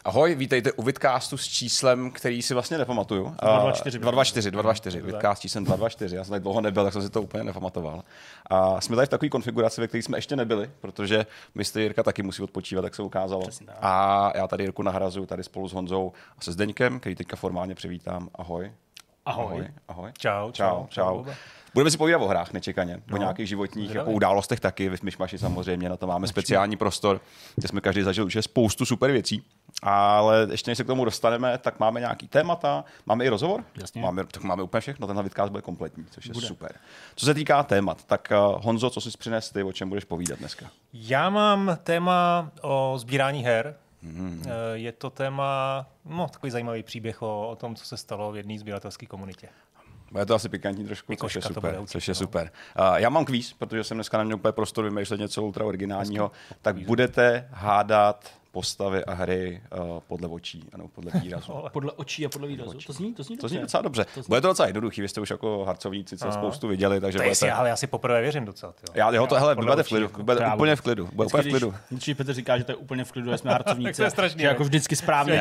Ahoj, vítejte u Vidcastu s číslem, který si vlastně nepamatuju. 224. Vidcast s číslem 224. Já jsem tady dlouho nebyl, tak jsem si to úplně nepamatoval. A jsme tady v takové konfiguraci, ve které jsme ještě nebyli, protože mistr Jirka taky musí odpočívat, tak se ukázalo. A já tady Jirku nahrazuju tady spolu s Honzou a se Zdeňkem, který teďka formálně přivítám. Ahoj. Ahoj. Čau. Budeme si povídat o hrách nečekaně, o nějakých životních jako událostech taky, v Myšmaši samozřejmě, na to máme speciální prostor, kde jsme každý zažil už spoustu super věcí, ale ještě než se k tomu dostaneme, tak máme nějaký témata, máme i rozhovor? Jasně. Máme úplně všechno, tenhle vidcast bude kompletní, což je super. Co se týká témat, tak Honzo, co jsi přines ty, o čem budeš povídat dneska? Já mám téma o sbírání her. Je to téma, takový zajímavý příběh o tom, co se stalo v jedné sběratelské komunitě. Bude to asi pikantní trošku, což je super. Já mám kvíz, protože jsem dneska neměl úplně prostor vymýšlet něco ultra originálního, tak budete hádat postavy a hry podle očí, ano, podle výrazu. Podle očí a podle výrazu. To zní docela dobře. Bude to docela jednoduchý, vy jste už jako harcovníci co spoustu viděli, takže budete... Ale já si poprvé věřím docela. Budete v klidu, úplně v klidu. Když Petr říká, že to je úplně v klidu, jsme harcovníci, že jako vždycky správně,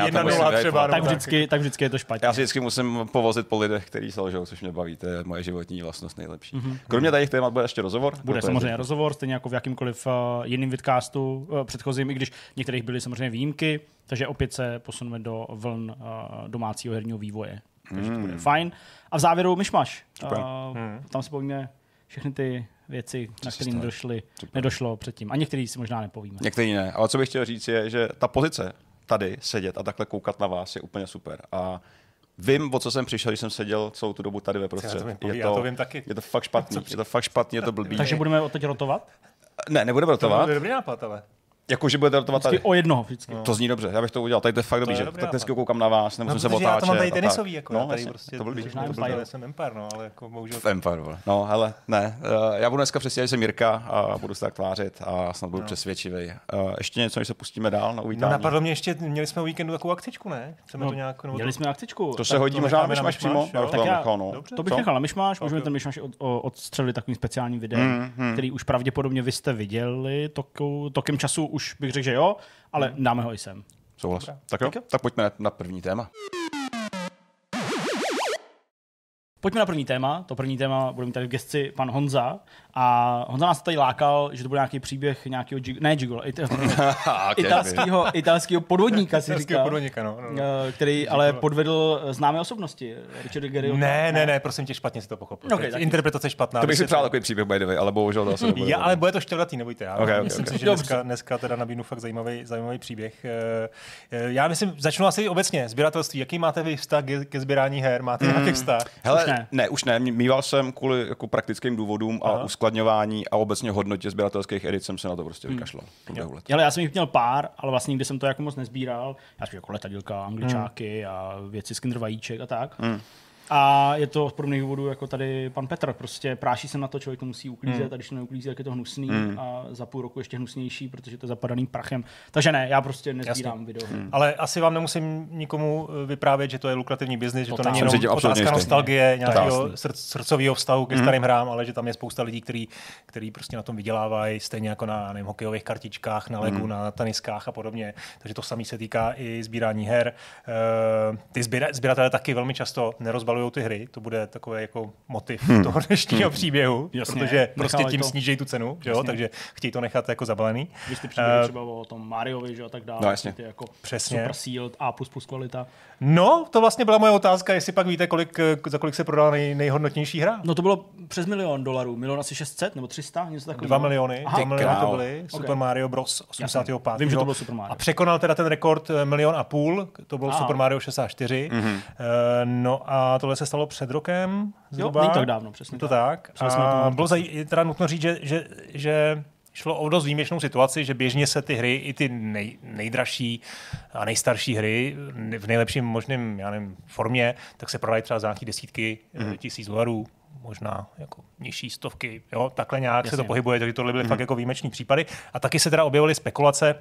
tak vždycky je to špatně. Já si vždycky musím povozit po lidech, kteří se lžou, což mě baví, to je moje životní vlastnost nejlepší. Kromě těch témat bude ještě rozhovor. Bude samozřejmě rozhovor, stejně jako v jakýmkoliv jiným vidcastu předchozím, i když některých byly samozřejmě výjimky, takže opět se posuneme do vln domácího herního vývoje. Takže to bude fajn. A v závěru myšmaš. Tam si povíme všechny ty věci, na které nedošlo předtím. A některý si možná nepovíme. Některý ne. Ale co bych chtěl říct je, že ta pozice tady sedět a takhle koukat na vás je úplně super. A vím, o co jsem přišel, když jsem seděl celou tu dobu tady ve prostředí. Já to vím taky. Je to fakt špatný, je to blbý. Takže budeme teď rotovat? Ne, nebudeme rotovat. To je dobrý nápad, ale. Jakože budete rotovat tady. O jednoho vždycky. To zní dobře, já bych to udělal. Tady to je fakt dobrý, že tak dneska koukám na vás, nemusím se otáčet. Já to mám tady tenisový, jako tady prostě. To blbý. Já jsem Empire, ale jako bohužel. V Empire, no, hele, ne. Já budu dneska přesně, že jsem Jirka a budu se tak tvářit a snad budu přesvědčivý. Ještě něco, než se pustíme dál na uvítání. Napadlo mě ještě, měli jsme o víkendu takovou akcičku, ne? Chceme to nějak. Měli jsme akcičku. To se hodí možná na myšmaš přímo. To bych nechal na myšmaš, můžeme ten myšmaš odstřelit takovým speciálním videem, který už pravděpodobně vy jste viděli tokem času, už bych řekl, že jo. Ale dáme ho i sem. Souhlas. Tak jo, tak pojďme na první téma. Pojďme na první téma. To první téma bude mít tady v gesci pan Honza. A Honza nás tady lákal, že to bude nějaký příběh nějakého italského podvodníka, si říkal. Který ale podvedl známé osobnosti. Richard Gere. Ne, prosím tě, špatně si to pochopil. Interpretace špatná. To bych si přál takový příběh, by the way, ale bohužel to asi nebude. Ale bude to štěvratý, nebojte. Myslím si, že dneska teda nabídnu fakt zajímavý příběh. Já myslím, začnu asi obecně. Sběratelství. Jaký máte vy vztah ke sbírání her? Máte nějaký vztah? Už ne. Mýval jsem kvůli jako praktickým důvodům a uskladňování a obecně hodnotě sběratelských edit jsem se na to prostě vykašlal. Ale já jsem jich měl pár, ale vlastně nikdy jsem to jako moc nezbíral. Já jsem jako letadílka, angličáky a věci z Kinder vajíček a tak. A je to z podobných důvodů jako tady pan Petr. Prostě práší se na to, člověk to musí uklízet a když to neuklízí, tak je to hnusný a za půl roku ještě hnusnější, protože to je zapadaným prachem. Takže ne, já prostě nezbírám videohry. Ale asi vám nemusím nikomu vyprávět, že to je lukrativní biznis, že to není jenom otázka nostalgie, nějakého srdcového vztahu ke starým hrám, ale že tam je spousta lidí, kteří prostě na tom vydělávají, stejně jako na hokejových kartičkách, na legu, na teniskách a podobně. Takže to samé se týká i sbírání her. Ty sběratelé taky velmi často nerozbalují ty hry, to bude takový jako motiv toho dnešního příběhu, protože prostě tím sníží tu cenu, že jo? Takže chtějí to nechat jako zabalený. Když ty příběhy třeba o tom Mariovi, že jo, tak dále, ty jako Super Sealed A++ kvalita. No, to vlastně byla moje otázka, jestli pak víte, za kolik se prodala nejhodnotnější hra. No to bylo přes $1 milion, milion asi 600 nebo 300, něco takového. 2 miliony, 2 miliony to byly, Super Mario Bros. 85. Vím, že to byl Super Mario. A překonal teda ten rekord 1,5 milionu, to byl Super Mario 64. No a tohle se stalo před rokem. Jo, není tak dávno, přesně to tak. A bylo teda nutno říct, že šlo o dost výjimečnou situaci, že běžně se ty hry, i ty nejdražší a nejstarší hry v nejlepším možném formě, tak se prodají třeba za nějaký desítky tisíc dolarů, možná jako nižší stovky. Jo? Takhle nějak se to pohybuje, takže tohle byly fakt jako výjimeční případy. A taky se teda objevily spekulace,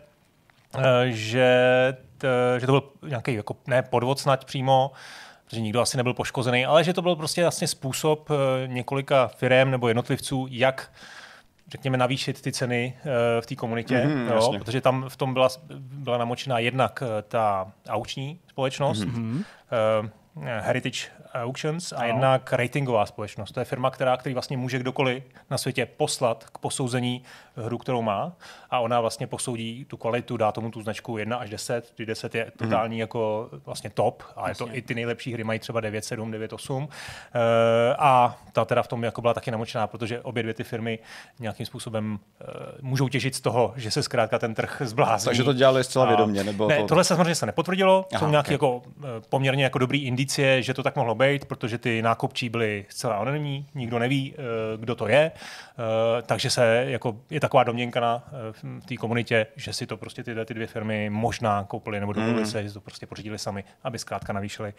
že to byl nějaký jako, ne podvod snad přímo, protože nikdo asi nebyl poškozený, ale že to byl prostě vlastně způsob několika firem nebo jednotlivců, jak řekněme, navýšit ty ceny v té komunitě, jo, protože tam v tom byla namočená jednak ta aukční společnost, Heritage Auctions a jednak ratingová společnost. To je firma, který vlastně může kdokoliv na světě poslat k posouzení hru, kterou má, a ona vlastně posoudí tu kvalitu, dá tomu tu značku 1 až 10, kdy 10 je totální jako vlastně top, a je to i ty nejlepší hry mají třeba 9.7, 9.8, a ta teda v tom jako byla taky namočená, protože obě dvě ty firmy nějakým způsobem můžou těžit z toho, že se zkrátka ten trh zblázní. Takže to dělali zcela vědomě, nebo ne, tohle se samozřejmě nepotvrdilo, jsou nějaké jako poměrně jako dobrý indicie, že to tak mohlo být, protože ty nákupčí byly zcela anonymní, nikdo neví, kdo to je, takže je taková domněnka v té komunitě, že si to prostě ty dvě firmy možná koupily nebo dovolili se, že to prostě pořídili sami, aby zkrátka navýšili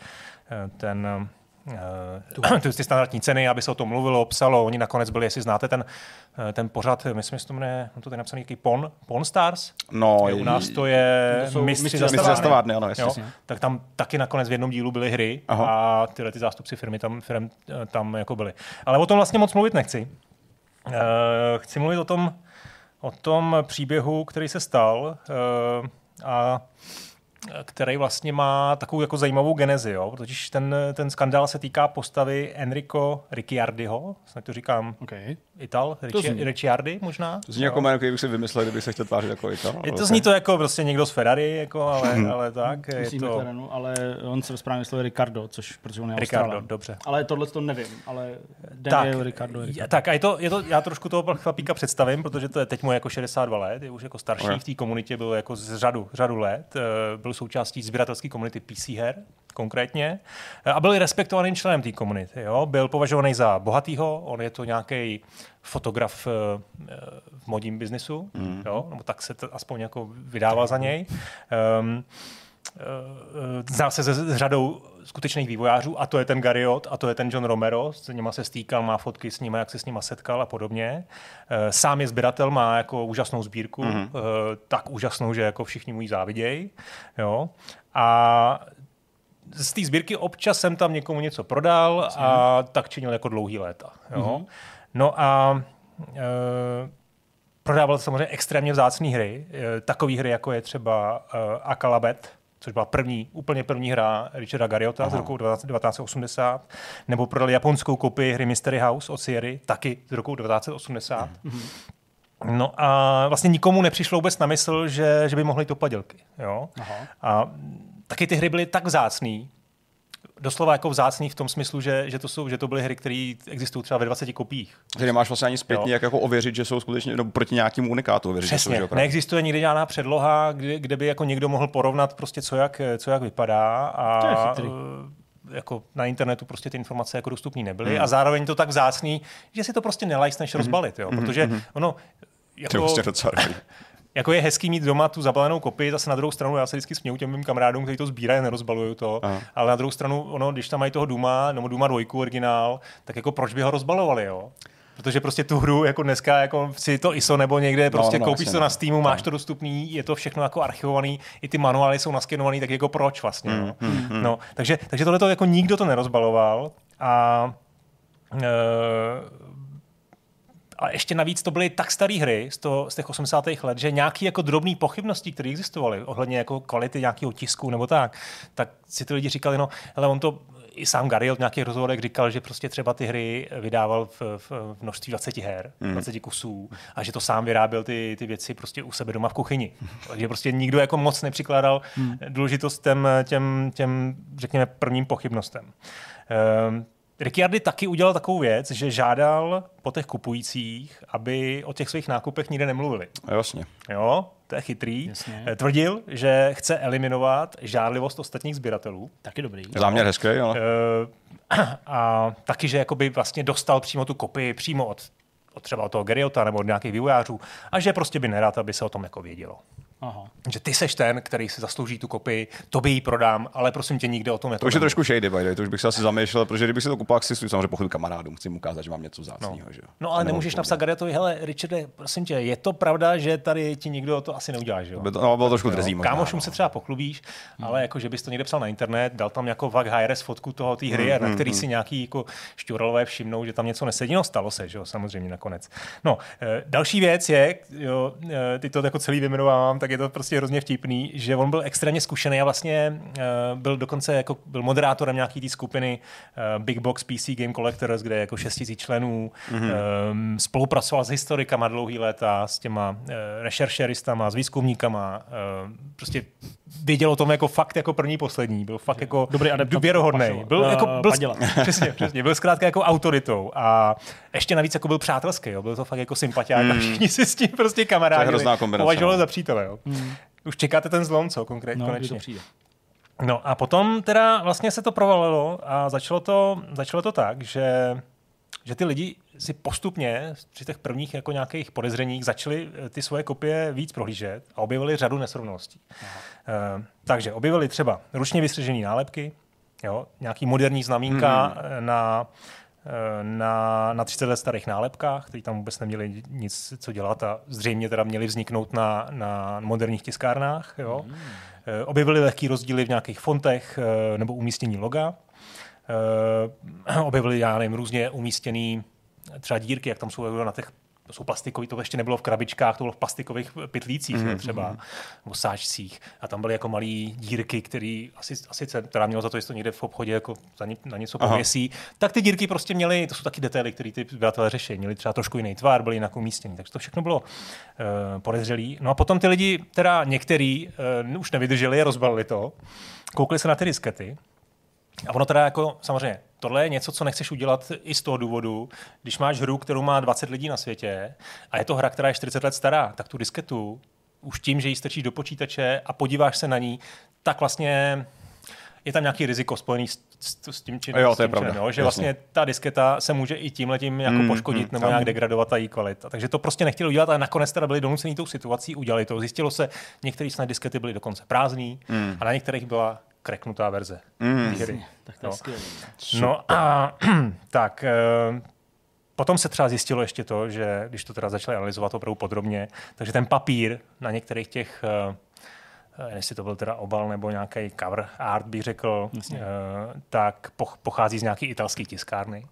ty standardní ceny, aby se o tom mluvilo, psalo. Oni nakonec byli, jestli znáte ten pořad, myslím, že to jmenuje, to tady napsaný jaký Pawn Stars. No, u nás to je mistři zastavárny, ano, jasně. Tak tam taky nakonec v jednom dílu byly hry a tyhle ty zástupci firmy tam jako byli. Ale o tom vlastně moc mluvit nechci. Chci mluvit o tom příběhu, který se stal a který vlastně má takovou jako zajímavou genezi, jo? Totiž ten skandál se týká postavy Enrico Ricciardiho, snad to říkám Ital, Ricciardi možná. To zní jako jméno, který bych si vymyslel, kdybych se chtěl tvářit jako Ital. Zní to jako prostě někdo z Ferrari, jako, ale tak. Je to... McLarenu, ale on se správně myslel Ricardo, protože on je Ricardo, Australan. dobře. Ale tohle to nevím, ale Daniel Ricardo. Tak a je to, já trošku toho chlapíka představím, protože to je teď mu jako 62 let, je už jako starší, v té komunitě byl jako z řadu let, byl součástí sběratelské komunity PC her konkrétně a byl respektovaným členem té komunity. Jo? Byl považovaný za bohatýho, on je to nějaký fotograf v modním biznisu, jo? Nebo tak se to aspoň jako vydával za něj. Znal se s řadou skutečných vývojářů, a to je ten Garriott, a to je ten John Romero, s nima se stýkal, má fotky s nima, jak se s nima setkal a podobně. Sám je sběratel, má jako úžasnou sbírku, tak úžasnou, že jako všichni mu ji závidějí. Jo? A z té sbírky občas jsem tam někomu něco prodal a tak činil jako dlouhý léta. Jo? No a prodával samozřejmě extrémně vzácné hry. Takové hry, jako je třeba Akalabet, což byla úplně první hra Richarda Garriotta z roku 1980, nebo prodali japonskou kopii hry Mystery House od Sierry, taky z roku 1980. No a vlastně nikomu nepřišlo vůbec na mysl, že by mohly to padělky. Jo? A taky ty hry byly tak vzácný, doslova jako vzácný v tom smyslu, že to byly hry, které existují třeba ve 20 kopiích. Ty nemáš vlastně ani zpětně, jak jako ověřit, že jsou skutečně proti nějakému unikátu ověřit. Přesně, že neexistuje nikdy žádná předloha, kde by jako někdo mohl porovnat prostě co jak vypadá, a jako na internetu prostě ty informace jako dostupné nebyly a zároveň to tak vzácný, že si to prostě nelajsneš rozbalit, jo? Protože ono jako je hezký mít doma tu zabalenou kopii, zase na druhou stranu já se vždycky směju těm mým kamarádům, kteří to sbírají a nerozbalují to, ale na druhou stranu, když tam mají toho Duma, nebo Duma 2 originál, tak jako proč by ho rozbalovali, jo? Protože prostě tu hru jako dneska jako si to ISO nebo někde prostě koupíš to na Steamu, máš to dostupný, je to všechno jako archivovaný, i ty manuály jsou naskenovaný, tak jako proč vlastně, jo? No, takže tohleto jako nikdo to nerozbaloval a ještě navíc to byly tak staré hry z těch 80. let, že nějaké jako drobné pochybnosti, které existovaly ohledně jako kvality nějakého tisku nebo tak si ty lidi říkali, ale on to i sám Garriott v nějakých rozhovorech říkal, že prostě třeba ty hry vydával v množství 20 her, 20 kusů, a že to sám vyráběl ty věci prostě u sebe doma v kuchyni. Takže prostě nikdo jako moc nepřikládal důležitost těm řekněme prvním pochybnostem. Ricciardi taky udělal takovou věc, že žádal po těch kupujících, aby o těch svých nákupech nikde nemluvili. Jasně. Jo, to je chytrý. Jasně. Tvrdil, že chce eliminovat žádlivost ostatních sběratelů. Taky dobrý. Záměr hezký, ale... A taky, že jakoby vlastně dostal přímo tu kopii přímo od třeba od toho Garriotta nebo od nějakých vývojářů, a že prostě by nerad, aby se o tom jako vědělo. Aha. Že ty seš ten, který si zaslouží tu kopii, tobě ji prodám, ale prosím tě, nikde o tom to už je trošku shady, by the way, to už bych se asi zamýšlel, protože kdybych si to kupoval, si samozřejmě pochopil kamarádům, chci mu ukázat, že mám něco vzácného. No ale nemůžeš napsat Garretovi, hele, Richarde, prosím tě, je to pravda, že tady ti nikdo to asi neudělá, že jo? No, bylo trošku drzí možná. Kámošům se třeba pochlubíš, ale jako, že bys to někde psal na internet, dal tam jako vak high-res fotku toho té hry, na který si nějaký jako šťuralové všimnou, že tam něco nesedí, no stalo se, že jo, samozřejmě nakonec. No, další věc je, jo, ty to jako celý vyjmenovávám, tak je to prostě hrozně vtipný, že on byl extrémně zkušený a vlastně byl dokonce jako byl moderátorem nějaký té skupiny Big Box PC Game Collectors, kde je jako 6 000 členů, spolupracoval s historikama dlouhý léta, s těma rešeršeristama, s výzkumníkama, prostě věděl o tom jako fakt jako první poslední, byl fakt jako věrohodný. Přesně, byl zkrátka jako autoritou a ještě navíc jako byl přátelský, jo, byl to fakt jako sympatiák a všichni si s tím prostě kamarádili, považovali za přítele, jo. Už čekáte ten zlom, co konečně. No a potom teda vlastně se to provalilo a začalo to tak, že ty lidi si postupně při těch prvních jako nějakých podezřeních začali ty svoje kopie víc prohlížet a objevili řadu nesrovnalostí. Takže objevili třeba ručně vystřižené nálepky, jo, nějaký moderní znamínka na 30 let starých nálepkách, které tam vůbec neměli nic co dělat a zřejmě teda měli vzniknout na moderních tiskárnách. Jo. Objevili lehký rozdíly v nějakých fontech nebo umístění loga. Objevili, já nevím, různě umístěný třeba dírky, jak tam jsou na těch, to jsou plastikový, to ještě nebylo v krabičkách, to bylo v plastikových pytlících třeba, nebo sáčcích. A tam byly jako malý dírky, které asi teda mělo za to, jestli to někde v obchodě jako na něco pověsí. Tak ty dírky prostě měly, to jsou taky detaily, které ty sběratelé řeší, měly třeba trošku jiný tvar, byly jinak umístěný. Takže to všechno bylo podezřelý. No a potom ty lidi, teda některý už nevydrželi, rozbalili to, koukli se na ty diskety. A ono teda jako, samozřejmě, tohle je něco, co nechceš udělat i z toho důvodu, když máš hru, kterou má 20 lidí na světě a je to hra, která je 40 let stará, tak tu disketu už tím, že ji strčíš do počítače a podíváš se na ní, tak vlastně je tam nějaký riziko spojený s tím činem. Jo, to je pravda. Jo, že vlastně ta disketa se může i tímhletím jako poškodit nebo nějak degradovat ta její kvalita. Takže to prostě nechtěli udělat, ale nakonec teda byli donuceni tou situací, udělali to. Zjistilo se, některé snad diskety byly dokonce prázdný a na některých byla kreknutá verze. Tak to je skvělé. No a tak potom se třeba zjistilo ještě to, že když to teda začali analyzovat opravdu podrobně, takže ten papír na některých těch, jestli to byl teda obal nebo nějaký cover art, bych řekl, tak pochází z nějaký italský tiskárny.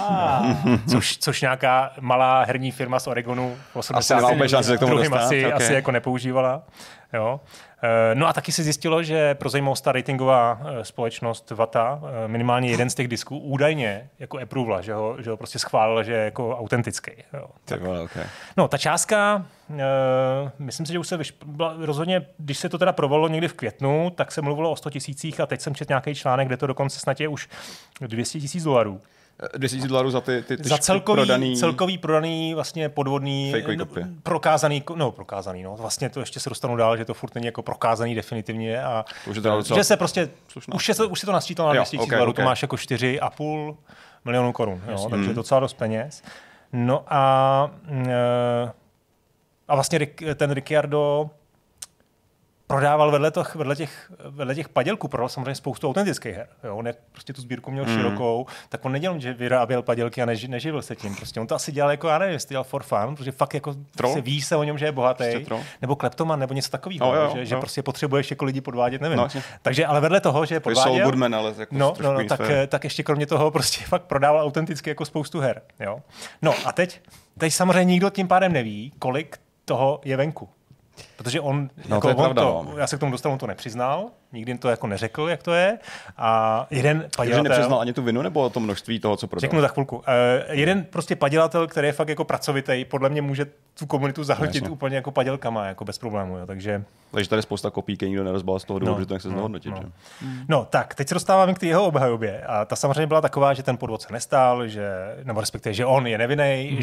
Což nějaká malá herní firma z Oregonu v 80. asi jako nepoužívala. Jo. No a taky se zjistilo, že pro zajímavost ta ratingová společnost Vata minimálně jeden z těch disků údajně jako approvala, že ho prostě schválila, že je jako autentický. Jo. No, ta částka, myslím si, že už se rozhodně, když se to teda provalilo někdy v květnu, tak se mluvilo o 100 000 a teď jsem četl nějaký článek, kde to dokonce snad je už $200,000. $200,000 za ty za celkový prodaný vlastně podvodný prokázaný, vlastně to ještě se dostanu dál, že to furt není jako prokázaný definitivně a že se prostě už se to nasčítalo na $200,000, to máš jako 4,5 milionu korun, jo, takže je docela dost peněz. No a vlastně ten Ricciardo prodával vedle těch padělků, prodal samozřejmě spoustu autentických her. Jo? On jak prostě tu sbírku měl širokou, tak on nedělal, že vyráběl padělky a neživil se tím. Prostě on to asi dělal jako, já nevím, jestli dělal for fun, protože fakt jako se ví se o něm, že je bohatý, nebo kleptoman, nebo něco takového, že prostě potřebuješ jako lidi podvádět, nevím. No, takže ale vedle toho, že je podváděl, Goodman, ale jako tak ještě kromě toho prostě fakt prodával autenticky jako spoustu her. Jo? No a teď samozřejmě nikdo tím pádem neví, kolik toho je venku. Protože já se k tomu dostanu, to nepřiznal, nikdy to jako neřekl, jak to je. A jeden padělatel... nepřiznal ani tu vinu, nebo to množství toho, co prodal? Řeknu za chvilku. Jeden prostě padělatel, který je fakt jako pracovitý, podle mě může tu komunitu zahltit úplně jako padělkama, jako bez problémů. Jo. Takže tady spousta kopí, který nikdo nerozbal z toho důvodu, že to nechce znehodnotit. No tak, teď se dostáváme k té jeho obhajobě. A ta samozřejmě byla taková, že ten podvod se nestál, nebo respektive, že on je nevinný,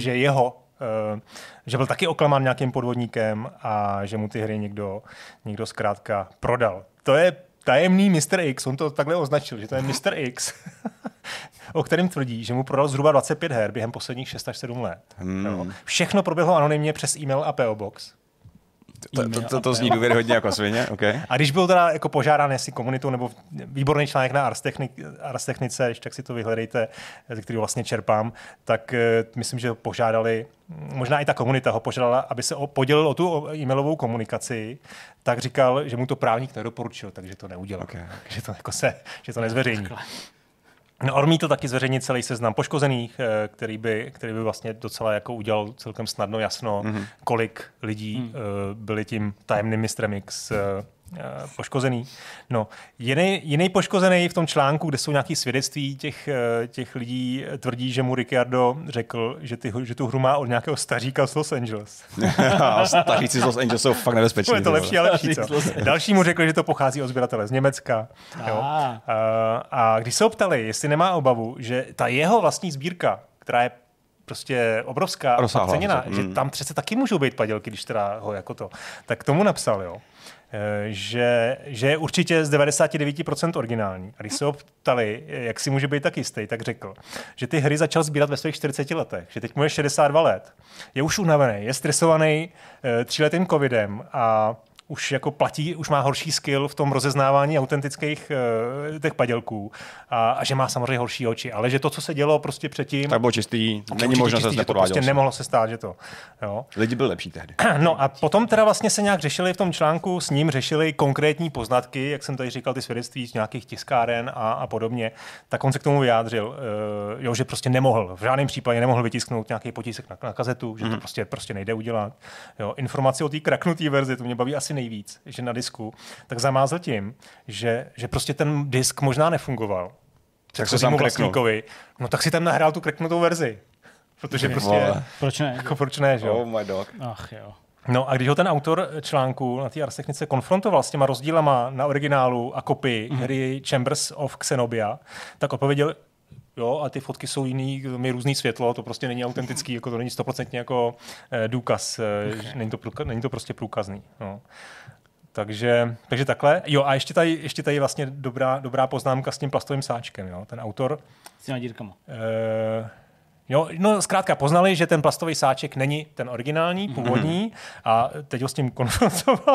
že byl taky oklamán nějakým podvodníkem a že mu ty hry někdo zkrátka prodal. To je tajemný Mr. X, on to takhle označil, že to je Mr. X, o kterém tvrdí, že mu prodal zhruba 25 her během posledních 6 až 7 let. Všechno proběhlo anonymně přes e-mail a PO Box. To zní důvěryhodně jako svině, okay. A když byl teda jako požádán jestli komunitou nebo výborný článek na Ars Technice, když tak si to vyhledejte, ze kterého vlastně čerpám, tak myslím, že požádali, možná i ta komunita ho požádala, aby se podělil o tu e-mailovou komunikaci, tak říkal, že mu to právník nedoporučil, takže to neudělal. Okay. Že to jako že to nezveřejní. No, odmítl taky zveřejnit celý seznam poškozených, který by vlastně docela jako udělal celkem snadno jasno, kolik lidí byli tím tajemným mistrem X poškozený. No, jiný poškozený v tom článku, kde jsou nějaké svědectví těch lidí, tvrdí, že mu Ricciardo řekl, že tu hru má od nějakého staříka z Los Angeles. Staříci z Los Angeles jsou fakt nebezpeční. Je to lepší a lepší, co? Další mu řekl, že to pochází od sběratele z Německa. Jo? A když se ho ptali, jestli nemá obavu, že ta jeho vlastní sbírka, která je prostě obrovská a ceněná, že tam přece taky můžou být padělky, když teda ho jako to, tak tomu napsal, jo. Že je určitě z 99% originální. A když se ho ptali, jak si může být tak jistý, tak řekl, že ty hry začal sbírat ve svých 40 letech, že teď mu je 62 let, je už unavený, je stresovaný 3letým covidem a už jako platí, už má horší skill v tom rozeznávání autentických těch padělků a že má samozřejmě horší oči, ale že to, co se dělo prostě předtím... Tak bylo čistý, není možnost se nepodvádělo. Prostě nemohlo se stát, že to... Jo. Lidi byli lepší tehdy. No a potom teda vlastně se nějak řešili v tom článku, s ním řešili konkrétní poznatky, jak jsem tady říkal, ty svědectví z nějakých tiskáren a podobně, tak on se k tomu vyjádřil, jo, že prostě nemohl, v žádném případě nemohl vytisknout nějaký potisek na kazetu, že to prostě nejde udělat. Jo, informace o té kraknutý verzi, to mě baví asi nejvíc, že na disku, tak zamázl tím, že prostě ten disk možná nefungoval. Tak se sám vlastníkovi. No tak si tam nahrál tu kreknutou verzi. Protože prostě... Proč ne? Jako proč ne, že jo? Oh my dog. Ach jo. No a když ho ten autor článku na té Ars Technice konfrontoval s těma rozdílama na originálu a kopii hry Chambers of Xenobia, tak odpověděl, jo, a ty fotky jsou jiný, mají různý světlo, to prostě není autentický, jako to není 100% jako důkaz, není to prostě průkazný. No. Takže takhle. Jo, a ještě tady vlastně dobrá poznámka s tím plastovým sáčkem, jo. Ten autor... S těma dírkama. Jo, no zkrátka poznali, že ten plastový sáček není ten originální, původní a teď ho s tím konfrontoval,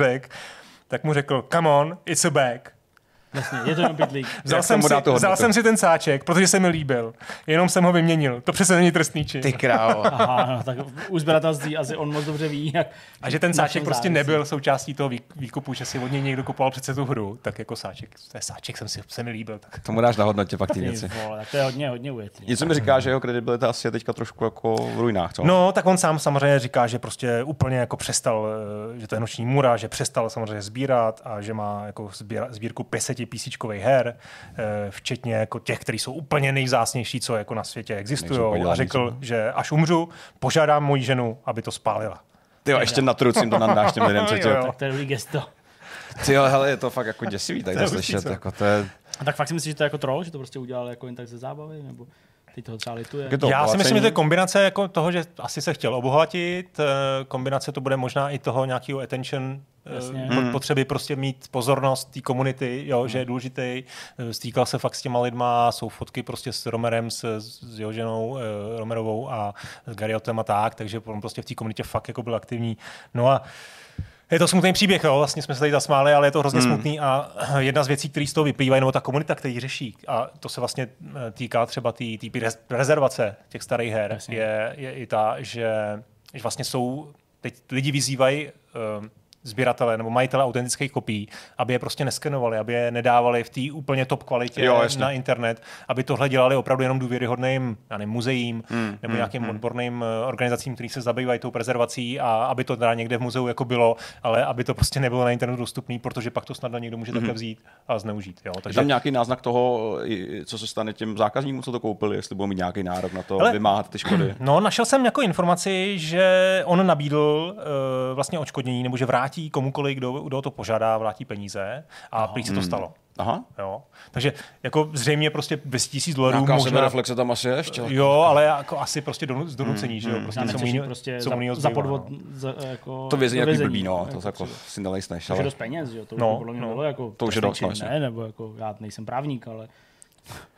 tak mu řekl, come on, it's a bag. Jasně, je to jenom pitlík. Vzal jsem si ten sáček, protože se mi líbil. Jenom jsem ho vyměnil. To přece není trestný čin. Ty krávo. Aha, no, tak u sběratelství asi on moc dobře ví, jak... A že ten sáček prostě nebyl součástí toho výkupu, že si od něj někdo kupoval přece tu hru, tak jako sáček se mi líbil. Tak. Tomu dáš na hodnotě pak ty věci. Tak to je hodně ujetý. Něco mi říká, že jeho kredibilita asi je teďka trošku jako v ruinách, co? No, tak on sám samozřejmě říká, že prostě úplně jako přestal, že to je noční můra, že přestal samozřejmě sbírat a že má jako sbírku 500 písíčkových her, včetně jako těch, které jsou úplně nejvzácnější, co jako na světě existují. A řekl, že až umřu, požádám moji ženu, aby to spálila. Ty jo, ještě na trucím to nandáš těm lidem. Tak to je dobrý gesto. Ty jo, hele, je to fakt jako děsivý, tak to slyšet. Jako to je... A tak fakt si myslíš, že to je jako troll, že to prostě udělal jako jen tak ze zábavy, nebo teď toho třeba lituje? Já si myslím, že to je kombinace jako toho, že asi se chtěl obohatit, kombinace to bude možná i toho nějakého attention, potřeby prostě mít pozornost té komunity, jo, že je důležitý. Stýkal se fakt s těma lidma, jsou fotky prostě s Romerem, s jeho ženou Romerovou a s Gariotem a tak, takže on prostě v té komunitě fakt jako byl aktivní. No a je to smutný příběh, jo. Vlastně jsme se tady zasmáli, ale je to hrozně smutný a jedna z věcí, které z toho vyplývají, nebo ta komunita, který řeší, a to se vlastně týká třeba té rezervace těch starých her, je i ta, že vlastně teď lidi vyzývají sběratele nebo majitele autentických kopií, aby je prostě neskenovali, aby je nedávali v té úplně top kvalitě na internet, aby tohle dělali opravdu jenom důvěryhodným muzeím nebo nějakým odborným organizacím, kteří se zabývají tou prezervací a aby to teda někde v muzeu jako bylo, ale aby to prostě nebylo na internetu dostupný, protože pak to snadno někdo může takhle vzít a zneužít. Jo? Takže tam nějaký náznak toho, co se stane těm zákazníkům, co to koupili, jestli budou mít nějaký nárok na to vymáhat ty škody. No, našel jsem jako informaci, že on nabídl vlastně odškodnění nebo že vrátí komukoliv, kdo to požádá, vrátí peníze a prý se to stalo. Aha. Jo. Takže jako zřejmě prostě $200,000 nějaká možná... sebereflexe tam asi je ještě. Jo, ale jako asi prostě z donucení, že jo? Prostě za podvod jako to vězení jaký blbý, no. To jako si nelejsneš. To je dost peněz, že jo? To už podle mě bylo jako... To už je dost, ne, nebo jako já nejsem právník, ale...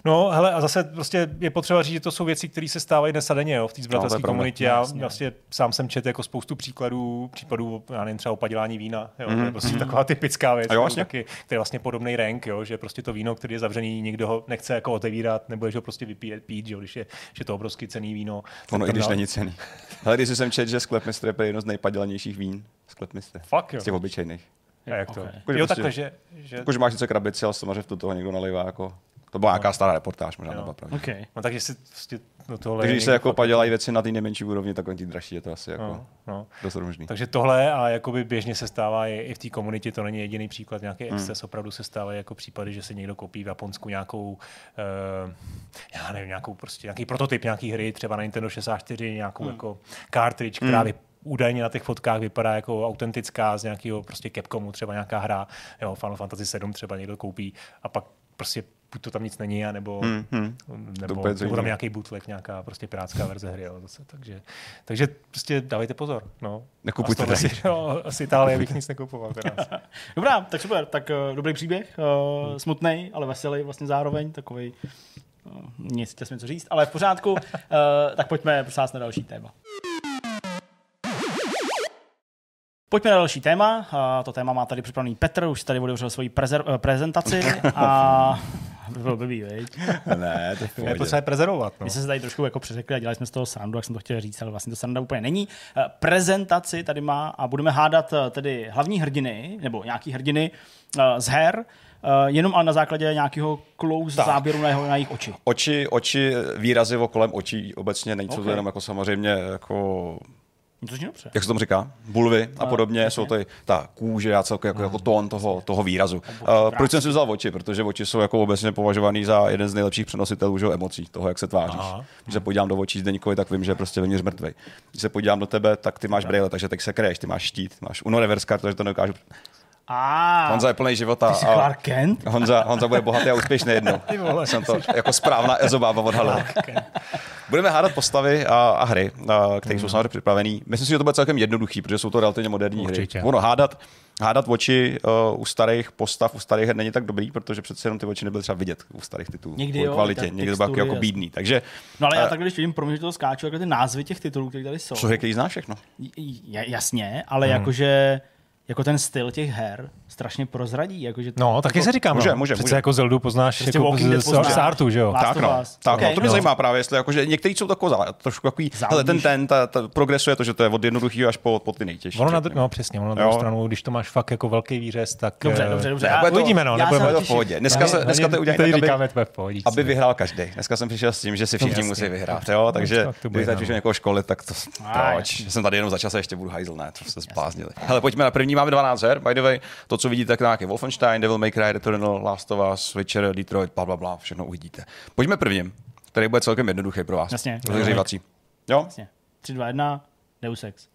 No, hele, a zase prostě je potřeba říct, že to jsou věci, které se stávají dnes a denně, jo, v té zbratelské komunitě. Já vlastně sám jsem četl jako spoustu případů, já nevím, třeba o padělání vína, jo, to je prostě taková typická věc, taky, který je vlastně podobný rank, jo, že prostě to víno, který je zavřený, nikdo ho nechce jako otevírat, nebo že ho prostě pít, jo, když je to obrovsky cenný víno. Ono i když není cenný. Ale když jsem četl, že sklepmistr je jedno z nejpadělanějších vín, sklepmistr. Fakt jo. Z těch obyčejných. A jak to? Okay. Jo, takhle, že máš něco krabici, ale samozřejmě v toho někdo nalejvá jako. To byla nějaká stará reportáž, možná nebyla pravda. Okay. No takže si prostě do tohle. Takže když se jako padělají věci na té nejmenší úrovni, tak on ti dražší, je to asi jako dost možný. Takže tohle a jakoby běžně se stává i v té komunitě, to není jediný příklad, nějaký exces, opravdu se stávají jako případy, že se někdo koupí v Japonsku nějakou, já nevím, nějaký prototyp nějaký hry, třeba na Nintendo 64, nějakou jako cartridge, která údajně na těch fotkách vypadá jako autentická z nějakého prostě Capcomu, třeba nějaká hra, jo, Final Fantasy 7 třeba někdo koupí a pak prostě buď to tam nic není, nebo tam nějaký bootleg, nějaká prostě pirátská verze hry. Jo, zase. Takže prostě dávejte pozor. No. Nekupujte to. Asi Itálie bych nic nekupoval. Dobrá, tak super. Tak dobrý příběh, smutnej, ale veselý vlastně zároveň, takovej, nic chtěl jsem něco říct, ale v pořádku. Tak pojďme prosím na další téma. Pojďme na další téma. To téma má tady připravený Petr, už tady otevřel svoji prezentaci a bylo blbý, viď? Ne, to je potřeba prezerovat. No. My jsme se tady trošku jako přeřekli a dělali jsme z toho srandu, jak jsem to chtěl říct, ale vlastně to sranda úplně není. Prezentaci tady má a budeme hádat tedy hlavní hrdiny, nebo nějaký hrdiny z her, jenom ale na základě nějakého close záběru na jejich oči. Oči, výrazy kolem očí obecně, není to jenom jako samozřejmě jako... Jak se tomu říká? Bulvy a podobně, jsou to ta kůže a celkově jako tón toho výrazu. Proč jsem si vzal oči? Protože oči jsou jako obecně považovaný za jeden z nejlepších přenositelů emocí, toho, jak se tváříš. Když se podívám do očí Zdeňkovi, tak vím, že prostě vevnitř mrtvej. Když se podívám do tebe, tak ty máš brýle, takže teď se kryješ, ty máš štít, máš Uno reverse card, takže to nedokážu. Honza je plný života. Ty jsi Clark Kent? Honza bude bohatý a úspěšný jednou. Jsem to jako správná ezobába odhalil. Budeme hádat postavy a hry, které jsou samozřejmě připravený. Myslím si, že to bude celkem jednoduchý, protože jsou to relativně moderní hry. Ono hádat oči u starých postav, u starých her není tak dobrý, protože přece jenom ty oči nebyly třeba vidět u starých titulů. Někdy kvalitě, někdy to bylo jako bídný. Takže, no ale já takhle, když vidím, promiň, že to skáču, jako ty názvy těch titulů, které tady jsou. Člověk, který zná všechno. Jasně, ale jakože jako ten styl těch her strašně prozradí. Jakože no, taky se říkám. Může. Přece jako Zeldu poznáš jako z startu, že jo? Tak, to mě zajímá právě, jestli jakože některý jsou trošku takový, hele, ta progresuje to, že to je od jednoduchého až po ty nejtěžší. No přesně, na druhou stranu, když to máš fakt jako velký výřez, tak... Dobře. Uvidíme, no, nebudeme to v pohodě. Dneska to udělají tak, aby vyhrál každý. Dneska jsem přišel s tím, že si všichni musí vyhrát, jo, takže když teď někoho školit, tak to proč? Jsem tady jenom za čas a ještě budu hajzl, ne, to se zbláznili. Hele, pojďme na první, máme 12 her, by the way, to, co vidíte, tak nějaký Wolfenstein, Devil May Cry, Returnal, Last of Us, Witcher, Detroit, blablabla, všechno uvidíte. Pojďme prvním, který bude celkem jednoduchý pro vás. Jasně. Rozehřívací. Jo? Jasně. 3, 2, 1, Deus Ex.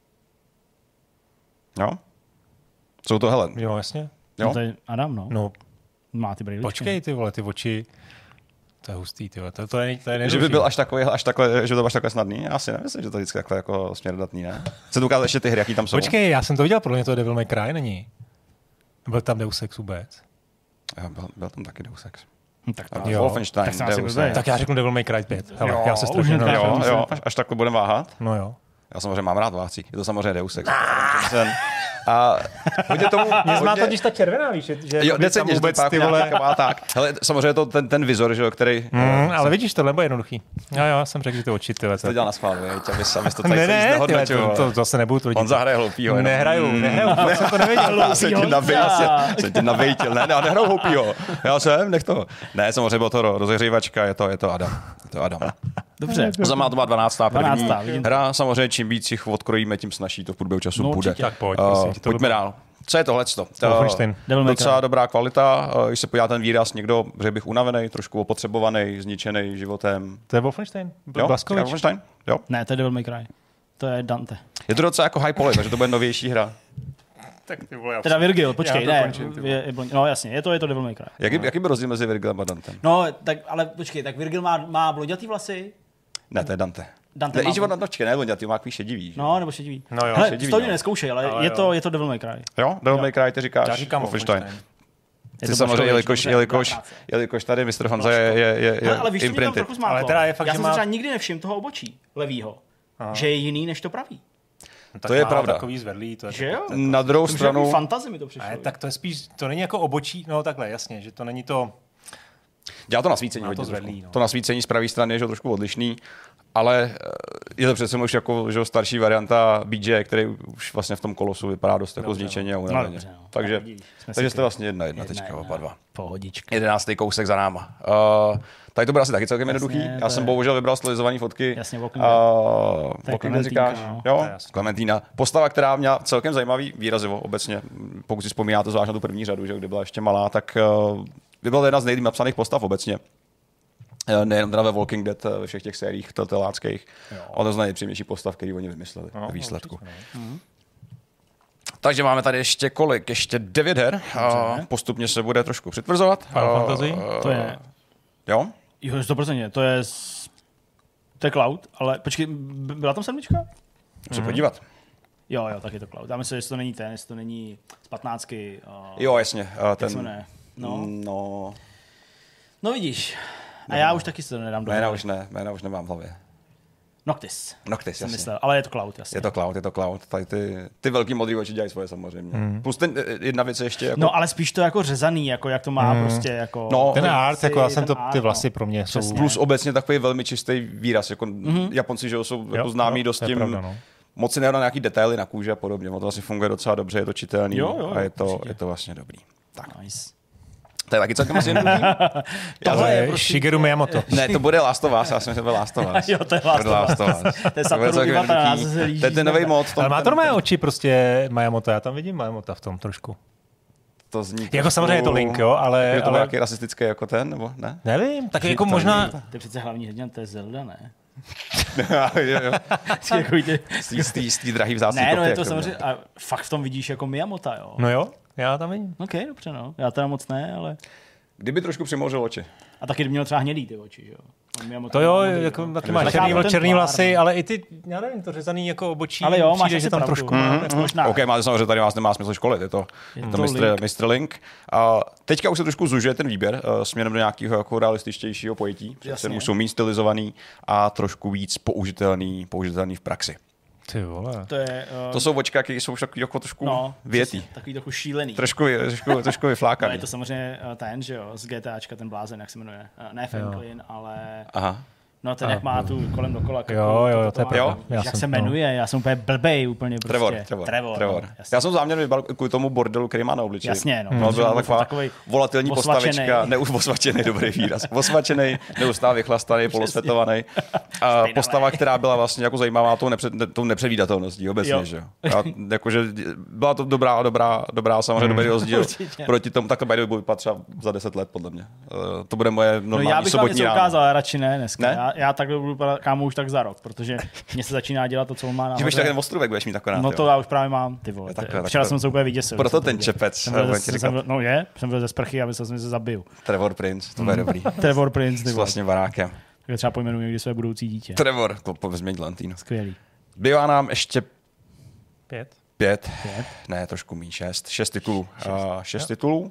Jo? Jsou to, hele. Jo, jasně. Jo? No to je Adam, no. Má ty brýličky. Počkej, ty vole, ty oči. To je hustý, ty vole. To je že by byl až takhle, že to byl takhle snadný? Já si nemyslím, že to vždycky takhle jako směrodatný, ne? Chcete ukázat ještě ty hry, jaký tam jsou? Počkej, já jsem to viděl, podle mě to Devil May Cry není. Byl tam Deus Ex vůbec? Byl tam taky Deus Ex. Tak Wolfenstein, Deus Ex. Tak já řeknu Devil May Cry 5. Hele, jo, já se strašně jo, až takhle budeme váhat. No jo. Já samozřejmě mám rád vácí. Je to samozřejmě Deus Ex. A hodně tomu... Mě zná totiž ta červená, víš, že jo, decentně, že to ty vole... tak. Hele, samozřejmě to ten vizor, že jo, který... ale vidíš, tohle bude jednoduchý. Jo, jsem řekl, že to oči, tyhle. To dělal na schvál, viď, abys to tady znehodnotil. To zase nebudu tvrdit. On zahraje hloupýho. Nehraju, fakt jsem to nevěděl. Jsem tě navejtil. Ne, nehraju hloupýho. Já jsem, nech to. Ne, samozřejmě bylo to rozehřívačka, je to Adam. Dobře. To má 12. první hra. Samozřejmě, čím víc jich odkrojíme, tím snažší to v průběhu času bude. Tak pojď, pojďme dál. Co je tohleto? Docela dobrá kvalita. Když se podívá ten výraz, někdo, že bych unavený, trošku opotřebovaný, zničený životem. To je Wolfenstein? Wolfenstein? Jo? Ne, to je Devil May Cry. To je Dante. Je to docela jako high poly, takže to bude novější hra. Tak ty vole, teda Virgil, počkej, ne. No jasně, je to Devil May Cry. Jaký by rozdíl mezi Virgilem a Dantem? No, tak, ale počkej, tak Virgil má blondětý vlasy? Ne, to je Dante. Dante ne, ne, blondětý, má takový šedivý. No, nebo šedivý. No jo, hele, šedivý. To neskoušej, ale je to Devil May Cry. Jo, Devil May Cry, ty říkáš. Já říkám Wolfenstein. Ty samozřejmě, jelikož tady Mr. Honza je ale víš, imprinted. Trochu zmátlo. Ale teda je fakt, já že jsem má... třeba nikdy nevšiml toho obočí levýho, že je jiný než to pravý. No, to je pravda. Takový zvedlý, to je že jo? Na druhou stranu... Fantazie mi to přišlo. Tak to je spíš, to není jako obočí, no takhle, jasně, že to není to... Dělá to nasvícení hodně zvedlý, to nasvícení z pravé strany je že trošku odlišný, ale je to přece už jako že starší varianta BJ, který už vlastně v tom kolosu vypadá dost jako zničeně a unaveně. Takže jste vlastně 1-1 teďka, oba dva. Pohodička. 11. kousek za náma. Tady to bude asi taky celkem jednoduchý. Já jsem bohužel vybral stylizované fotky. Jasně, Walking Dead říkáš? Jo, Clementina. Postava, která měla celkem zajímavý výrazivo obecně. Pokud si vzpomínáte zvlášť na tu první řadu, že kdy byla ještě malá, tak by byla jedna z nejlíp napsaných postav obecně. Nejen teda ve Walking Dead, ve všech těch sériích telltaleáckých, ale to z nejpříjemnější postav, který oni vymysleli ve výsledku. Takže máme tady ještě kolik? Ještě 9 her. Postupně se bude trošku přitvrzovat. Final Fantasy? To je... Jo? Jo, 100%. To je Cloud, ale počkej, byla tam 7? Se podívat. Jo, tak je to Cloud. Já myslím, že to není jestli to není z 15. Jo, jasně. No vidíš. A já už taky si to nedám do Jména už nemám v hlavě. Noctis, jasně. Myslel, ale je to Cloud, jasně. Je to Cloud. Tady ty velký modrý oči dělají svoje samozřejmě. Plus jedna věc ještě jako... No, ale spíš to jako řezaný, jako jak to má prostě jako... No, ten art, jako já jsem to, ty vlasy pro mě jsou... Plus obecně takový velmi čistý výraz, jako Japonci, že jsou jako známí dost tím... Pravda, moc si nedá nějaký detaily na kůži a podobně. To vlastně funguje docela dobře, je to čitelný a je to vlastně dobrý. Tak. Nice. To je taky celkem asi jednoduchý. Tohle je Shigeru Miyamoto. Ne, to bude Last of Us, já jsem se byl Last of Us. Jo, to je Last of Us. To je Satoru Iwata. To je ten nový mod. Ale má to mé oči prostě Miyamoto, já tam vidím Miyamota v tom trošku. To zní jako samozřejmě je to Link, jo, ale... Je to nějaký rasistický jako ten, nebo ne? Nevím, tak jako možná... To je přece hlavní hrdina, to je Zelda, ne? jo. Z té drahý vzácný kopie. Ne, no je to samozřejmě, a fakt v tom vidíš jako Miyamota, jo. No jo, já tam vidím. OK, dobře, no. Já teda moc ne, ale... Kdyby trošku přimouřil oči. A taky měl třeba hnědý ty oči, jo. To jo, jako, taky máš černý vlasy, ale i ty, já nevím, to řezaný jako obočí, ale jo, přijde, že tam trošku... Možná. OK, máte samozřejmě, tady vás nemá smysl školit, je to Mr. Link. Teďka už se trošku zužuje ten výběr směrem do nějakého jako realističtějšího pojetí. Přece už jsou méně stylizovaný a trošku víc použitelný v praxi. Ty vole. To jsou očka, které jsou takový jako trošku větý. Takový trochu šílený. Trošku vyflákaný. No, je to samozřejmě ten, že jo, z GTAčka, ten blázen, jak se jmenuje. Ne Franklin, ale... Aha. No ten, jak má tu kolem dokola. Jo, to je pravda. Jak se jmenuje, já jsem úplně blbej úplně prostě. Trevor. Já jsem záměrně vybral kvůli tomu bordelu, který má na obličeji. Jasně, no. No, byla taková volatilní postavička, osvačený, dobrý výraz. Osvačený, neustále vychlastaný, polosvetovaný. Postava, která byla vlastně jako zajímavá tou nepředvídatelností obecně, že jo. Jakože byla to dobrá samozřejmě dobrý rozdíl proti tomu, takhle by the way bude vypadat třeba za 10 let podle mě. To bude moje normální sobotní ráno. Já bych vám něco ukázal, ale radši ne dneska. Já takhle budu vypadat, kámo, už tak za rok, protože mě se začíná dělat to, co on má nahoře. Že tak ten ostrůvek budeš mít akorát. No to já už právě mám, ty vole. Včera jsem se úplně vyděsil. Proto ten čepec. No jsem byl ze sprchy a myslel jsem, že se zabiju. Trevor Prince, to bude dobrý. Trevor Prince, ty vole. S vlastním barákem. Tak třeba pojmenuji někdy své budoucí dítě. Trevor, to vezměň Lantýno. Skvělý. Bývá nám ještě 5. Ne, trošku míň, 6 titulů. 6 titulů.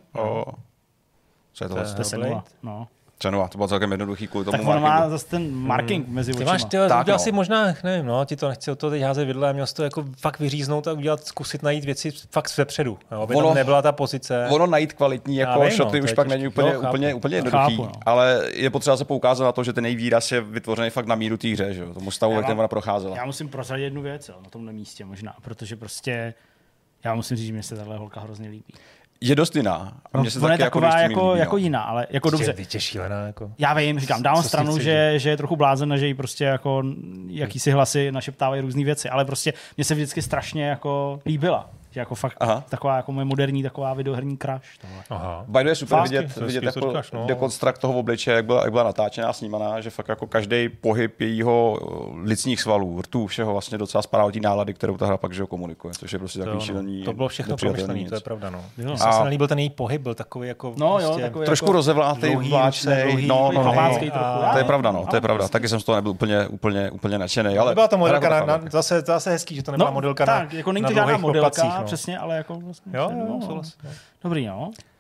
Co je to vlastně? Senua, to bylo celkem jednoduchý kvůli tomu markingu. Tak on má zase ten marking mezi očima. Ty máš, udělal si možná, nevím, no, ti to nechci od toho teď házet vidle, a měl jsi to jako fakt vyříznout a udělat, zkusit najít věci fakt vepředu, aby tam nebyla ta pozice. Ono najít kvalitní jako šoty už pak není úplně jednoduchý, ale je potřeba se poukázat na to, že ten její výraz je vytvořený fakt na míru té hře, že jo, tomu stavu, ve kterém ona procházela. Já musím prozradit jednu věc, na tomhle místě možná, protože prostě já musím říct, že mě se tahle holka hrozně líbí. Je dost jiná. A mě se taky taková jako jiná, ale jako dobře. Je šílená, jako. Já vím, říkám, dávám stranu, že je trochu blázen, že jí prostě jako jakýsi hlasy našeptávají různé věci, ale prostě mě se vždycky strašně jako líbila. Že jako fakt taková jako moje moderní taková videoherní crush. By the way, super vidět jako dekonstrukt toho obličeje, jak byla natáčená, snímaná, že fakt jako každý pohyb jejího licních svalů, rtů, všeho vlastně docela spadá od té nálady, kterou ta hra pak že ho komunikuje, což je prostě takový šílený. To bylo všechno promyšlený, to je pravda, no. Mně se nelíbil ten její pohyb, byl takový jako trošku rozevlátej, vláčnej, to je pravda, no, to je pravda. Taky jsem z toho nebyl úplně nadšený, ale byla to modelka zase hezký, že to nebyla modelka na jako není to žádná modelka, přesně, ale jako vlastně. Jo, dobrý, no.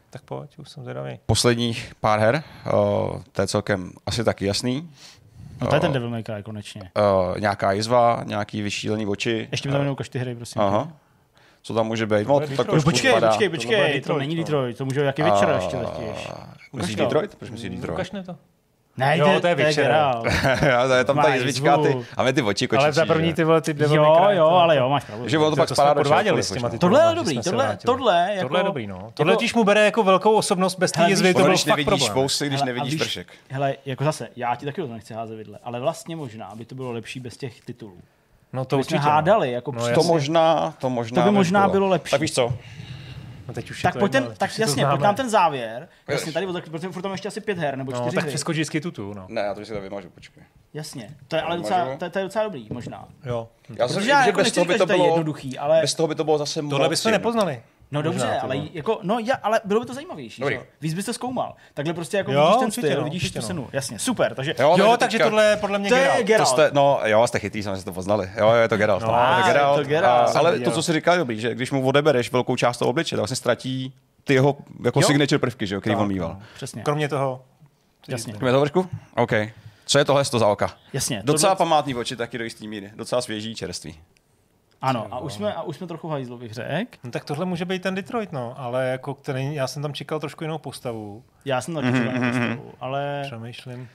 Tak pojď, už jsem zvědavý. Posledních pár her, to je celkem asi taky jasný. No to je ten Devil May Cry konečně. Nějaká jizva, nějaký vyšílený oči. Ještě mi tam jenom ukaž ty hry, prosím. Aha. Co tam může být? Počkej, to není Detroit, to může jaký Witcher ještě letíš. Myslíš Detroit? Proč myslíš Detroit? Ukažme to. Ne, jo, to je Witcher. Je tam ta jizvička a my ty oči kočičí. Ale za první ty vole, ty Devil May Cry. Jo, ale jo, máš pravdu. Že ono to pak spadá do podváděli s těma Tohle je dobrý, tohle je dobrý, no. Tohle když mu bere jako velkou osobnost bez té jizvy, to byl fakt problém. Fousy, když nevidíš pršek. Hele, jako zase, já ti taky o to nechci házet vidle, ale vlastně možná by to bylo lepší bez těch titulů. No to určitě. Hádali, jako to možná to by možná bylo lepší. Tak víš co? No teď už tak pojď pojď nám ten závěr. Jasně, tady protože furt tam ještě asi 5 her nebo 4 hry. Tak přeskoč vždycky tutu, no. Ne, já to si to vymažu, počkej. Jasně, to je ale docela dobrý, možná. Jo. Já jsem říkal, že bez toho by to bylo jednoduchý, ale bez toho by to bylo zase moc. Tohle bychom nepoznali. No dobře, ale jako ale bylo by to zajímavější. Víc byste zkoumal. Takhle prostě jako vidíš ten styl, vidíš tu cenu. Jasně, super. Takže takže tohle je podle mě Geralt. No jo, jste chytří, jsme si to poznali. Jo, je to Geralt. Ale to, co jsi říkal, je dobrý, že když mu odebereš velkou část toho obliče, tak vlastně ztratí ty jeho jako signature prvky, že jo, který on mýval. Přesně. Kromě toho. Jasně. Kromě toho vršku? OK. Co je tohle za oka? Jasně. Docela památný oči, taky do jistý míry. Docela svěží, čerstvý. Ano, a už jsme trochu hajzlo, bych řekl. No tak tohle může být ten Detroit, no, ale jako já jsem tam čekal trošku jinou postavu. Já jsem taky čekal jinou postavu, ale přemýšlím.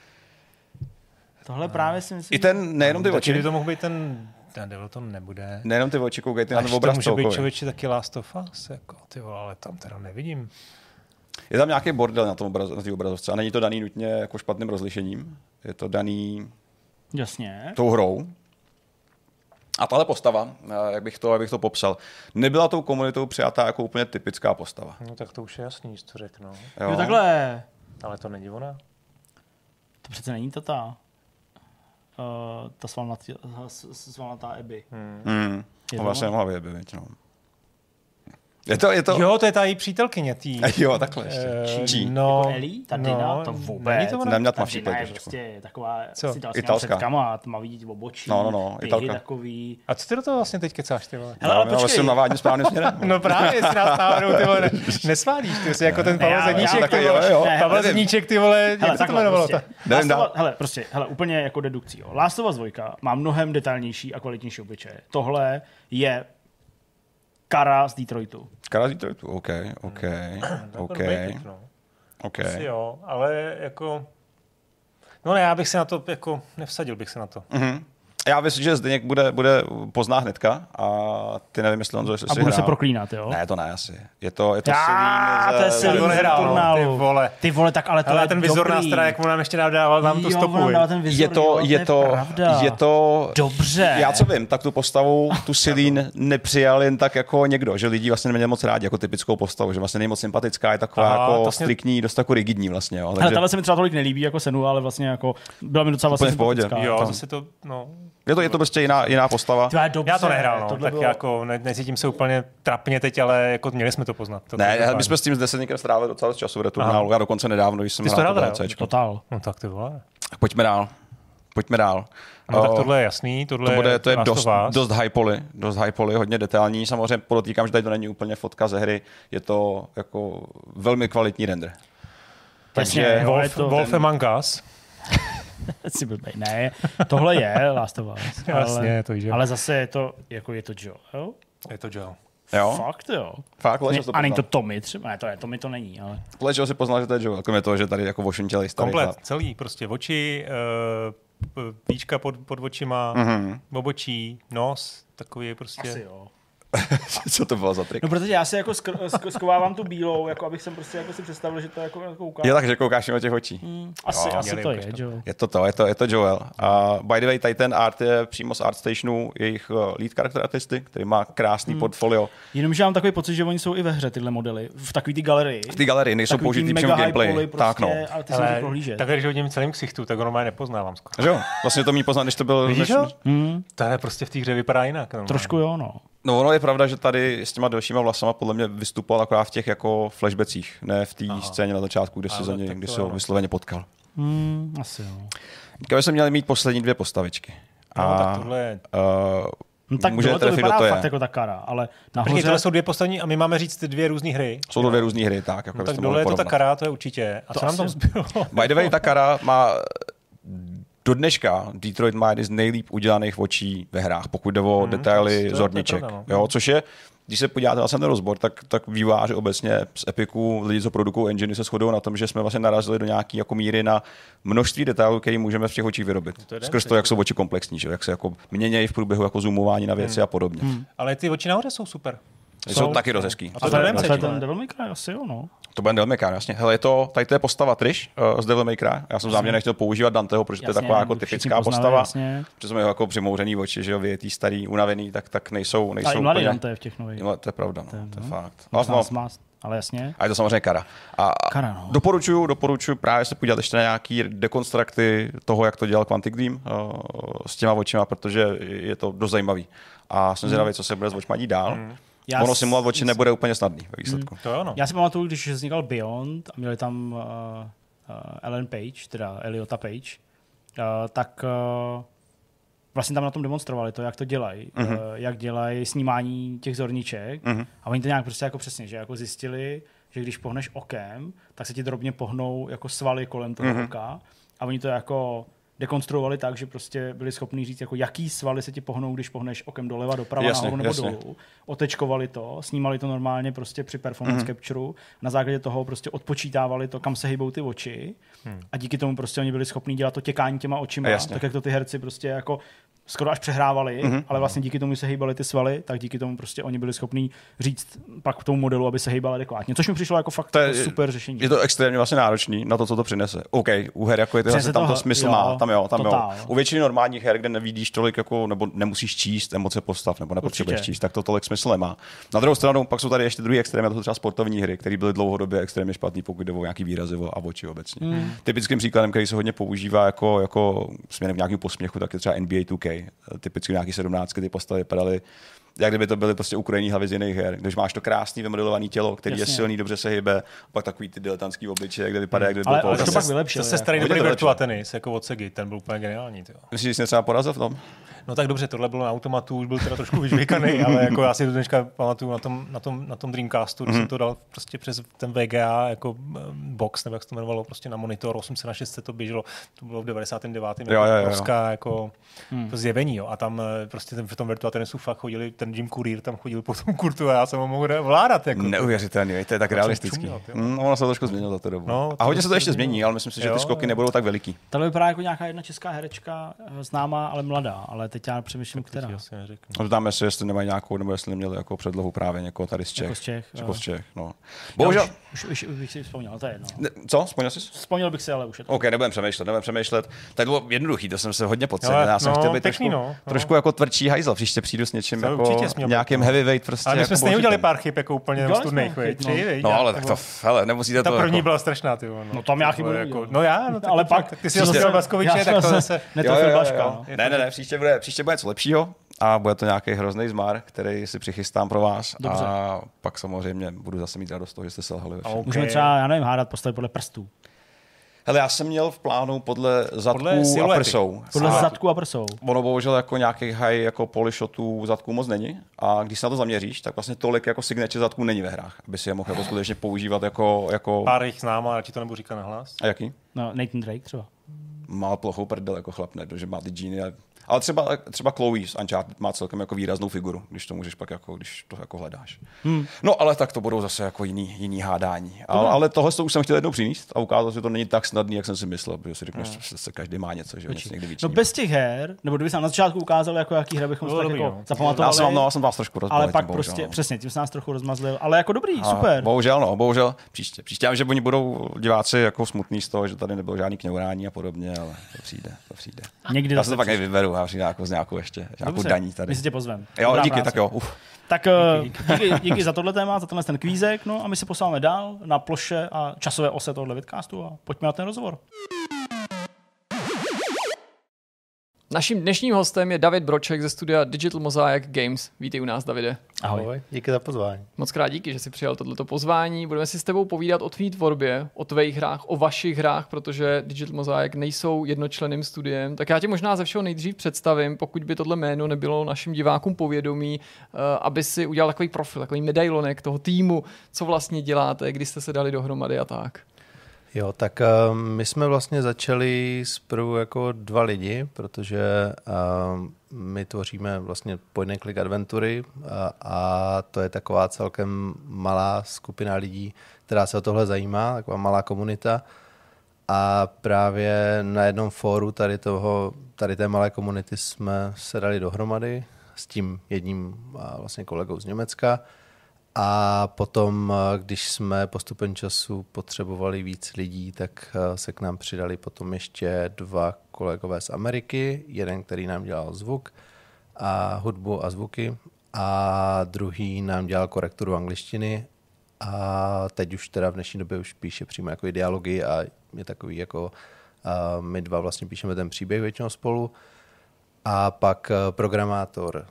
Tohle právě si myslím. I ten, nejenom ty oči. Kdyby to mohl být ten Devil, to nebude. Nejenom ty oči, koukejte na ten obraz. To může být člověče taky Last of Us, jako, ty vole, ale tam teda nevidím. Je tam nějaký bordel na té obrazovce a není to daný nutně jako špatným rozlišením. Je to daný tou hrou. A tahle postava, jak bych to popsal, nebyla tou komunitou přijatá jako úplně typická postava. No tak to už je jasný, co řeknu. Jo, takhle. Ale to není ona. To přece není ta svalnatá Abby. To vlastně nemohla být Abby, no. Je to... Jo, to je ta její přítelkyně. Jo, takhle ještě. No, jako Ellie? Ta Dina? To vůbec. Neměla tmavší pleť. Ta Dina je prostě taková, co? si dal italská. Před kama, tmavý obočí, Italka. Takový. A co ty do toho vlastně teď kecáš, ty vole? Hele, počkej. Jsem navádím správným směrem. No právě, si nás náhodou, ty vole, nesvádíš, ty jsi jako ten Pavel Zedníček, ty vole. Pavel Zedníček, ty vole, jak se to jmenovalo? Hele, úplně jako dedukcí. Last of Us 2 má mnohem detailnější a kvalitnější obličeje. Tohle je Kara z Detroitu. Kara z Detroitu, OK. Asi jo, ale jako... No ne, já bych se na to, jako, nevsadil bych se na to. Mm-hmm. Já myslím, že Zdeněk bude pozná hnedka a ty nevím, jestli on to a bude se proklínat, jo? Ne, to ne asi. Je to Selin z Returnálu. Ty vole, tak ale to je ten vizor na straně, jak mu nám ještě dával nám tu stopu. Je to... Dobře. Já co vím, tak tu postavu, tu Selin nepřijal jen tak jako někdo, že lidi vlastně neměli moc rádi jako typickou postavu, že vlastně není moc sympatická, je taková jako striktní, dost jako rigidní vlastně. Jo. Ale tahle se mi třeba tolik nelíbí jako Senu, ale vlastně jako byla mi docela vlastně sympatická. Jo, zase to, no... Je to prostě jiná postava. Já to nehrál, no. Tak jako necítím se úplně trapně teď, ale jako měli jsme to poznat. My jsme s tím s Desetníkem strávili docela času v Returnálu. Já dokonce nedávno, když jsem hrál to DLCčko. Total. No tak ty vole. Pojďme dál. No tak tohle je jasný, to je dost hypoli, hodně detailní. Samozřejmě podotýkám, že tady to není úplně fotka ze hry, je to jako velmi kvalitní render. Takže Wolf Among Us. Ne, tohle je Last of Us. Jasně, to je. Ale zase je to Joel. Je to Joel. Jo? Fakt jo. A není to Tommy třeba? Ne, Tommy to není, ale... Podle čeho si poznal, že to je Joel? Kromě toho, že tady jako vošuntělej starý. Komplet, celý, prostě oči, píčka pod očima, obočí, nos, takový prostě... Asi jo. Co to bylo za trik? No, protože já si jako skovávám tu bílou, jako abych jsem prostě jako si představil, že to jako koukám. Je tak, že koukáš mimo těch očí. Asi to je Joel. Je to Joel. A by the way, tady ten art je přímo z ArtStationu, jejich lead character artisty, který má krásný portfolio. Jenomže mám takový pocit, že oni jsou i ve hře tyhle modely, v takový ty galerii. V té galerii nejsou použitý přímo gameplay. Prostě, tak no. Ale ty ale prohlížet. Tak když hodím celým ksichtu, tak normálně nepoznávám skoro. Jo, vlastně to mě poznat, když to byl... Vidíš to je prostě v té hře vypadá jinak. Normálně. Trošku jo, no. No, ono je pravda, že tady s těma delšíma vlasama podle mě vystupoval akorát v těch jako flashbacích, ne v té scéně na začátku, kde se za něj, když se ho vysloveně potkal. Asi jo. Když jsme měli mít poslední 2 postavičky. No, tak tohle je... No tak může to trefit, vypadá kdo to fakt je. jako ta kara, ale Počkej, tohle jsou dvě poslední a my máme říct ty dvě různé hry. Jsou to dvě různé hry, tak. Jako tak dole je to ta kara, to je určitě. A co nám tam zbylo? By the way, ta kara má do dneška Detroit má jedny z nejlíp udělaných očí ve hrách, pokud jde o detaily zorniček. Jo, což je, když se podíváte vlastně na ten rozbor, tak vývojáři obecně z Epiku, lidi, co produkují engine, se shodují na tom, že jsme vlastně narazili do nějaké jako míry na množství detailů, které můžeme v těch očích vyrobit. Skrz to, jak jsou oči komplexní, že? Jak se jako měnějí v průběhu jako zoomování na věci a podobně. Ale ty oči nahoře jsou super. Jsou taky dost hezký. A to je ten Devil May Cry asi, jo, no. To bude Devil May Cry, jasně. Hele, tady to je postava Trish z Devil May Cry. Já jsem záměrně nechtěl používat Danteho, protože to je taková jako typická postava. Protože jsme jako přimouřený oči, že jo, vyjetý, starý, unavený, tak nejsou i mladý úplně... Dante v těch nových. To je pravda, no, to je fakt. Ale jasně. A je to samozřejmě kara. A kara, no. Doporučuji právě se podívat ještě na nějaký dekonstrukty toho, jak to dělal Quantic Dream s těma očima, protože je to dost zajímavý. A jsem zvědavý, co se bude s očima dít dál. Ono simulovat oči nebude úplně snadný ve výsledku. To jo, no. Já si pamatuju, když vznikal Beyond a měli tam Ellen Page, teda Eliota Page, tak vlastně tam na tom demonstrovali to, jak to dělají, jak dělají snímání těch zorniček a oni to nějak prostě jako přesně, že jako zjistili, že když pohneš okem, tak se ti drobně pohnou jako svaly kolem toho oka a oni to jako dekonstruovali tak, že prostě byli schopni říct, jako jaký svaly se ti pohnou, když pohneš okem doleva, doprava, nahoru nebo dolů. Otečkovali to, snímali to normálně prostě při performance captureu, na základě toho prostě odpočítávali to, kam se hýbou ty oči a díky tomu prostě oni byli schopni dělat to těkání těma očima, tak jak to ty herci prostě jako skoro až přehrávali, ale vlastně díky tomu se hýbaly ty svaly, tak díky tomu prostě oni byli schopní říct pak k tomu modelu, aby se hýbal adekvátně. Což mi přišlo jako fakt jako super řešení. Je to extrémně vlastně náročný na to, co to přinese. OK, u her jako je to, tam to smysl má, tam jo. U většiny normálních her, kde nevidíš tolik jako, nebo nemusíš číst emoce postav, nebo nepotřebuješ číst, tak to tolik smysl nemá. Na druhou stranu pak jsou tady ještě druhý extrém, to jsou třeba sportovní hry, které byly dlouhodobě extrémně špatný, pokud jde o nějaký výrazy a oči obecně. Typickým příkladem, který se hodně používá jako směrem k nějakému posměchu, tak je třeba NBA 2K. Typicky nějaký 17, ty postavy vypadaly, jak kdyby to byly prostě ukrojený hlavy z jiných her. Když máš to krásný vymodelovaný tělo, který je silný, dobře se hýbe, pak takový ty diletantský obličeje, kde vypadá, jak kdyby byl ale to pak vylepšil. Zase starý dobrý Virtua Tennis, jako od Segy, ten byl úplně geniální. Tyjo. Myslíš, že jsi třeba porazil v tom? No tak dobře, tohle bylo na automatu, už byl teda trošku vyžvejkaný, ale jako já si do dneška pamatuju na tom Dreamcastu, když jsem to dal prostě přes ten VGA jako box, nebo jak se to jmenovalo, prostě na monitor 800x600 to běželo, to bylo v 99. jako to zjevení, jo. A tam prostě v tom Virtua Tennisu fakt chodili, ten Jim Courier tam chodil po tom kurtu a já jsem ho mohl vládat. Jako neuvěřitelný, to je tak realistický. Ono se to trošku změnilo za tu dobu. No, a hodně se to ještě změní, ale myslím si, že ty skoky nebudou tak veliký. Tohle vypadá jako nějaká jedna česká herečka, známá, ale mladá, ale teď já přemýšlím, která. No, tam jestli nemají nějakou, nebo jestli neměli jako předlohu právě někoho tady z Čech. Jako z Čech. No. Bohužel. Už bych si vzpomněl, to je jedno. Co? Vzpomněl jsi? Vzpomněl bych si, ale už je to. OK, nebudem přemýšlet. Tak bylo jednoduchý, to jsem se hodně podcenil. Já jsem chtěl být trošku jako tvrdší hajzl, příště přijdu s něčím jako nějakým heavyweight prostě. Ale my jsme stejně udělali pár chyb jako úplně studných, no, ale tak to, hele, nemusíte to. Ta první byla strašná, ty. No tam já chybu jako, no já, no ale pak ty si dostal Blaskoviče, tak to zase netrefil Blaška. Ne, příště bude něco lepšího a bude to nějaký hrozný zmar, který si přichystám pro vás. Dobře. A pak samozřejmě budu zase mít radost toho, že jste selhali. Okay. Můžeme třeba, já nevím, hádat postavy podle prstů. Hele, já jsem měl v plánu podle zadků a prsou. Podle zadků a prsou. Ono bohužel jako nějakých high jako polishotů zadků moc není. A když se na to zaměříš, tak vlastně tolik jako signature zadků není ve hrách, aby si je mohl jako skutečně používat jako... Pár jich znám, ale ti to nebudu říkat nahlas. A jaký? No, Nathan Drake třeba. Má plochou prdel jako chlap, ne? Že má ty džíny. Ale třeba Chloe z Uncharted má celkem jako výraznou figuru, když to můžeš pak jako, když to jako hledáš. No ale tak to budou zase jako jiný hádání. Ale tohle už jsem chtěl jednou přinést a ukázat, že to není tak snadný, jak jsem si myslel, protože si řekneš, že se každý má něco, že něco někdy vyčí. No bez těch her, nebo kdyby se na začátku ukázal, jako jaký hra bychom tak jako zapamatovali. Já jsem vás trošku rozmazlil. Ale pak prostě, přesně, tím se nás trochu rozmazlil, ale jako dobrý, super. Bohužel, příště. Já, že oni budou diváci jako smutný z toho, že tady nebylo žádný kňourání a podobně, ale to přijde. Někdy já se to pak nevyberu, já přijdu jako z nějakou ještě, nějakou daní tady. My si tě pozveme. Jo, díky, tak jo. Tak díky za tohle téma, za tenhle ten kvízek, no a my se posláme dál na ploše a časové ose tohle vidcastu a pojďme na ten rozhovor. Naším dnešním hostem je David Broček ze studia Digital Mosaic Games. Vítej u nás, Davide. Ahoj, díky za pozvání. Moc krát díky, že jsi přijal tohleto pozvání. Budeme si s tebou povídat o tvý tvorbě, o tvých hrách, o vašich hrách, protože Digital Mosaic nejsou jednočlenným studiem. Tak já tě možná ze všeho nejdřív představím, pokud by tohle jméno nebylo našim divákům povědomí, aby si udělal takový profil, takový medailonek toho týmu, co vlastně děláte, kdy jste se dali dohromady a tak. Jo, tak my jsme vlastně začali zprvu jako 2 lidi, protože my tvoříme vlastně point and click adventury a to je taková celkem malá skupina lidí, která se o tohle zajímá, taková malá komunita. A právě na jednom fóru tady té malé komunity jsme se dali dohromady s tím jedním vlastně kolegou z Německa. A potom, když jsme postupem času potřebovali víc lidí, tak se k nám přidali potom ještě 2 kolegové z Ameriky. Jeden, který nám dělal zvuk a hudbu a zvuky a druhý nám dělal korekturu angličtiny a teď už teda v dnešní době už píše přímo jako dialogy a je takový jako my 2 vlastně píšeme ten příběh většinou spolu a pak programátor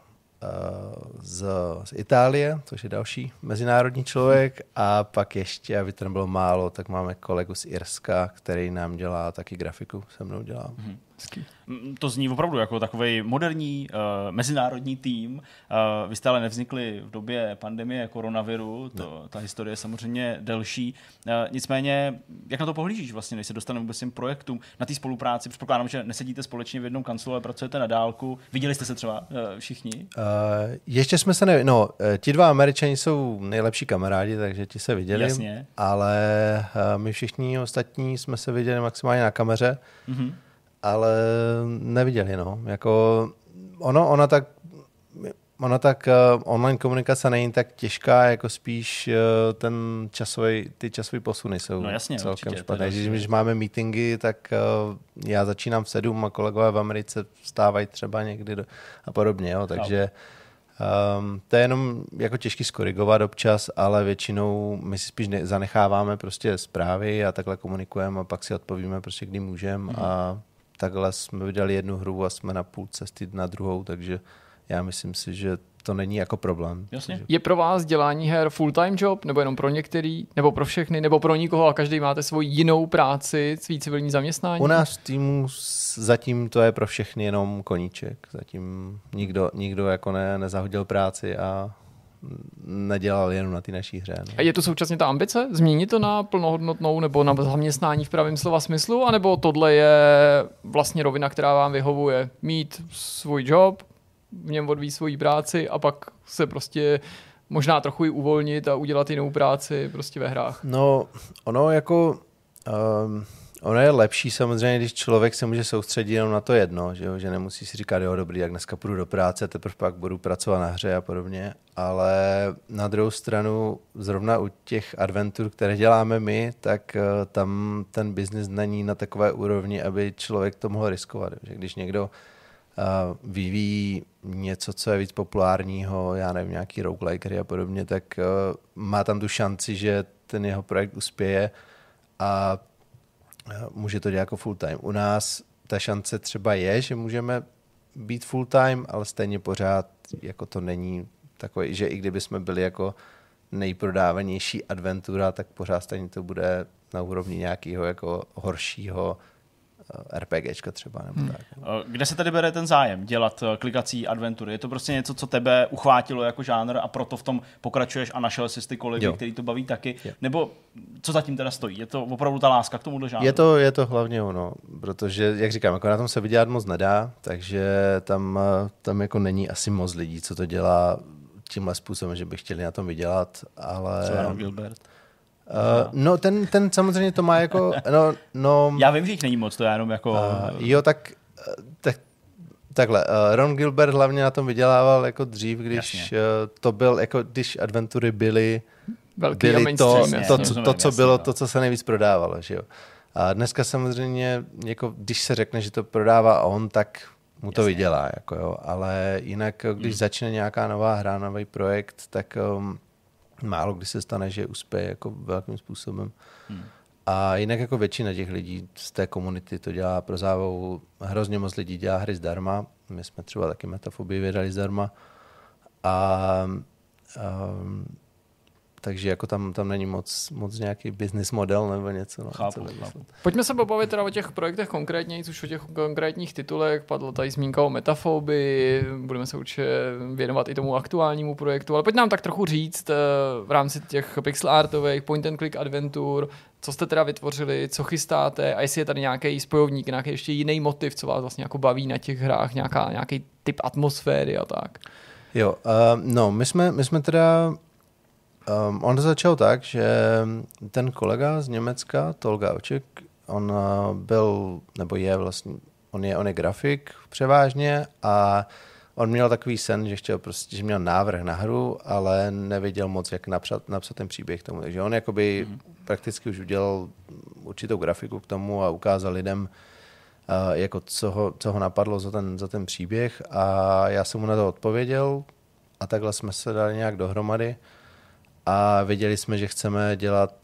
z Itálie, což je další mezinárodní člověk a pak ještě, aby to nebylo málo, tak máme kolegu z Irska, který nám dělá taky grafiku, se mnou dělá. To zní opravdu jako takový moderní mezinárodní tým. Vy jste ale nevznikli v době pandemie koronaviru, ta historie je samozřejmě delší. Nicméně, jak na to pohlížíš vlastně, než se dostaneme vůbec těm projektům, na té spolupráci? Předpokládám, že nesedíte společně v jednom kanclu, ale pracujete na dálku. Viděli jste se třeba všichni? Ještě jsme se ti 2 Američani jsou nejlepší kamarádi, takže ti se viděli. Jasně. Ale my všichni ostatní jsme se viděli maximálně na kameře. Mm-hmm. Ale neviděli, no. Jako ona tak online komunikace není tak těžká, jako spíš ty časové posuny jsou celkem špatné. Když máme meetingy, tak já začínám v 7 a kolegové v Americe vstávají třeba někdy a podobně, jo. Takže to je jenom jako těžký skorigovat občas, ale většinou my si spíš zanecháváme prostě zprávy a takhle komunikujeme a pak si odpovíme prostě, kdy můžeme a takhle jsme vydali 1 hru a jsme na půl cesty na druhou, takže já myslím si, že to není jako problém. Jasně. Je pro vás dělání her full-time job, nebo jenom pro některý, nebo pro všechny, nebo pro nikoho a každý máte svoji jinou práci, svý civilní zaměstnání? U nás v týmu zatím to je pro všechny jenom koníček. Zatím nikdo jako nezahodil práci a nedělal jenom na ty naší hře. No. A je to současně ta ambice? Změnit to na plnohodnotnou nebo na zaměstnání v pravém slova smyslu? A nebo tohle je vlastně rovina, která vám vyhovuje? Mít svůj job, v něm odvíjet svoji práci a pak se prostě možná trochu i uvolnit a udělat jinou práci prostě ve hrách? No, ono je lepší samozřejmě, když člověk se může soustředit jenom na to jedno, že nemusí si říkat, jo, dobrý, jak dneska půjdu do práce, teprve pak budu pracovat na hře a podobně, ale na druhou stranu zrovna u těch adventur, které děláme my, tak tam ten biznis není na takové úrovni, aby člověk to mohl riskovat. Že když někdo vyvíjí něco, co je víc populárního, já nevím, nějaký roguelike a podobně, tak má tam tu šanci, že ten jeho projekt uspěje a může to dělat jako full time. U nás ta šance třeba je, že můžeme být full time, ale stejně pořád jako to není takové, že i kdyby jsme byli jako nejprodávanější adventura, tak pořád stejně to bude na úrovni nějakého jako horšího RPGčka třeba. Nebo tak. Kde se tady bere ten zájem dělat klikací adventury? Je to prostě něco, co tebe uchvátilo jako žánr a proto v tom pokračuješ a našel jsi ty kolegy, který to baví taky? Jo. Nebo co zatím teda stojí? Je to opravdu ta láska k tomuhle žánru? Je to hlavně ono, protože, jak říkám, jako na tom se vydělat moc nedá, takže tam jako není asi moc lidí, co to dělá tímhle způsobem, že by chtěli na tom vydělat, ale... Co Ron Gilbert? No ten samozřejmě to má jako... No, já vím, že jich není moc, to je jenom jako... Jo, takhle. Ron Gilbert hlavně na tom vydělával jako dřív, když to byl, jako když adventury byly to, co se nejvíc prodávalo, že jo. A dneska samozřejmě, jako když se řekne, že to prodává on, tak mu to vydělá, jako jo. Ale jinak, když začne nějaká nová hra, nový projekt, tak málo kdy se stane, že uspěje jako velkým způsobem. A jinak jako většina těch lidí z té komunity to dělá pro zábavu. Hrozně moc lidí dělá hry zdarma. My jsme třeba taky Metafobii vydali zdarma. Takže jako tam není moc nějaký business model nebo něco. No, chápu. Pojďme se pobavit teda o těch projektech konkrétně, už o těch konkrétních titulech. Padla tady zmínka o Metafobii, budeme se určitě věnovat i tomu aktuálnímu projektu, ale pojď nám tak trochu říct v rámci těch pixel artových, point and click adventur, co jste teda vytvořili, co chystáte a jestli je tady nějaký spojovník, nějaký ještě jiný motiv, co vás vlastně jako baví na těch hrách, nějaký typ atmosféry a tak. Jo, no, my jsme teda on to začal tak, že ten kolega z Německa, Tolga Oček, on byl, nebo je vlastně, on je grafik převážně a on měl takový sen, že chtěl prostě, že měl návrh na hru, ale nevěděl moc, jak napsat ten příběh k tomu. Takže on jakoby prakticky už udělal určitou grafiku k tomu a ukázal lidem, jako co ho napadlo za ten příběh a já jsem mu na to odpověděl a takhle jsme se dali nějak dohromady. A věděli jsme, že chceme dělat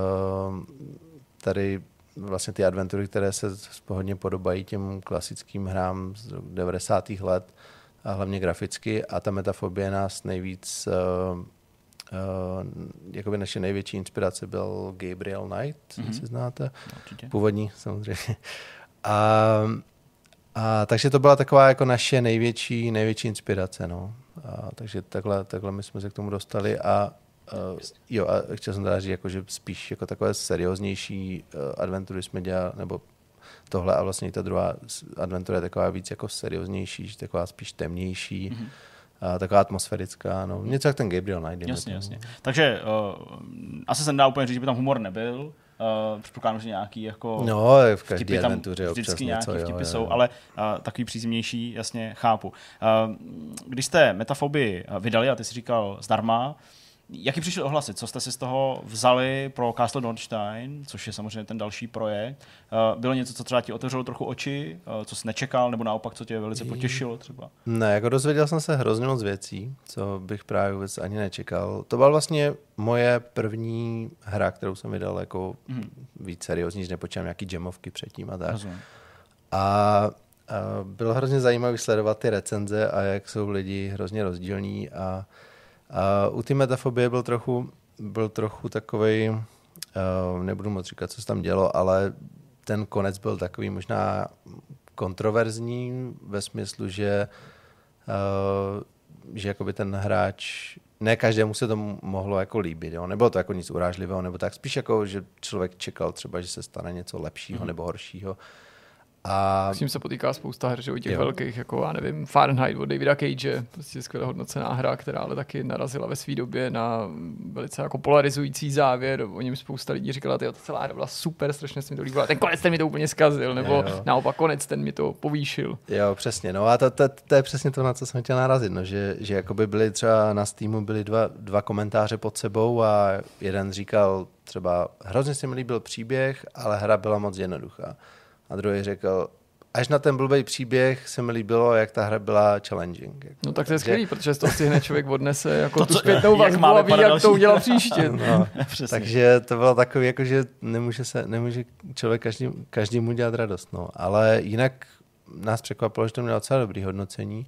tady vlastně ty adventury, které se hodně podobají těm klasickým hrám z 90. let, a hlavně graficky. A ta Metafobie nás nejvíc, jakoby naše největší inspirace byl Gabriel Knight, jestli znáte. Určitě. Původní samozřejmě. A takže to byla taková jako naše největší inspirace. No. Takže takhle my jsme se k tomu dostali a chtěl jsem teda říct, jako, že spíš jako takové serióznější adventury jsme dělali, nebo tohle a vlastně ta druhá adventura je taková víc jako serióznější, taková spíš temnější, taková atmosférická, no. Něco jak ten Gabriel Knight. Jasně. Takže asi se nedá úplně říct, že by tam humor nebyl. Předpokládám, že nějaký jako no, v každé adventuře vždycky nějaký něco, vtipy jsou, ale takový přízemnější, jasně chápu. Když jste Metafobii vydali a ty jsi říkal zdarma, jaký přišly ohlasy? Co jste si z toho vzali pro Castle Dornstein, což je samozřejmě ten další projekt? Bylo něco, co třeba ti otevřelo trochu oči, co jsi nečekal, nebo naopak, co tě velice potěšilo třeba? Ne, jako dozvěděl jsem se hrozně moc věcí, co bych právě vůbec ani nečekal. To byla vlastně moje první hra, kterou jsem vydal jako víc seriózní, že nepočítám nějaký jamovky předtím a tak. Rozumím. A bylo hrozně zajímavé sledovat ty recenze a jak jsou lidi hrozně rozdílní a u té Metafobie byl trochu takovej, nebudu moc říkat, co se tam dělo, ale ten konec byl takový možná kontroverzní ve smyslu, že jakoby ten hráč, ne každému se to mohlo jako líbit, jo? Nebylo to jako nic urážlivého, nebo tak spíš jako, že člověk čekal třeba, že se stane něco lepšího nebo horšího. A s tím se potýká spousta her, že u těch velkých, jako já nevím, Fahrenheit od Davida Cage, prostě skvěle hodnocená hra, která ale taky narazila ve své době na velice jako polarizující závěr. O něm spousta lidí říkala, že ta celá hra byla super, strašně se mi to líbilo. Ten konec ten mi to úplně zkazil, nebo naopak konec ten mi to povýšil. Jo, přesně. No a to je přesně to, na co jsem chtěl narazit, no, že jakoby byly třeba na Steamu byly dva komentáře pod sebou a jeden říkal třeba hrozně se mi líbil příběh, ale hra byla moc jednoduchá. A druhý řekl, až na ten blbej příběh se mi líbilo, jak ta hra byla challenging. Jako. No tak to je skvělý, protože z toho si hned člověk odnese jako tu zpětnou vazbu a ví, jak to udělat příště. No, takže to bylo takový, jako, že nemůže člověk každému dělat radost. No. Ale jinak nás překvapilo, že to mělo docela dobrý hodnocení.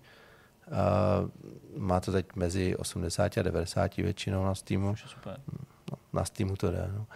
Má to teď mezi 80 a 90 většinou na Steamu. Super. No, na Steamu to jde. No.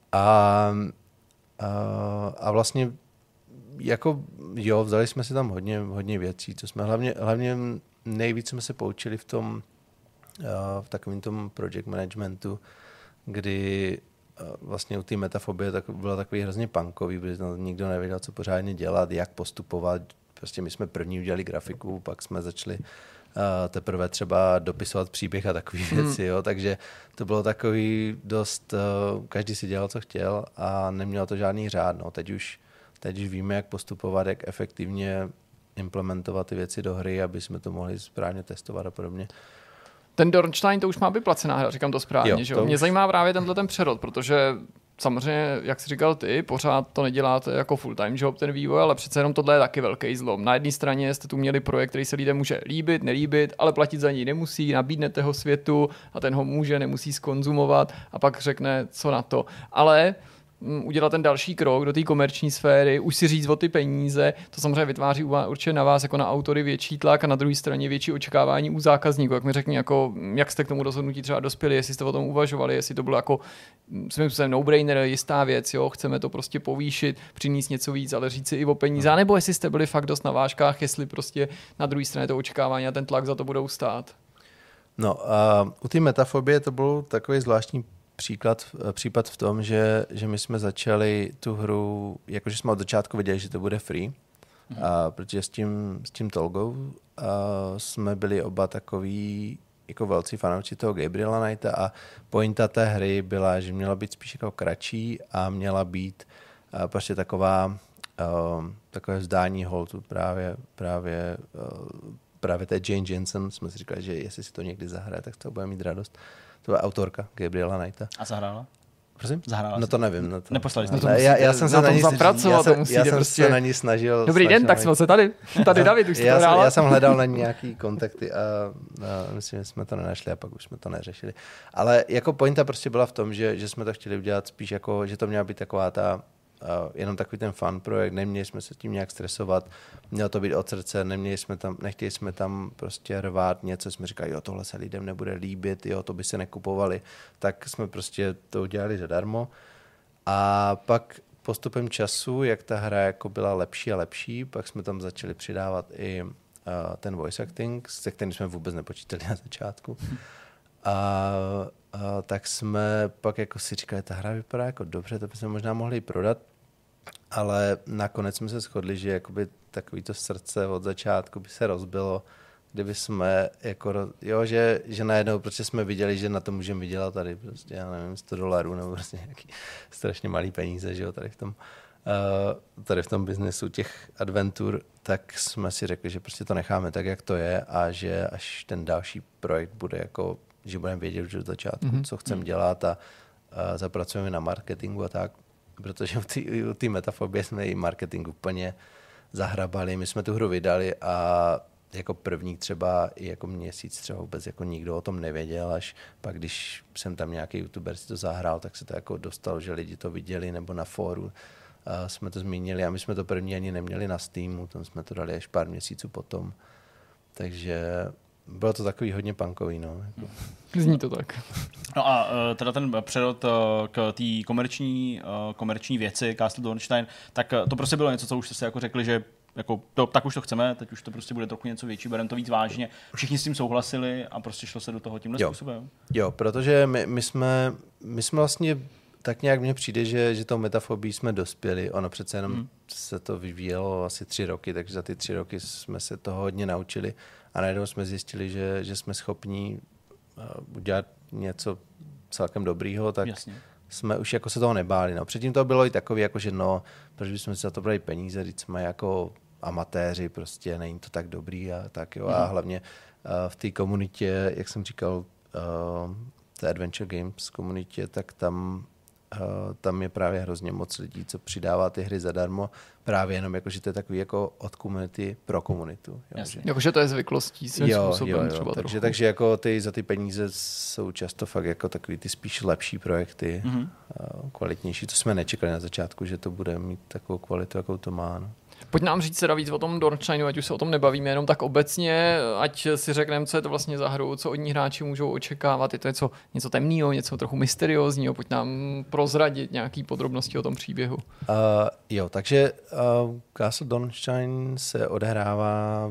A vlastně jako jo, vzali jsme si tam hodně věcí, co jsme hlavně nejvíc jsme se poučili v takovém tom project managementu, kdy vlastně u té Metafobie bylo takový hrozně punkový, protože nikdo nevěděl, co pořádně dělat, jak postupovat. Prostě my jsme první udělali grafiku, pak jsme začali teprve třeba dopisovat příběh a takové věci, jo, takže to bylo takový dost, každý si dělal, co chtěl a nemělo to žádný řád, no, teď už víme, jak postupovat, jak efektivně implementovat ty věci do hry, aby jsme to mohli správně testovat a podobně. Ten Dornstein to už má být placená hra, říkám to správně, jo, že jo? Mě zajímá právě ten přerod, protože samozřejmě, jak jsi říkal ty, pořád to neděláte jako full-time job ten vývoj, ale přece jenom tohle je taky velký zlom. Na jedné straně jste tu měli projekt, který se lidem může líbit, nelíbit, ale platit za něj nemusí, nabídnete ho světu a ten ho může, nemusí zkonzumovat a pak řekne, co na to. Ale udělat ten další krok do té komerční sféry, už si říct o ty peníze, to samozřejmě vytváří určitě na vás jako na autory větší tlak a na druhé straně větší očekávání u zákazníků. Jak mi řekni, jako, jak jste k tomu rozhodnutí třeba dospěli, jestli jste o tom uvažovali, jestli to bylo jako svým způsobem no-brainer, jistá věc, jo, chceme to prostě povýšit, přinést něco víc, ale říct si i o peníze, nebo jestli jste byli fakt dost na vážkách, jestli prostě na druhé straně to očekávání a ten tlak za to budou stát. No a u té metafobie to byl takový zvláštní případ v tom, že my jsme začali tu hru, jakože jsme od začátku věděli, že to bude free, protože s tím Tolgou jsme byli oba takový jako velcí fanoušci toho Gabriela Knighta a pointa té hry byla, že měla být spíš jako kratší a měla být prostě takové vzdání holdu právě té Jane Jensen. Jsme si říkali, že jestli si to někdy zahraje, tak to bude mít radost. To byla autorka Gabriela Knighta. A zahrála? Prosím? Zahrála no to nevím. No to... Neposlali jste to. Já jsem se na ní snažil. Dobrý den, tak jsme se tady David, už jste to hrála. Já jsem hledal na nějaký kontakty a myslím, že jsme to nenašli a pak už jsme to neřešili. Ale jako pointa prostě byla v tom, že jsme to chtěli udělat spíš jako, že to měla být taková ta jenom takový ten fun projekt, neměli jsme se tím nějak stresovat, mělo to být od srdce, nechtěli jsme tam prostě rvát něco, jsme říkali, jo, tohle se lidem nebude líbit, jo, to by se nekupovali, tak jsme prostě to udělali zadarmo a pak postupem času, jak ta hra jako byla lepší a lepší, pak jsme tam začali přidávat i ten voice acting, se kterým jsme vůbec nepočítali na začátku. Tak jsme pak jako si říkali, ta hra vypadá jako dobře, to bychom možná mohli i prodat, ale nakonec jsme se shodli, že jakoby takový to srdce od začátku by se rozbilo, kdyby jsme jako, že najednou prostě jsme viděli, že na to můžeme vydělat tady prostě, já nevím, $100 nebo prostě nějaký strašně malý peníze, že jo, tady v tom biznesu těch adventur, tak jsme si řekli, že prostě to necháme tak, jak to je a že až ten další projekt bude jako, že budeme vědět už od začátku, co chceme dělat a zapracujeme na marketingu a tak, protože u té metafobie jsme i marketing úplně zahrabali. My jsme tu hru vydali a jako první třeba i jako měsíc třeba vůbec jako nikdo o tom nevěděl, až pak, když jsem tam nějaký youtuber si to zahrál, tak se to jako dostalo, že lidi to viděli nebo na fóru jsme to zmínili a my jsme to první ani neměli na Steamu, tam jsme to dali až pár měsíců potom. Takže bylo to takový hodně punkový, no. Zní to tak. No a teda ten přerod k té komerční věci Castle Dornstein, tak to prostě bylo něco, co už jste si jako řekli, že jako tak už to chceme, teď už to prostě bude trochu něco větší, bereme to víc vážně. Všichni s tím souhlasili a prostě šlo se do toho tímhle způsobem. Jo, protože my jsme vlastně tak nějak mně přijde, že tou metafobii jsme dospěli. Ono přece jenom se to vyvíjelo asi 3 roky, takže za ty 3 roky jsme se toho hodně naučili a najednou jsme zjistili, že jsme schopni udělat něco celkem dobrýho, tak jasně. Jsme už jako se toho nebáli. No. Předtím to bylo i takový, jako že no, proč bychom si za to brali peníze, když jsme jako amatéři, prostě není to tak dobrý a tak jo. A hlavně v té komunitě, jak jsem říkal, té Adventure Games komunitě, tak tam je právě hrozně moc lidí, co přidává ty hry zadarmo, právě jenom jako, že to je takový jako od komunity pro komunitu. Jakože to je zvyklostí svým způsobem třeba trochu. Takže jako za ty peníze jsou často fakt jako takový ty spíš lepší projekty, kvalitnější, co jsme nečekali na začátku, že to bude mít takovou kvalitu, jakou to má. No. Pojď nám říct teda víc o tom Dornsteinu, ať už se o tom nebavíme jenom tak obecně, ať si řekneme, co je to vlastně za hru, co od ní hráči můžou očekávat, je to něco temného, něco trochu mysteriózního, pojď nám prozradit nějaké podrobnosti o tom příběhu. Takže Castle Dornstein se odehrává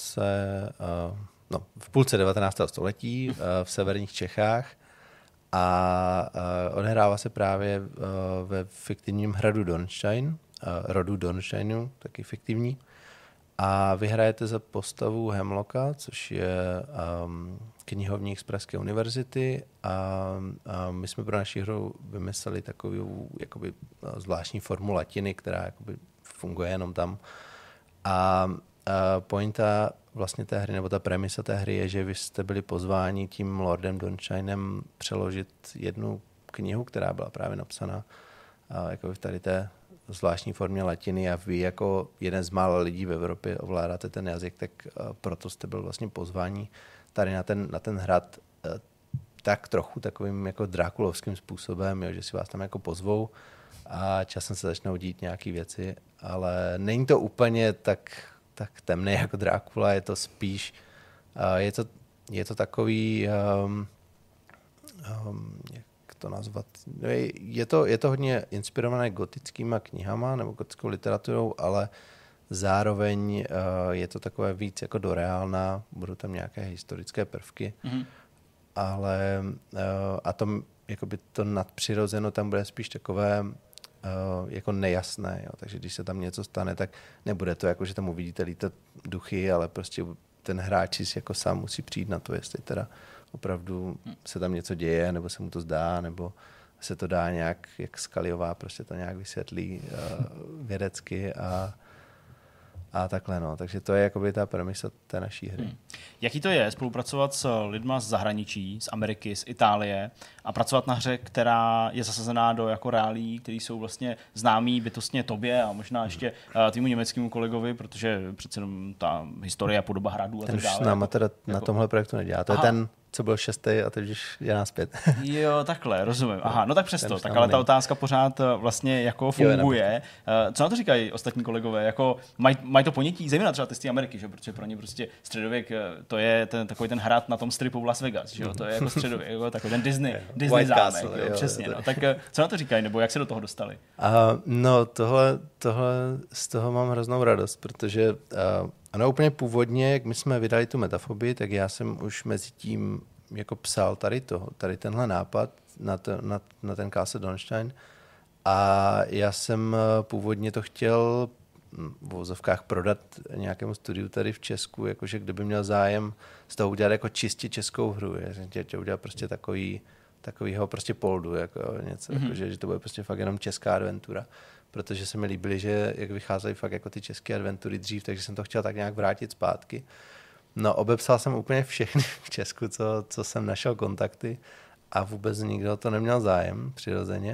v půlce 19. století v severních Čechách a odehrává se právě ve fiktivním hradu Dornstein, rodu Dornsteinu, taky fiktivní. A vy hrajete za postavu Hemlocka, což je knihovník z Pražské univerzity a my jsme pro naši hru vymysleli takovou jakoby zvláštní formu latiny, která jakoby funguje jenom tam. A pointa vlastně té hry, nebo ta premisa té hry je, že vy jste byli pozváni tím Lordem Dornsteinem přeložit jednu knihu, která byla právě napsaná jakoby v tady té zvláštní formě latiny a vy jako jeden z mála lidí v Evropě ovládáte ten jazyk, tak proto jste byl vlastně pozvání tady na ten hrad tak trochu takovým jako drákulovským způsobem, jo, že si vás tam jako pozvou a časem se začnou dít nějaké věci, ale není to úplně tak temný jako Drákula, je to spíš, je to takový, jak to nazvat, je to hodně inspirované gotickýma knihama nebo gotickou literaturou, ale zároveň je to takové víc jako doreálná, budou tam nějaké historické prvky, ale a to, jakoby to nadpřirozeno tam bude spíš takové jako nejasné, jo. Takže když se tam něco stane, tak nebude to jako, že tam uvidíte lítat duchy, ale prostě ten hráč si jako sám musí přijít na to, jestli teda opravdu se tam něco děje, nebo se mu to zdá, nebo se to dá nějak, jak Skaliová prostě to nějak vysvětlí vědecky a takhle, no. Takže to je jakoby ta premisa té naší hry. Jaký to je spolupracovat s lidma z zahraničí, z Ameriky, z Itálie a pracovat na hře, která je zasazená do jako reálí, který jsou vlastně známí bytostně tobě a možná ještě týmu německému kolegovi, protože přece jenom ta historie a podoba hradu a tak dále. Ten už s náma teda na tomhle projektu nedělá. To je ten, co byl 6. a teď už je nás 5. Jo, takhle, rozumím. Aha, no tak přesto. Tak ale ta otázka pořád vlastně jako funguje. Co na to říkají ostatní kolegové? Jako mají to ponětí, zejména třeba ty Ameriky, že? Protože pro ně prostě středověk, to je takový ten hrad na tom stripu v Las Vegas, že? To je jako středověk, jako takový ten Disney zámek, Castle, jo, přesně. No. Tak co na to říkají, nebo jak se do toho dostali? No, tohle z toho mám hroznou radost, protože ano, úplně původně, jak my jsme vydali tu Metafobii, tak já jsem už mezi tím jako psal tady tenhle nápad na ten Castle Dornstein a já jsem původně to chtěl v uvozovkách prodat nějakému studiu tady v Česku, jakože kdyby měl zájem z toho udělat jako čistě českou hru, že udělat prostě takovýho prostě poldu, jako něco, jakože, že to bude prostě fakt jenom česká adventura. Protože se mi líbily, že jak vycházely fakt jako ty české adventury dřív, takže jsem to chtěl tak nějak vrátit zpátky. No, obepsal jsem úplně všechny v Česku, co jsem našel kontakty a vůbec nikdo to neměl zájem, přirozeně.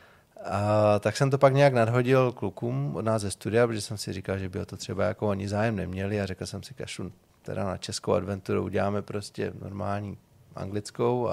A tak jsem to pak nějak nadhodil klukům od nás ze studia, protože jsem si říkal, že by o to třeba jako oni zájem neměli a řekl jsem si, kašlu, teda na českou adventuru uděláme prostě normální anglickou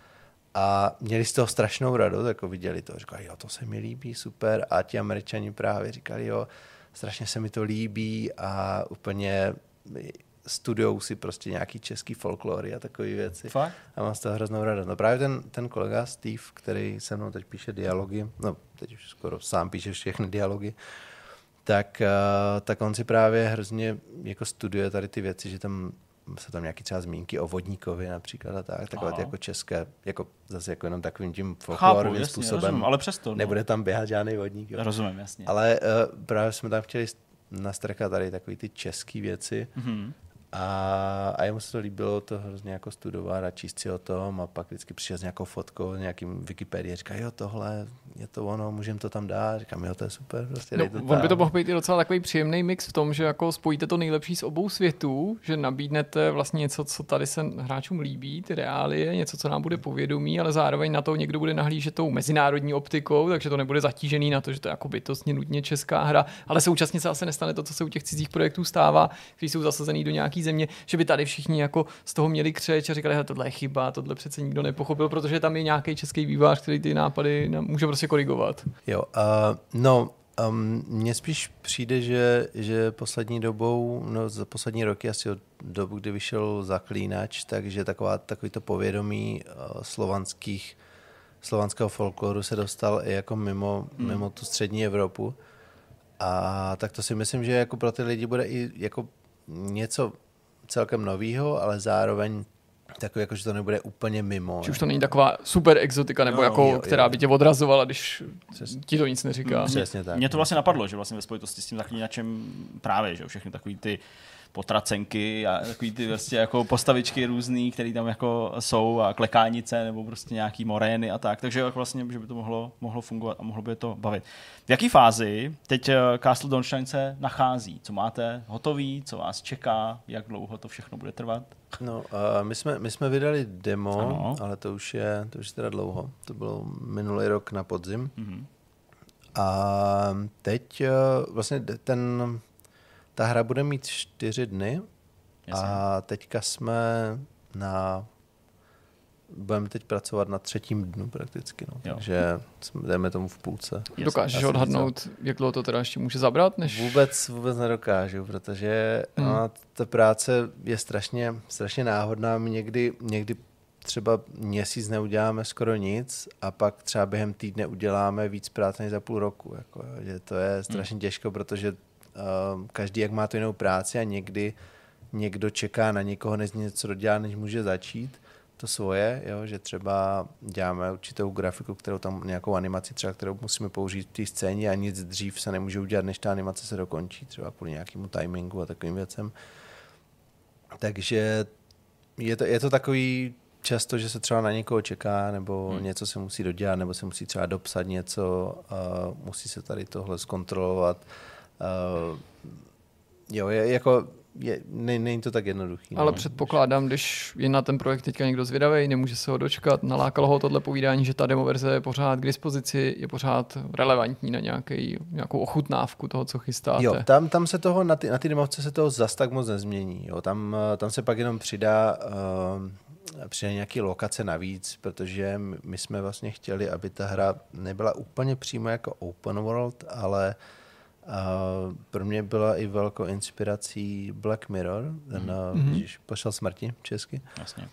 a měli z toho strašnou radost, jako viděli to, říkali, jo, to se mi líbí, super, a ti Američani právě říkali, jo, strašně se mi to líbí a úplně studujou si prostě nějaký český folklory a takové věci. Fakt? A mám z toho hroznou radost. No právě ten kolega Steve, který se mnou teď píše dialogy, no teď už skoro sám píše všechny dialogy, tak on si právě hrozně jako studuje tady ty věci, že tam jsou tam nějaké třeba zmínky o vodníkovi například a takové jako české, jako zase jako jenom takovým tím folklorovým způsobem. Rozumím, ale přesto. Nebude tam běhat žádný vodník. Jo. Rozumím, jasně. Ale právě jsme tam chtěli nastrkat tady takové ty české věci. A jemu se to líbilo to hrozně jako studovat a číst si o tom a pak vždycky přišel s nějakou fotkou, nějakým Wikipedii a říká, jo, tohle je to ono, můžeme to tam dát. Říkám, jo, to je super, prostě dej to tam. On by to mohl být i docela takový příjemný mix v tom, že jako spojíte to nejlepší z obou světů, že nabídnete vlastně něco, co tady se hráčům líbí, ty reálie, něco, co nám bude povědomí, ale zároveň na to někdo bude nahlížet tou mezinárodní optikou, takže to nebude zatížený na to, že to je jako bytostně nutně česká hra, ale současně se asi nestane to, co se u těch cizích projektů stává, kteří jsou zasazený do nějaký země, že by tady všichni jako z toho měli křeč a říkali, že tohle je chyba, tohle přece nikdo nepochopil, protože tam je nějaký český vývojář, který ty nápady může prostě korigovat. Jo, mně spíš přijde, že poslední dobou, no za poslední roky asi od dobu, kdy vyšel Zaklínač, takže takový to povědomí slovanského folkloru se dostal i jako mimo tu střední Evropu. A tak to si myslím, že jako pro ty lidi bude i jako něco celkem novýho, ale zároveň takový, jako, že to nebude úplně mimo. Že už to není taková super exotika, nebo která by tě odrazovala, když ti to nic neříká. Přesně tak. Mně to vlastně napadlo, že vlastně ve spojitosti s tím Zaklínačem právě, že všechny takový ty potracenky a takový ty vlastně jako postavičky různý, které tam jako jsou a klekánice nebo prostě nějaký morény a tak. Takže jako vlastně, že by to mohlo fungovat a mohlo by to bavit. V jaký fázi teď Castle Dornstein se nachází? Co máte hotový? Co vás čeká? Jak dlouho to všechno bude trvat? No, my jsme vydali demo, ano. Ale to už je teda dlouho. To bylo minulý rok na podzim. A teď vlastně ta hra bude mít 4 dny. Jasně. A teďka jsme budeme teď pracovat na 3. dnu prakticky, no. Takže jdeme tomu v půlce. Dokážeš odhadnout, jak dlouho to teda ještě může zabrat? Než... Vůbec nedokážu, protože ta práce je strašně náhodná. My někdy třeba měsíc neuděláme skoro nic a pak třeba během týdne uděláme víc práce než za půl roku. Jako, že to je strašně těžko, protože každý jak má tu jinou práci a někdo čeká na někoho, než něco dodělá, než může začít to svoje, jo, že třeba děláme určitou grafiku, kterou tam nějakou animaci třeba, kterou musíme použít v té scéně a nic dřív se nemůže udělat, než ta animace se dokončí, třeba kvůli nějakému timingu a takovým věcem. Takže je to takový často, že se třeba na někoho čeká, nebo něco se musí dodělat, nebo se musí třeba dopsat něco, musí se tady tohle zkontrolovat. Není to tak jednoduchý. Ale předpokládám, když je na ten projekt teďka někdo zvědavej, nemůže se ho dočkat, nalákalo ho tohle povídání, že ta demo verze je pořád k dispozici, je pořád relevantní na nějakou ochutnávku toho, co chystáte. Jo, tam se toho, na ty demovce se toho zas tak moc nezmění. Jo. Tam se pak jenom přidá nějaký lokace navíc, protože my jsme vlastně chtěli, aby ta hra nebyla úplně přímo jako open world, ale pro mě byla i velkou inspirací Black Mirror, ten Pošel smrti česky. Jasně.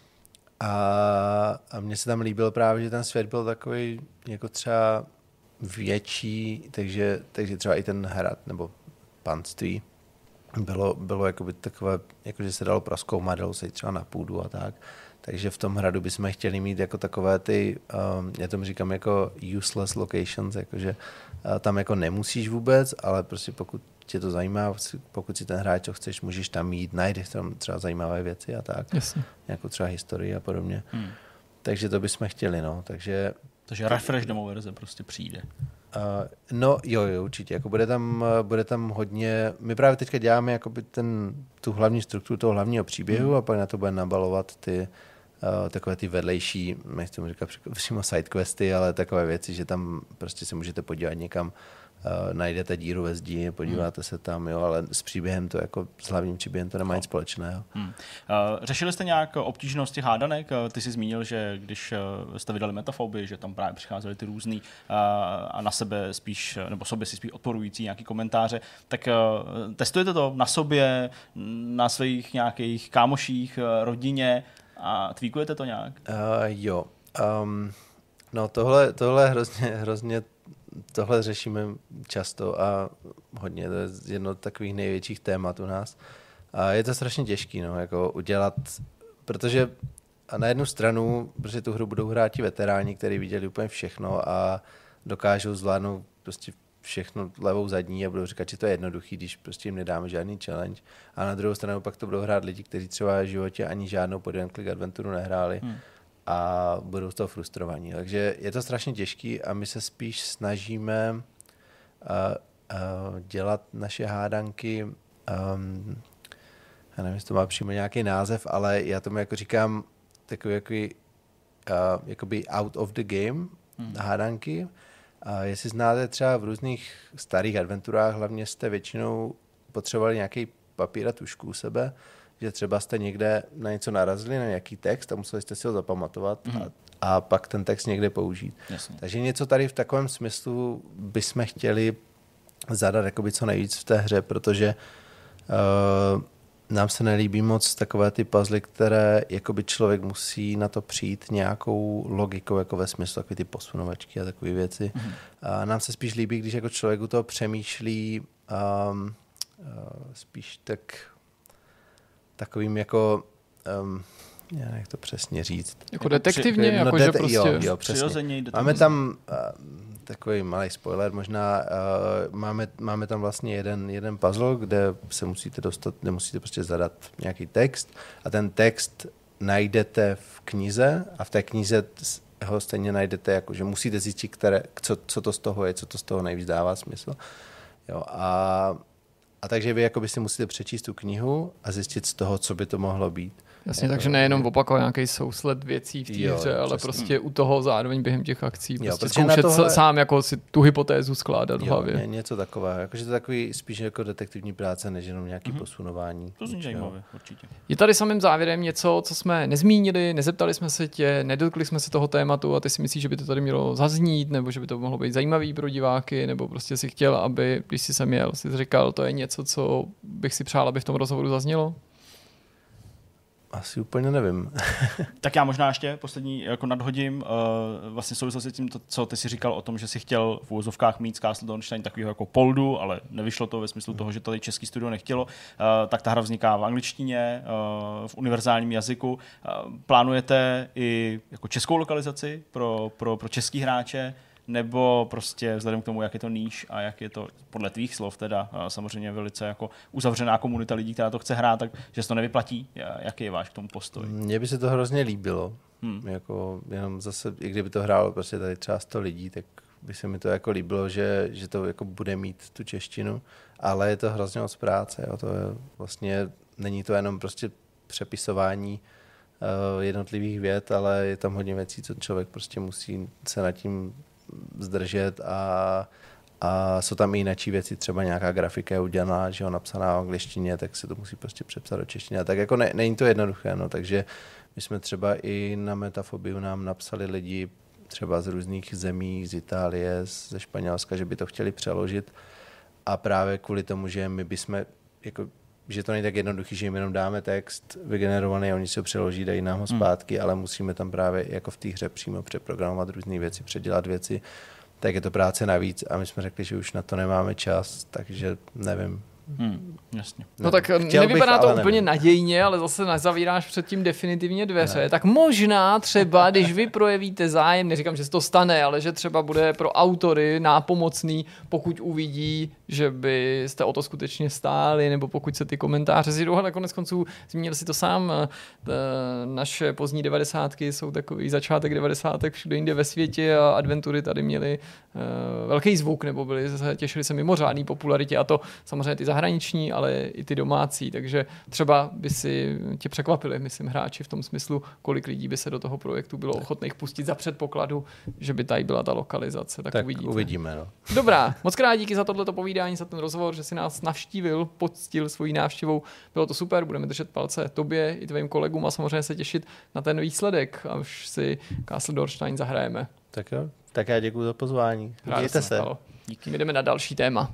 A mně se tam líbil právě, že ten svět byl takový jako třeba větší, takže třeba i ten hrad nebo panství bylo jakoby takové, jakože se dalo prozkoumat, dalo se jít třeba na půdu a tak. Takže v tom hradu bychom chtěli mít jako takové ty, já tomu říkám jako useless locations, jakože tam jako nemusíš vůbec, ale prostě pokud tě to zajímá, pokud si ten hráč, co chceš, můžeš tam jít, najdeš tam třeba zajímavé věci a tak. Jasně. Nějakou třeba historii a podobně. Takže to bychom chtěli, no. Takže refresh demo verze prostě přijde. No jo, určitě. Jako bude tam hodně. My právě teďka děláme jakoby tu hlavní strukturu toho hlavního příběhu a pak na to bude nabalovat ty takové ty vedlejší, nechci mu říkat přímo sidequesty, ale takové věci, že tam prostě se můžete podívat někam, najdete díru ve zdi, podíváte se tam, jo, ale s příběhem to jako s hlavním příběhem to nemá nic společného. Řešili jste nějak obtížnost těch hádanek? Ty jsi zmínil, že když jste vydali Metafobii, že tam právě přicházely ty různý a na sebe spíš, nebo sobě si spíš odporující nějaký komentáře, tak testujete to na sobě, na svých nějakých kámoších, rodině a tweakujete to nějak? Jo. No tohle hrozně tohle řešíme často a hodně, to je jedno z takových největších témat u nás. A je to strašně těžký, no, jako udělat, protože na jednu stranu, protože tu hru budou hrát ti veteráni, kteří viděli úplně všechno a dokážou zvládnout prostě všechno levou zadní a budou říkat, že to je jednoduchý, když prostě jim nedáme žádný challenge. A na druhou stranu pak to budou hrát lidi, kteří třeba v životě ani žádnou point-and-click adventuru nehráli. A budou z toho frustrovaní. Takže je to strašně těžký a my se spíš snažíme dělat naše hádanky, já nevím, jestli to má přímo nějaký název, ale já tomu jako říkám takový jakoby out of the game hádanky. Jestli znáte třeba v různých starých adventurách, hlavně jste většinou potřebovali nějaký papír a tušku u sebe, že třeba jste někde na něco narazili, na nějaký text a museli jste si ho zapamatovat a pak ten text někde použít. Jasně. Takže něco tady v takovém smyslu bychom chtěli zadat jakoby co nejvíc v té hře, protože nám se nelíbí moc takové ty puzzle, které jakoby člověk musí na to přijít nějakou logikou, jako ve smyslu takové ty posunovačky a takové věci. A nám se spíš líbí, když jako člověk u toho přemýšlí spíš takovým jako, jak to přesně říct. Jako detektivně? Jako že prostě... Jo, přesně. Máme tam takový malý spoiler, možná máme tam vlastně jeden puzzle, kde se musíte dostat, kde musíte prostě zadat nějaký text a ten text najdete v knize a v té knize ho stejně najdete, jako, že musíte zjistit, co to z toho je, co to z toho nejvíc dává smysl. Jo, a takže vy jakoby si musíte přečíst tu knihu a zjistit z toho, co by to mohlo být. Jasně, takže nejenom opakovat nějaký sousled věcí v té hře, ale prostě u toho zároveň během těch akcí prostě zkoušet sám jako si tu hypotézu skládat v hlavě. Něco takové, jakože to takový spíš jako detektivní práce, než jenom nějaký posunování. To zní zajímavé, určitě. Je tady samým závěrem něco, co jsme nezmínili, nezeptali jsme se tě, nedotkli jsme se toho tématu a ty si myslíš, že by to tady mělo zaznít, nebo že by to mohlo být zajímavý pro diváky, nebo prostě si chtěl, aby, když jsi sem jel, si říkal, to je něco, co bych si přál, aby v tom rozhovoru zaznělo? Asi úplně nevím. Tak já možná ještě poslední jako nadhodím. Vlastně souvislosti s tím, co ty si říkal o tom, že si chtěl v úvozovkách mít z Castle Dornstein takového jako poldu, ale nevyšlo to ve smyslu toho, že tady český studio nechtělo. Tak ta hra vzniká v angličtině, v univerzálním jazyku. Plánujete i jako českou lokalizaci pro český hráče? Nebo prostě vzhledem k tomu, jak je to níž a jak je to podle tvých slov teda samozřejmě velice jako uzavřená komunita lidí, která to chce hrát, tak že se to nevyplatí. Jaký je váš k tomu postoj? Mně by se to hrozně líbilo. Jako jenom zase, i kdyby to hrálo prostě tady třeba 100 lidí, tak by se mi to jako líbilo, že to jako bude mít tu češtinu, ale je to hrozně moc práce. Jo. To je vlastně, není to jenom prostě přepisování jednotlivých vět, ale je tam hodně věcí, co člověk prostě musí se nad tím zdržet a jsou tam i jináčí věci, třeba nějaká grafika je udělaná, že ho napsaná v angličtině, tak se to musí prostě přepsat do češtiny. A tak jako není to jednoduché, no, takže my jsme třeba i na Metafobiu nám napsali lidi třeba z různých zemí, z Itálie, ze Španělska, že by to chtěli přeložit a právě kvůli tomu, že my bychom jako že to není tak jednoduchý, že jim jenom dáme text vygenerovaný a oni se ho přeloží, dají nám ho zpátky, ale musíme tam právě jako v té hře přímo přeprogramovat různé věci, předělat věci, tak je to práce navíc a my jsme řekli, že už na to nemáme čas, takže nevím. Jasně. No tak nevypadá to úplně nadějně, ale zase nezavíráš předtím definitivně dveře. Ne. Tak možná třeba, když vy projevíte zájem, neříkám, že se to stane, ale že třeba bude pro autory nápomocný, pokud uvidí, že byste o to skutečně stáli, nebo pokud se ty komentáře zjedou, ale konec konců zmínil si to sám, naše pozdní 90. jsou takový začátek 90. všude jinde ve světě a adventury tady měly velký zvuk, nebo těšili se mimořádný popularitě a to samozřejmě ty zahraniční, ale i ty domácí, takže třeba by si tě překvapili, myslím, hráči v tom smyslu, kolik lidí by se do toho projektu bylo ochotných pustit za předpokladu, že by tady byla ta lokalizace, tak uvidíme. No. Dobrá, moc krát díky za tohleto povídání, za ten rozhovor, že si nás navštívil, poctil svojí návštěvou, bylo to super, budeme držet palce tobě i tvým kolegům a samozřejmě se těšit na ten výsledek, až si Castle Dornstein zahrajeme. Tak jo, tak já děkuji za pozvání. Mějte se. Díky, my jdeme na další téma.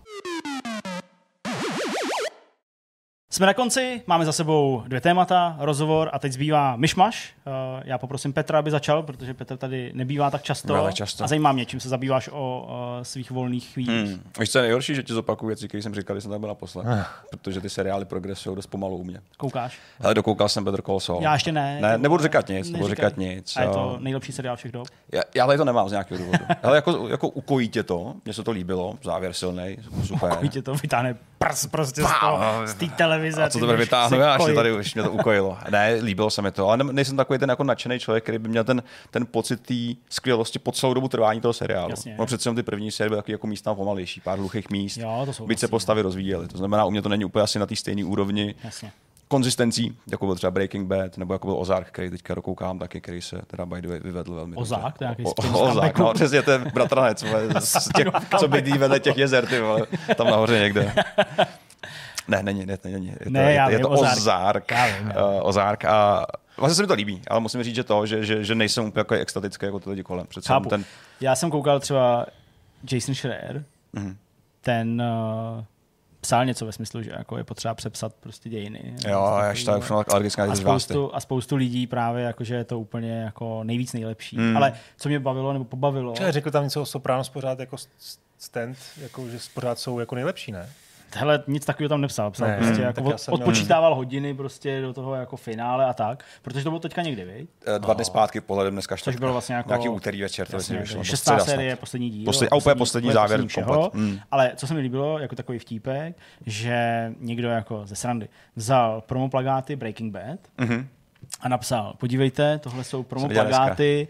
Jsme na konci, máme za sebou 2 témata, rozhovor a teď zbývá myšmaš. Já poprosím Petra, aby začal, protože Petr tady nebývá tak často. A zajímá mě, čím se zabýváš o svých volných chvílích. Víš, co je nejhorší, že ti zopakuju věci, které jsem říkal, když jsem tam byl naposled, protože ty seriály progresují dost pomalu u mě. Koukáš? Ale dokoukal jsem Better Call Saul. Já ještě ne. Nebudu říkat nic. A je to nejlepší seriál všech dob? Já tady to nemám z nějakého důvodu. Ale jako ukojí tě to, mně se to líbilo, závěr silnej, super. Ukojí tě to, vytáhne prs prostě z té televize. A co to bude vytáhnu, až tady už mě to ukojilo. Ne, líbilo se mi to, ale nejsem takový ten jako nadšený člověk, který by měl ten pocit té skvělosti po celou dobu trvání toho seriálu. No přece jenom ty první série byly jako místa pomalejší, pár hluchých míst, byť se postavy rozvíjely. To znamená, u mě to není úplně asi na té stejné úrovni. Jasně. Konzistencí, jako byl třeba Breaking Bad, nebo jako byl Ozark, který teďka dokoukám taky, který se teda by the way vyvedl velmi Ozark, to je nějaký Ozark, no přesně, to je bratranec, co bydlí vedle těch jezer, ty vole, tam nahoře někde. Ne, není. Je to Ozark a vlastně se mi to líbí, ale musím říct, že nejsem úplně jako extatický jako ty lidi kolem. Já jsem koukal třeba Jason Schreier, ten psal něco ve smyslu, že jako je potřeba přepsat prostě dějiny. Jo, až tak alergická a spoustu lidí právě, jakože je to úplně jako nejvíc nejlepší. Ale co mě bavilo nebo pobavilo... Řekl tam něco o Sopranos pořád jako stand, jako, že pořád jsou jako nejlepší, ne? Hele, nic takového tam nepsal. Prostě jako odpočítával hodiny prostě do toho jako finále a tak, protože to bylo teďka někdy, viď? 2 dny zpátky pohledem dneska což bylo vlastně jako nějaký úterý večer, to vlastně vyšlo. 6. série, poslední díl. Poslední závěr komplet. Ale co se mi líbilo, jako takový vtípek, že někdo jako ze srandy vzal promoplagáty Breaking Bad, a napsal, podívejte, tohle jsou promo plakáty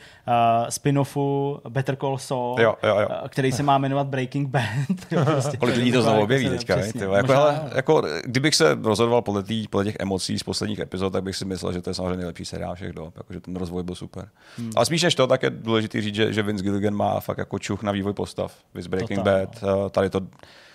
spin-offu Better Call Saul, který se má jmenovat Breaking Bad. Prostě. Kolik lidí to znovu objeví teďka, jako, kdybych se rozhodoval podle těch emocí z posledních epizod, tak bych si myslel, že to je samozřejmě nejlepší seriál všech dob, jakože ten rozvoj byl super. Ale spíš než to, tak je důležité říct, že Vince Gilligan má fakt jako čuch na vývoj postav. With Breaking Bad, tady to.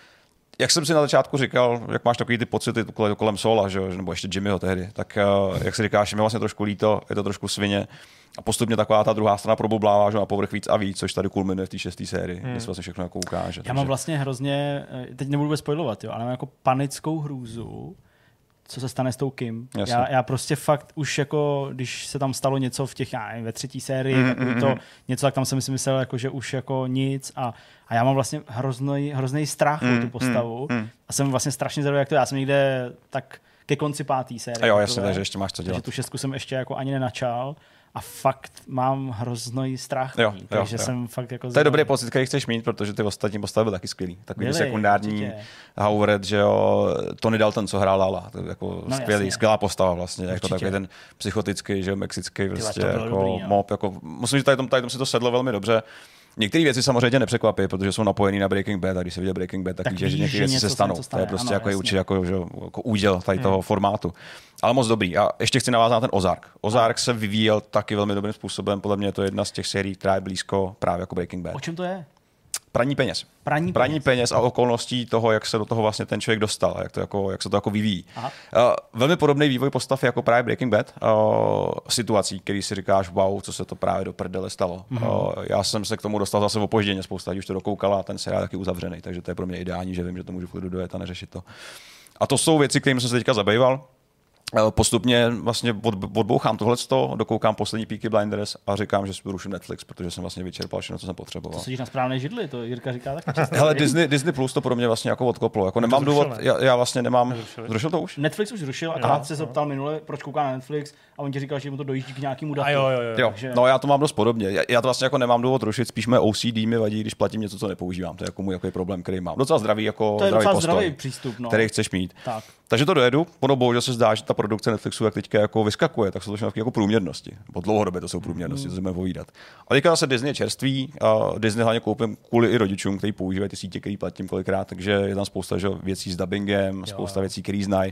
Jak jsem si na začátku říkal, jak máš takový ty pocity kolem Sola, že? Nebo ještě Jimmyho tehdy, tak jak si říkáš, mi vlastně trošku líto, je to trošku svině. A postupně taková ta druhá strana probublává, že na povrch víc a víc, což tady kulminuje v té 6. sérii, kde se vlastně všechno jako ukáže. Já mám vlastně hrozně, teď nebudu vůbec spoilovat, ale mám jako panickou hrůzu, co se stane s tou Kim. Já prostě fakt už jako, když se tam stalo něco v těch, já nevím, ve 3. sérii, něco, tak tam jsem si myslel, jako, že už jako nic a já mám vlastně hrozný strach o tu postavu a jsem vlastně strašně zvědavý, jak to. Já jsem někde tak ke konci 5. série. A jo, jasně, takže ještě máš co dělat. Takže tu 6 jsem ještě jako ani nenačal. A fakt mám hrozný strach. Takže jsem fakt jako... To je dobrý pocit, který chceš mít, protože ty ostatní postavy byly taky skvělý. Takový sekundární Howard, že jo, Tony Dalton, co hrál Lala. To je jako skvělá postava vlastně. Jako takový ten psychotický, že jo, mexický, prostě jako dobrý, mob. Jako, musím říct, tady tom si to sedlo velmi dobře. Některé věci samozřejmě nepřekvapí, protože jsou napojený na Breaking Bad a když se viděl Breaking Bad, tak víš, že některé věci se stanou. To je prostě jako určitě jako úděl tady toho formátu. Ale moc dobrý. A ještě chci navázat na ten Ozark. Ozark se vyvíjel taky velmi dobrým způsobem. Podle mě je to jedna z těch sérií, která je blízko právě jako Breaking Bad. O čem to je? Praní peněz. Praní peněz a okolností toho, jak se do toho vlastně ten člověk dostal, jak se to jako vyvíjí. Velmi podobný vývoj postav jako právě Breaking Bad. Situací, který si říkáš, wow, co se to právě do prdele stalo. Já jsem se k tomu dostal zase opožděně, spousta lidí už to dokoukala a ten seriál je taky uzavřený, takže to je pro mě ideální, že vím, že to můžu v klidu dojet a neřešit to. A to jsou věci, kterými jsem se teďka zabýval. Postupně vlastně odbouchám tohleto, dokoukám poslední Peaky Blinders a říkám, že si ruším Netflix, protože jsem vlastně vyčerpal všechno, co jsem potřeboval. To sedíš na správné židli, to Jirka říká taky. Hele, Disney Plus to pro mě vlastně jako odkoplo. Jako nemám důvod, já vlastně nemám... Zrušil to už? Netflix už zrušil a Kát se zeptal minule, proč kouká na Netflix a on ti říkal, že mu to dojíždí k nějakému datu. Jo. Takže... No já to mám dost podobně. Já to vlastně jako nemám důvod rušit, spíš mé OCD mi vadí, když platím něco, co nepoužívám. To je jako můj jaký problém, který mám. Docela zdravý jako zdravý přístup, který chceš mít. Tak. Takže to dojedu, bohužel se zdá, že ta produkce Netflixu jak teďka jako vyskakuje, tak jsou to jako průměrnosti. Po dlouhodobě to jsou průměrnosti, to budeme povídat. A teďka zase Disney je čerství, a Disney hlavně koupím kvůli i rodičům, kteří používají ty sítě, který platím kolikrát, takže je tam spousta věcí s dubbingem, spousta věcí, které znají.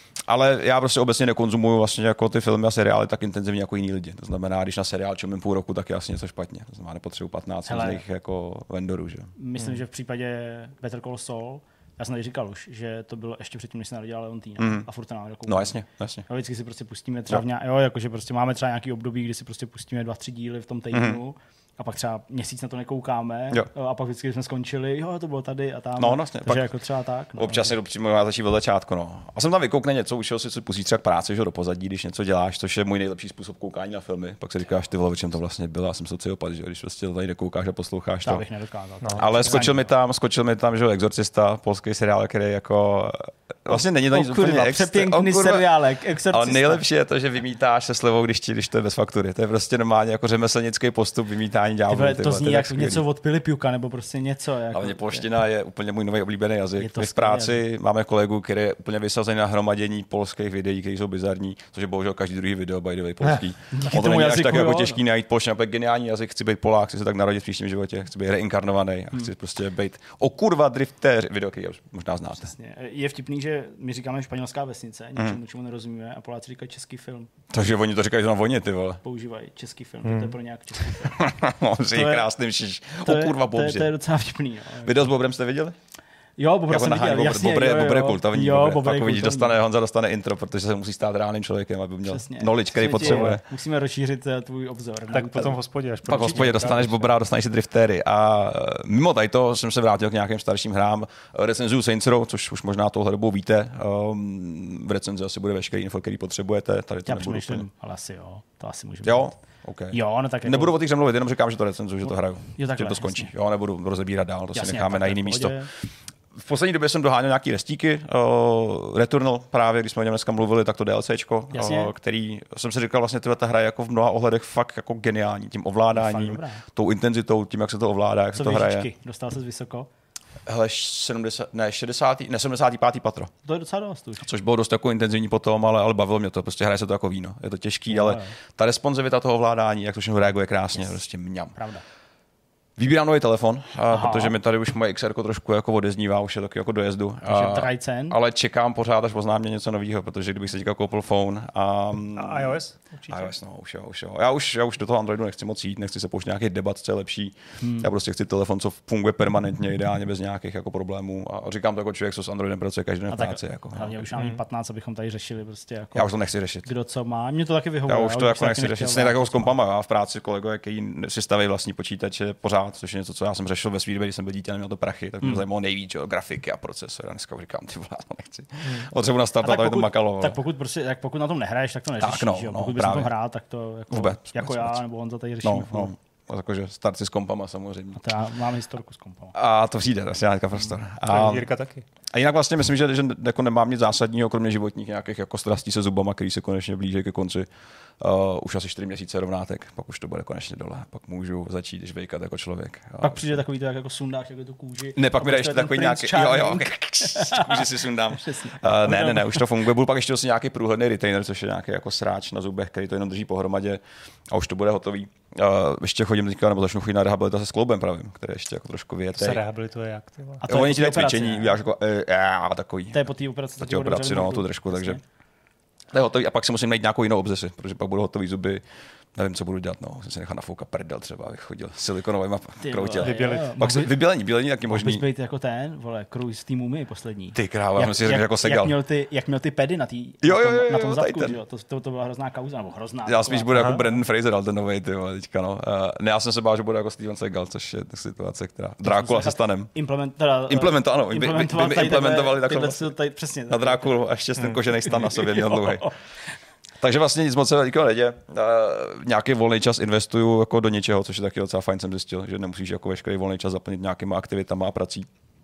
Ale já prostě obecně nekonzumuju vlastně jako ty filmy a seriály tak intenzivně jako jiní lidi. To znamená, když na seriál čumím půl roku, tak je asi něco špatně. To znamená, nepotřebuji 15 z nich jako vendorů, že? Myslím, že v případě Better Call Saul já jsem tady říkal už, že to bylo ještě předtím, než se narodila Leontína a furt to nám No jasně. A vždycky si prostě pustíme třeba jakože prostě máme třeba nějaký období, kdy si prostě pustíme 2-3 díly v tom týdnu. A pak třeba měsíc na to nekoukáme a pak vždycky, když jsme skončili, to bylo tady a tam. No, vlastně, takže jako třeba tak. No. Občas někdo přímo začít od začátku. No. A jsem tam vykoukne něco, ušel si pustit třeba k práci, že do pozadí, když něco děláš, což je můj nejlepší způsob koukání na filmy. Pak si říkáš, ty vole, o čem to vlastně bylo, já jsem sociopat, že když prostě tady nekoukáš a posloucháš to. Bych nedokázal. No. Ale skočil mi tam, že Exorcista, polský seriál, který jako vlastně není to nic úplně přepěkný seriálek. Exorcista. Ale nejlepší je to, že vymítáš se slevou, když to je bez faktury. To je prostě normálně jako řemeslnický postup vymítání ďáblů. To zní jak něco od Pilipiuka, nebo prostě něco. Jako, hlavně polština je úplně můj nový oblíbený jazyk. My v práci máme kolegu, který je úplně vysazený na hromadění polských videí, které jsou bizarní, což je bohužel každý druhý video by the way polský. On to není až tak jako těžký najít polština, ale geniální jazyk, chci být Polák, chci se tak narodit v příštím životě, chci být reinkarnovaný a chci prostě být driftéř, video, který možná znáte. Přesně. Je vtipný, že my říkáme španělská vesnice, čemu nerozumíme a Poláci říkají český film. Takže oni to říkají zrovna oni, ty vole. Používají český film, to je pro nějak český film. To je docela vtipný. Video s Bobrem jste viděli? Jo, Bobra jsem viděl, jasně. Bobre je kultovní. Pak vidíš, Honza dostane intro, protože se musí stát reálným člověkem, aby měl knowledge, který potřebuje. Musíme rozšířit tvůj obzor. Tak potom v hospodě. Pak v hospodě dostaneš Bobra a dostaneš si driftéry. A mimo tady to jsem se vrátil k nějakým starším hrám. Recenzuju Saints Row, což už možná tohle dobou víte. V recenzi asi bude veškerý info, který potřebujete. Tady to nebudu úplně. Ale asi jo, to asi můžeme. Jo. Okay. Jo, no tak jako... Nebudu o těch mluvit, jenom říkám, že to recenzuju, že to hraju. Tím to skončí. Jasně. Jo, nebudu rozebírat dál, to jasně, si necháme na jiný místo. V poslední době jsem doháněl nějaký restíky. Returnal právě, když jsme o něm dneska mluvili, tak to DLCčko, který jsem si říkal, vlastně ta hra je jako v mnoha ohledech fakt jako geniální. Tím ovládáním, tou intenzitou, tím, jak se to ovládá, jak se to hraje. Dostal ses vysoko? Hele, 75. patro. To je docela dost už. Což bylo dost jako intenzivní potom, ale bavilo mě to, prostě hraje se to jako víno. Je to těžký, ale ta responsivita toho ovládání, jak to všechno reaguje krásně, prostě mňam. Pravda. Vybírám nový telefon, protože mi tady už moje XR trošku jako odeznívá, už je taky jako dojezdu. Ale čekám pořád, až oznámí něco nového, protože kdybych se teďka koupil phone a iOS? Určitě. iOS, no, už jo. Já už do toho Androidu nechci moc jít, nechci se pouštět nějaký debat, co je lepší. Já prostě chci telefon, co funguje permanentně, ideálně bez nějakých jako problémů. A říkám to jako člověk, co s Androidem pracuje každý den v práci. Jako, hlavně už mám 15, abychom tady řešili prostě jako. Já už to nechci řešit. Kdo co má, mě to taky vyhovuje. Já už to jako nechci řešit. Stejně tak jako s kompama, já v práci kolegové, kteří si staví vlastní počítače pořád, což je něco, co já jsem řešil ve své když jsem byl dítě a neměl to prachy, tak mě zajímalo nejvíc, grafiky a procesory. A dneska říkám, ty vole, to nechci. Potřebuji nastartovat, aby to makalo. Tak pokud na tom nehraješ, tak to neřešíš. Pokud bys na tom hrál, tak to jako, vůbec, jako já nebo on to tady řešíme. Jakože starci s kompama samozřejmě. A to já mám historku s kompama. A to přijde, to je teďka prostor. A Jirka taky. A jinak vlastně myslím, že jako nemám nic zásadního, kromě životních nějakých jako strastí se zubama, který se konečně blíží ke konci. Už asi 4 měsíce rovnátek, pak už to bude konečně dole. Pak můžu začít žvejkat jako člověk. Pak přijde takový to, jako sundáš jako tu kůži. Ne, pak mi dáš takový nějaký, kůži si sundám. Ne, už to funguje. Budu pak ještě vlastně nějaký průhledný retainer, což je nějaký jako sráč na zubech, který to jenom drží pohromadě a už to bude hotový. Ještě chodím teďka, nebo začnu chodit na rehabilitaci s kloubem pravým, který ještě jako trošku vyjetej. Se rehabilituje jak? A to oni ti dají cvičení, uděláš jako takový. To je po té operaci. Po té operaci, no, tu držku, takže to je hotový a pak si musím najít nějakou jinou obsesi, protože pak budou hotový zuby. Nevím, co budu dělat, musím si nechat nafoukat prdel třeba, abych chodil silikonovýma proutěl. Pak vybělení taky možný. Můžeš být jako ten, vole, Cruise týmu my poslední. Ty kráva, jsem si řekl jako segal. Jak měl ty pedy na tom zadku, jo? To byla hrozná kauza, nebo hrozná. Já spíš budu jako Brandon Fraser, ale ten novej, ty vole, teďka, no. Ne, já jsem se bál, že budu jako Steven Seagal, což je situace, která Drákula se stanem. Implementovali takhle na Drákulu a ještě ten koženej stan na sobě měl dlouhej. Takže vlastně nic moc se teďka neděje. Nějaký volný čas investuju jako do něčeho, což je taky docela fajn, jsem zjistil, že nemusíš jako veškerý volný čas zaplnit nějakýma aktivitama a prací.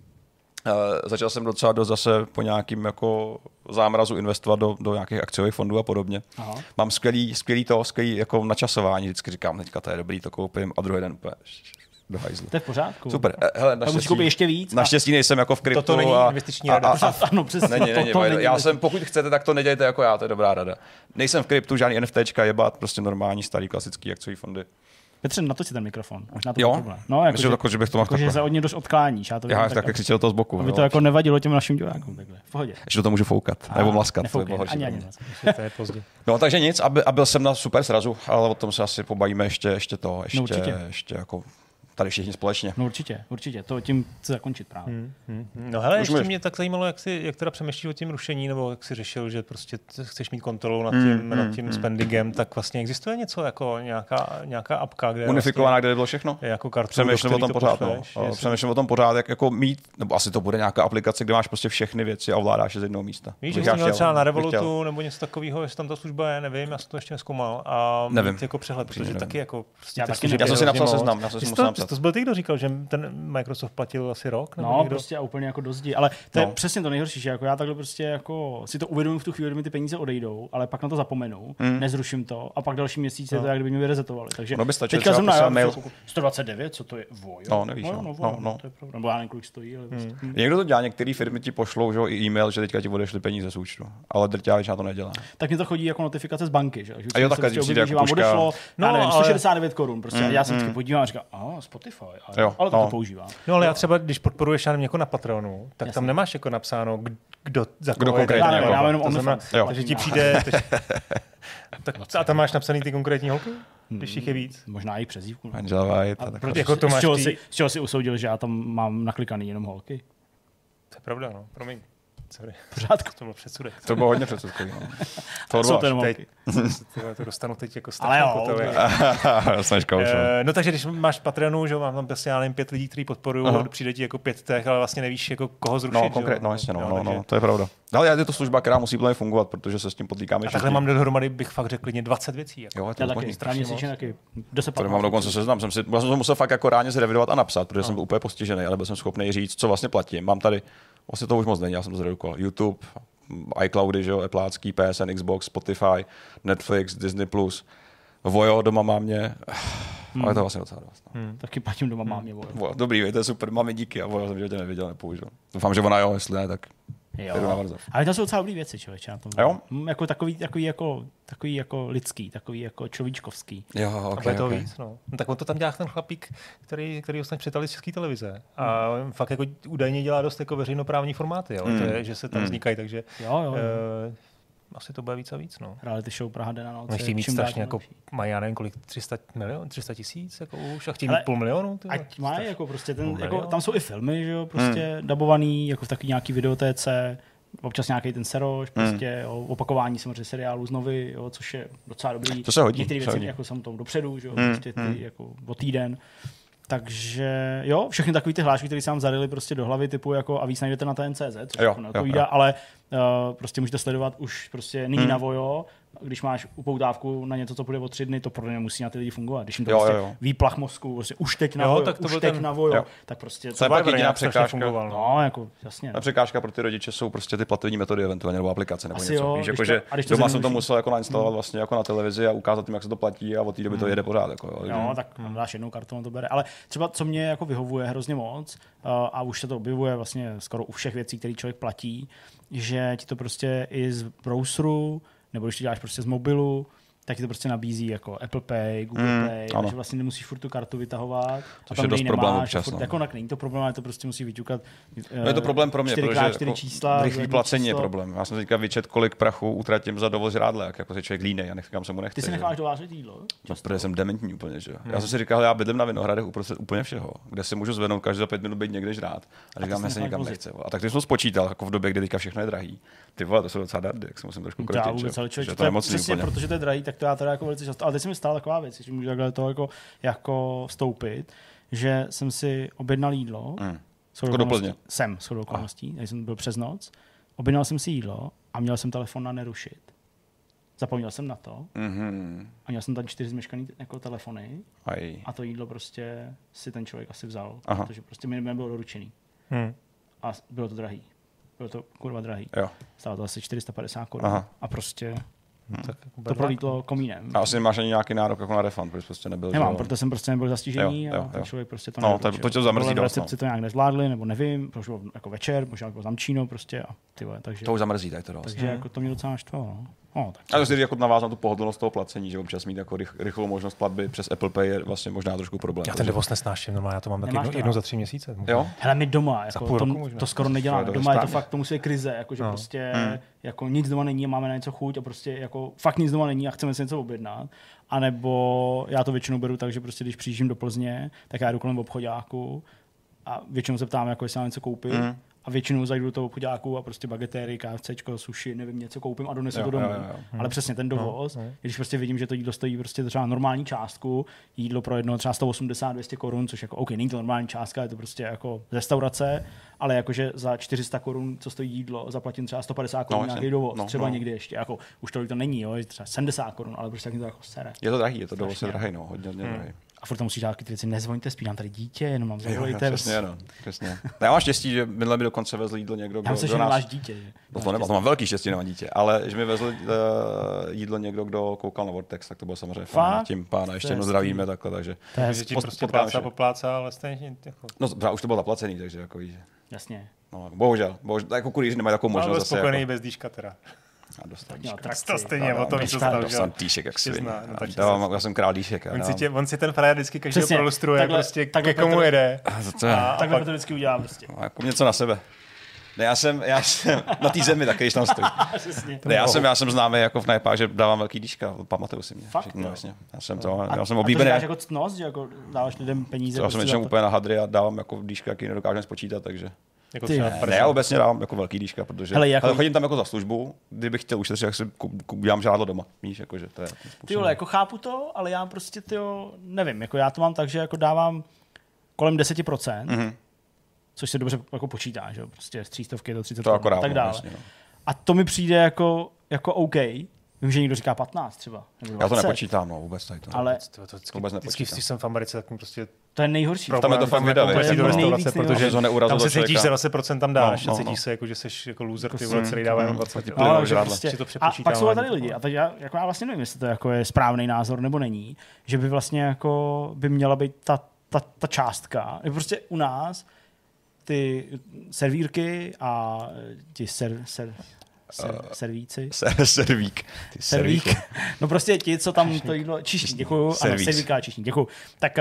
Začal jsem docela dost zase po nějakým jako zámrazu investovat do nějakých akciových fondů a podobně. Aha. Mám skvělý jako načasování, vždycky říkám, teďka to je dobrý, to koupím a druhý den úplně do hajzlu. To je v pořádku. Super. Hele, musíš koupit ještě víc. Naštěstí nejsem jako v kryptu. Toto není investiční rada. Ano, přesně. Není. Já jsem, pokud chcete, tak to nedějte jako já, to je dobrá rada. Nejsem v kryptu, žádný NFTčka, jebat, prostě normální, starý, klasický akciový fondy. Petře, natoč si ten mikrofon. Možná to jo? No, jako, že bych to mohl takhle. Že se od něj dost odkláníš. Já tak křičel to z boku. Aby to jako nevadilo těm našim divákům. Takhle. V pohodě. Ještě to můžu foukat. Nebo mlaskat. To je pozdě. No, takže nic. A byl jsem na super srazu, ale o tom se asi pobavíme ještě jako tady všichni společně. No určitě. To tím chci zakončit právě. No hele, ještě mě tak zajímalo, jak teda přemýšlíš o tím rušení, nebo jak jsi řešil, že prostě chceš mít kontrolu nad tím spendingem, tak vlastně existuje něco jako nějaká apka, kde unifikovaná, vlastně, kde bylo všechno? Jako kartu, přemýšlím o tom pořád, přemýšlím o tom pořád, jak jako mít, nebo asi to bude nějaká aplikace, kde máš prostě všechny věci a ovládáš je z jednoho místa. Víš, že jsi měl třeba na Revolutu nebo něco takového, jestli tam ta služba je, nevím, já jsem to ještě nezkoumal a nevím. Jako přehled, protože taky jako já jsem si napsal seznam, to byl ty, kdo říkal, že ten Microsoft platil asi rok? No, někdo? Prostě a úplně jako dozdí. Ale to je přesně to nejhorší, že jako já takhle prostě jako si to uvědomím v tu chvíli, kdy mi ty peníze odejdou, ale pak na to zapomenu, nezruším to a pak další měsíc je to, jak kdyby mě vyrezetovali. Takže teďka zrovna mail 129, co to je? Vojo? No, nevíš. No. To je pravda. Nebo já nevím, kolik stojí, ale prostě. Někdo to dělá, některé firmy ti pošlou, že i e-mail, že teďka ti odešly peníze z účtu, ale drtivá většina to nedělá. Tak mi to chodí jako notifikace z banky, že? A jo, takhle přijde jako puška. No, nevím, 169 korun, prostě. Já se vždycky podívám a říkám, Spotify, ale to používá. No ale já třeba, když podporuješ jako na Patronu, tak tam nemáš jako napsáno, kdo konkrétně. Já jenom takže ti přijde... A tam máš napsaný ty konkrétní holky? Když jich je víc? Možná i přezdívku. Z čeho si usoudil, že já tam mám naklikaný jenom holky? To je pravda, no. Promiň. Pořádku. To bylo předsudek. To bylo hodně předsudkový. To jsou ten holky. To dostanu teď jako ale jo. No takže když máš Patreonu, že mám tam prostě, já nevím, 5 lidí, kteří podporují, přijde ti jako 5 těch, ale vlastně nevíš, jako koho zrušit. No, konkrétně, jasně, no, to je pravda. Ale je to služba, která musí plně fungovat, protože se s tím potýkáme. A takhle mám dohromady, bych fakt řekl, klidně 20 věcí. Jako. Jo, já taky, měsíčně taky. To mám dokonce seznam, jsem to musel fakt jako ráně zrevidovat a napsat, protože jsem byl úplně postižený, ale byl jsem schopný říct, co vlastně platím. Mám tady, vlastně to už moc není, já jsem to zredukoval. YouTube, iCloudy, že jo, Appleácký, PSN, Xbox, Spotify, Netflix, Disney+, Vojo doma mám mě, Ale to vlastně docela dost. Taky platím doma mámě, vole. Dobrý, to je super, máme díky a vole, jsem životě neviděl, nepoužil. Doufám, že ona jo, jestli ne, tak jdu na Warzone. Ale to jsou docela dobrý věci, člověče, na tom. Jo? Jako takový jako lidský, takový jako človíčkovský. Jo, okay, to víc, no. Tak on to tam dělá ten chlapík, který ostatně přitali z České televize. A fakt jako údajně dělá dost jako veřejnoprávní formáty, jo. To je, že se tam vznikají, takže asi to bude víc a víc, no. Reality show Praha den a noc. Chtějí mít strašně jako, mají já nevím kolik, 300 tisíc, jako už, a chtějí mít 500 000. Ať mají, jako prostě jako, tam jsou i filmy, že jo, prostě dabovaný, jako v takový nějaký videotéce, občas nějaký ten seroš, prostě opakování samozřejmě seriálu znovu, jo, což je docela dobrý. To se hodí. Některé věci jako jsem tomu dopředu, že jo, prostě ty jako o týden. Takže jo, všechny takové ty hlášky, které se vám zadali prostě do hlavy, typu jako a víc najdete na TN.cz, což jako neodpovídá, ale prostě můžete sledovat už prostě nyní na vojo, když máš upoutávku na něco, co půjde o 3 dny, to pro ně musí na ty lidi fungovat. Když jim to prostě výplach mozku, prostě už teď na vojo, už teď na vojo, tak prostě... To je pak jediná překážka. No, jako jasně. Ta překážka pro ty rodiče jsou prostě ty platovní metody eventuálně nebo aplikace nebo něco. Víš, jako, že doma jsem to musel jako nainstalovat vlastně jako na televizi a ukázat jim, jak se to platí a od té doby to jede pořád. Jako, jo, tak dáš jednou kartu, on to bere. Ale třeba co mě jako vyhovuje hrozně moc a už se to objevuje vlastně skoro u všech věcí, které člověk platí, že ti to prostě i z browseru nebo když to děláš prostě z mobilu, tak ti to prostě nabízí jako Apple Pay, Google Pay, že vlastně nemusíš furt tu kartu vytahovat. Což je dost problém občas. Jako není to problém, ale to prostě musí vyťukat. No je to problém pro mě, protože jako čísla, rychlý placení je problém. Já jsem teďka vyčet, kolik prachu utratím za dovoz žrádle, jako se člověk línej, já nechám se mu nechce. Ty si necháš dovážet jídlo? No, protože jsem dementní úplně, že jo. Já jsem si říkal, já bydlím na Vinohradech uprostřed úplně všeho, kde si můžu zvednout každý za 5 minut být někde žrát. A říkám, já se nikam nechce. A tak ty jsem spočítal, jako v době, kdy teďka všechno je drahý. Ty vole, to jsou docela dardy, jak se musím trošku krotit. To je přesně, protože to je drahý, tak to já teda jako velice často. Ale teď se mi stala taková věc, že můžu takhle toho jako vstoupit, že jsem si objednal jídlo. Shodou okolností, když jsem byl přes noc. Objednal jsem si jídlo a měl jsem telefon na nerušit. Zapomněl jsem na to. A měl jsem tam 4 zmeškaný jako telefony. A to jídlo prostě si ten člověk asi vzal, protože prostě mi nebylo doručený. A bylo to drahý. Bylo to kurva drahý. Stálo to asi 450 korun. A prostě to prolítlo komínem. A asi nemáš ani nějaký nárok jako na refund, protože prostě nebyl. Nemám, protože jsem prostě nebyl zastižený a ten člověk prostě to nebyl. No, to tě zamrzí dost. Recepci to nějak nezvládli, nebo nevím, protože bylo jako večer, možná bylo zamčíno prostě a ty vole, takže. To už zamrzí, tak to dost. Takže jako to mě docela naštvalo, no. A to si jako navázat na tu pohodlnost toho placení, že občas mít jako rychlou možnost platby přes Apple Pay je vlastně možná trošku problém. Já ten dovoz nesnáším, normálně já to mám tak jednou za 3 měsíce. Jo? Hele, my doma, jako to skoro neděláme. Doma je to fakt, to musí být krize, jako že prostě jako nic doma není a máme na něco chuť a prostě jako fakt nic doma není a chceme si něco objednat. A nebo já to většinou beru tak, že prostě když přijíždím do Plzně, tak já jdu kolem obchoďáku a většinou se ptám, jako jestli mám něco koupit. A většinou zajdu do toho obchoďáku a prostě bagetéry, KFCčko, sushi, nevím, něco koupím a donesu to domů. Ale přesně ten dovoz, když prostě vidím, že to jídlo stojí prostě třeba normální částku, jídlo pro jedno třeba 180-200 korun, což jako OK, není to normální částka, je to prostě jako restaurace, ale jakože za 400 korun, co stojí jídlo, zaplatím třeba 150 korun nějaký dovoz, třeba někdy ještě, jako už to není, jo, třeba 70 korun, ale prostě taky to jako sere. Je to drahý, je to dovoz je drahý, no, hodně drahý. A furt tam musíš dát ty věci, nezvoňte, spím tady dítě, jenom mám zavolejte. Přesně. Já mám štěstí, že minule mi dokonce vezl jídlo někdo, kdo do nás. Nemáš dítě, že? To mám velký štěstí, nemám dítě, ale že mi vezl jídlo někdo, kdo koukal na Vortex, tak to bylo samozřejmě fajn. Tím pána ještě jednou zdravíme takhle, takže. Takže ti prostě poplácá, ale stejně. No, už to bylo zaplacený, takže jako víš. Jasně. No, bohužel, jako kurýři nemají takovou možnost. Ale spokojený jako bez dýška teda. A dostal to stejně, o tom víc dostal. Dostal týšek, jak svin. Já jsem král týšek. On si ten frajer vždycky každého prolustruje, prostě ke komu jede. Takhle to vždycky udělá prostě. Jako něco na sebe. Ne, já jsem na té zemi taky, když tam stojí. Ne, já jsem známý jako v najpách, že dávám velký dýška, pamatuju si mě. Fakt? No, jasně. Já jsem oblíbený. A to jako ctnost, že jako dáváš lidem peníze? Já jsem většinou úplně na hadry a dávám jako dýška, jaký nedokážeme spočítat, takže. Jako ne, já obecně dávám jako velký dýška, protože ale chodím tam jako za službu, kdybych chtěl ušetřit, jak si dělám žádlo doma. Víš, jakože to je. Ty vole, jako chápu to, ale já prostě nevím, jako já to mám tak, že jako dávám kolem 10%, což se dobře jako počítá, že jo, prostě z 300 do 30 a tak dále. Vlastně, no. A to mi přijde jako OK, Vím, že někdo říká 15 třeba. Já to nepočítám, no, vůbec tady to. Ale vůbec vždycky, když jsem v Americe, tak mi prostě... To je nejhorší. Tam je to fakt vydavě. Protože to neurazilo tam se cítíš, člověka. že 20% tam dáš, cítíš se jako, že jsi jako loser, ty vole, celý dává jenom 20. A pak jsou tady lidi. A teď já vlastně nevím, jestli to jako je správný názor nebo není, že by vlastně jako by měla být ta částka. Je prostě u nás ty servírky a ti servíci. Servík. No prostě ti, co tam to jídlo... Čišní, děkuju. Ano, servíka a čišní, děkuju. Tak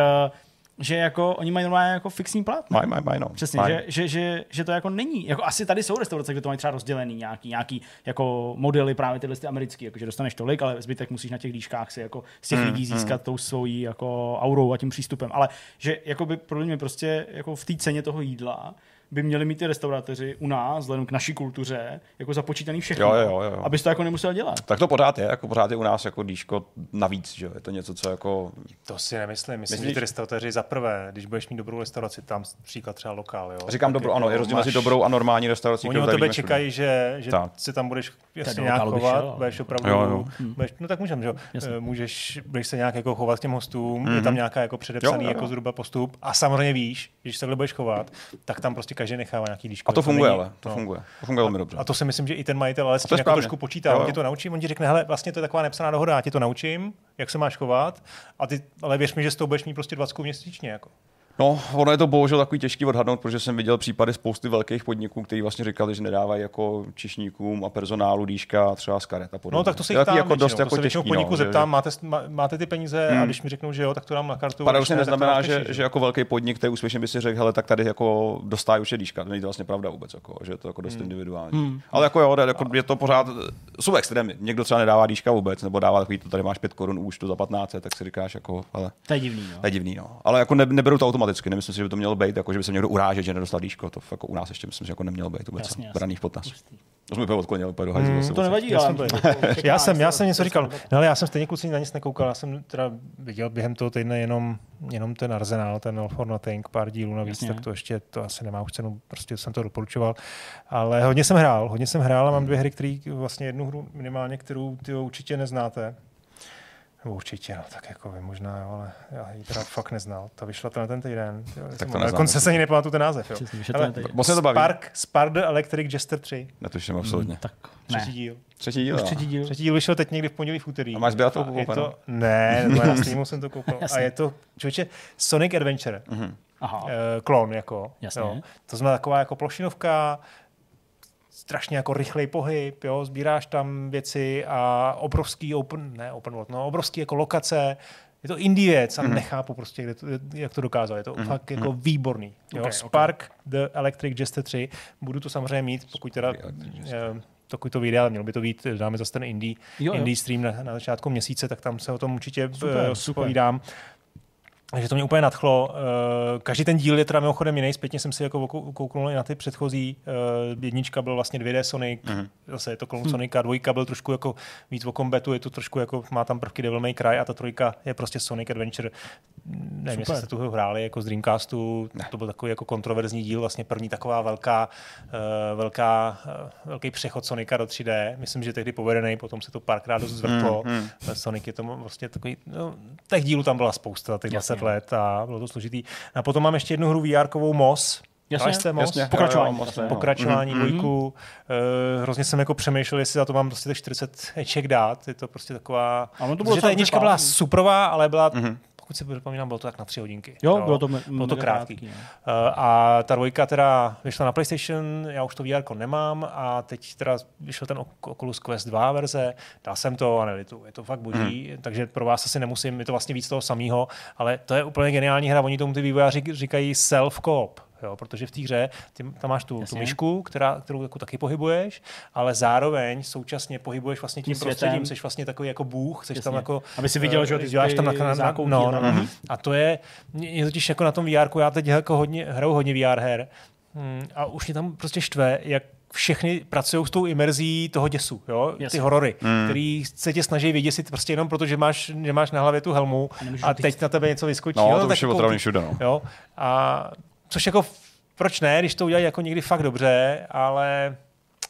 že jako oni mají normálně jako fixní plat. Mají, no. Přesně, že to jako není. Jako asi tady jsou restaurace, kde to mají třeba rozdělený nějaký jako modely právě tyhle americký, jako že dostaneš tolik, ale zbytek musíš na těch líškách si jako z těch lidí získat tou svojí jako aurou a tím přístupem. Ale že jako by pro mě prostě jako v té ceně toho jídla by měli mít ty restauratéři u nás, vzhledem k naší kultuře, jako započítaný všechno, jo. Abys to jako nemusel dělat. Tak to pořád je u nás jako díško navíc, že je to něco, co jako... To si nemyslím. Myslím, že ty restauratéři za prvé, když budeš mít dobrou restauraci, tam příklad třeba lokál, jo. Říkám dobrou, ano, je rozdíl mezi dobrou a normální restaurací. Oni od tebe čekají, že se tam budeš jasně nějak chovat, budeš opravdu... No tak můžeme, že jo. Budeš se nějak jako chovat k těm hostům, je tam nějaká jako předepsaný jako zhruba postup a samozřejmě víš, že když se takhle budeš chovat, tak tam prostě každý nechává nějaký líško. A to funguje, ale to funguje velmi dobře. A to si myslím, že i ten majitel ale s tím jako trošku počítá. On ti to naučí, on ti řekne, hele, vlastně to je taková nepsaná dohoda, já ti to naučím, jak se máš chovat, ale věř mi, že s tou budeš mít prostě 20 měsíčně jako. No, ono je to bohužel takový těžký odhadnout, protože jsem viděl případy spousty velkých podniků, kteří vlastně říkali, že nedávají jako čišníkům a personálu líška třeba z karet a podobně. No tak to se jich tam jako dost jako těžký, podniku zeptám, máte ty peníze a když mi řeknou, že jo, tak to dám na kartu. Paradoxně neznamená, že jako velký podnik, který úspěšně by si řekl, hele, tak tady jako dostávají už líška. To není to vlastně pravda vůbec, jako, že je to jako dost individuální. Ale jako jo, je to pořád, jsou extrémy. Někdo třeba nedává líška vůbec, nebo dává takový, to tady máš 5 korun účtu za 15, tak si říkáš jako, ale to je divný, no. To je divný, no. Ale jako neberu to automaticky, nemyslím si, že by to mělo být, jako že by se někdo urážet, že nedostal líško, to jako u nás ještě myslím, že jako nemělo být vůbec braný v potaz. To jsme odklonili úplně do hajzlu. To nevadí, ale já jsem něco říkal. No ale já jsem stejně kluci na nic nekoukal, já jsem teda viděl během toho týdne jenom ten Arsenal, ten All for Nothing, pár dílů navíc, tak to ještě to asi nemá už cenu, prostě jsem to doporučoval. Ale hodně jsem hrál a mám 2 hry, které vlastně jednu hru minimálně, kterou ty určitě neznáte. Určitě, no, tak jako vy možná, ale já ji teda fakt neznal. Ta vyšla ten týden. Dokonce se ani nepamatuju ten název. Jo. Spark the Electric Jester 3. Netuším absolutně. Tak Třetí díl. Třetí díl vyšel teď někdy v pondělí, v úterý. A máš byla to koupeno? Ne, na Steamu jsem to koupil. A je to, člověče, Sonic Adventure. Klon, jako. Jo. To znamená taková jako plošinovka, strašně jako rychlej pohyb, jo, sbíráš tam věci a obrovský obrovský jako lokace. Je to indie věc a nechápu prostě, jak to dokázal. Je to fakt jako výborný. Jo. Spark the Electric Jester 3. Budu to samozřejmě mít, pokud to vyjde, ale mělo by to být, dáme zase ten indie stream na začátku měsíce, tak tam se o tom určitě povídám. Takže to mě úplně nadchlo. Každý ten díl je teda mimochodem jiný. Zpětně jsem si jako kouknul i na ty předchozí. Jednička byl vlastně 2D Sonic, zase je to klon Sonica. 2 byl trošku jako víc o kombatu, je to trošku jako, má tam prvky Devil May Cry a ta 3 je prostě Sonic Adventure. Nevím, jestli jste tu hráli jako z Dreamcastu. To byl takový jako kontroverzní díl, vlastně první taková velký přechod Sonica do 3D. Myslím, že tehdy povedený, potom se to párkrát dost zvrtlo. Sonic je to vlastně takový, těch dílů tam byla spousta, těch 20 let a bylo to složitý. A potom mám ještě jednu hru VR-kovou Moss. Jasně. Pokračování 2. Hrozně jsem jako přemýšlel, jestli za to mám prostě 40 eček dát. Je to prostě taková... Protože ta jednička byla superová, ale byla... Pokud si vzpomínám, bylo to tak na 3 hodinky. Jo, bylo to krátký. A ta 2 teda vyšla na PlayStation, já už to VR nemám a teď teda vyšel ten Oculus Quest 2 verze, dal jsem to a nelituju. Je to fakt boží, takže pro vás asi nemusím, je to vlastně víc toho samého, ale to je úplně geniální hra, oni tomu ty vývojáři říkají self-co-op. Jo, protože v té hře tam máš tu myšku, kterou jako taky pohybuješ, ale zároveň současně pohybuješ vlastně tím prostředím, jsi vlastně takový jako bůh, jsi tam jako... Aby si viděl, že ty děláš tam A to je totiž jako na tom VR-ku, já teď jako hraju hodně VR her a už mě tam prostě štve, jak všechny pracují s tou imerzí toho děsu, jo? Ty horory, který se tě snaží vyděsit prostě jenom proto, že máš na hlavě tu helmu a teď na tebe něco vyskočí. No, to už je otravný všude, no. Jo? A což jako, proč ne, když to udělají jako někdy fakt dobře, ale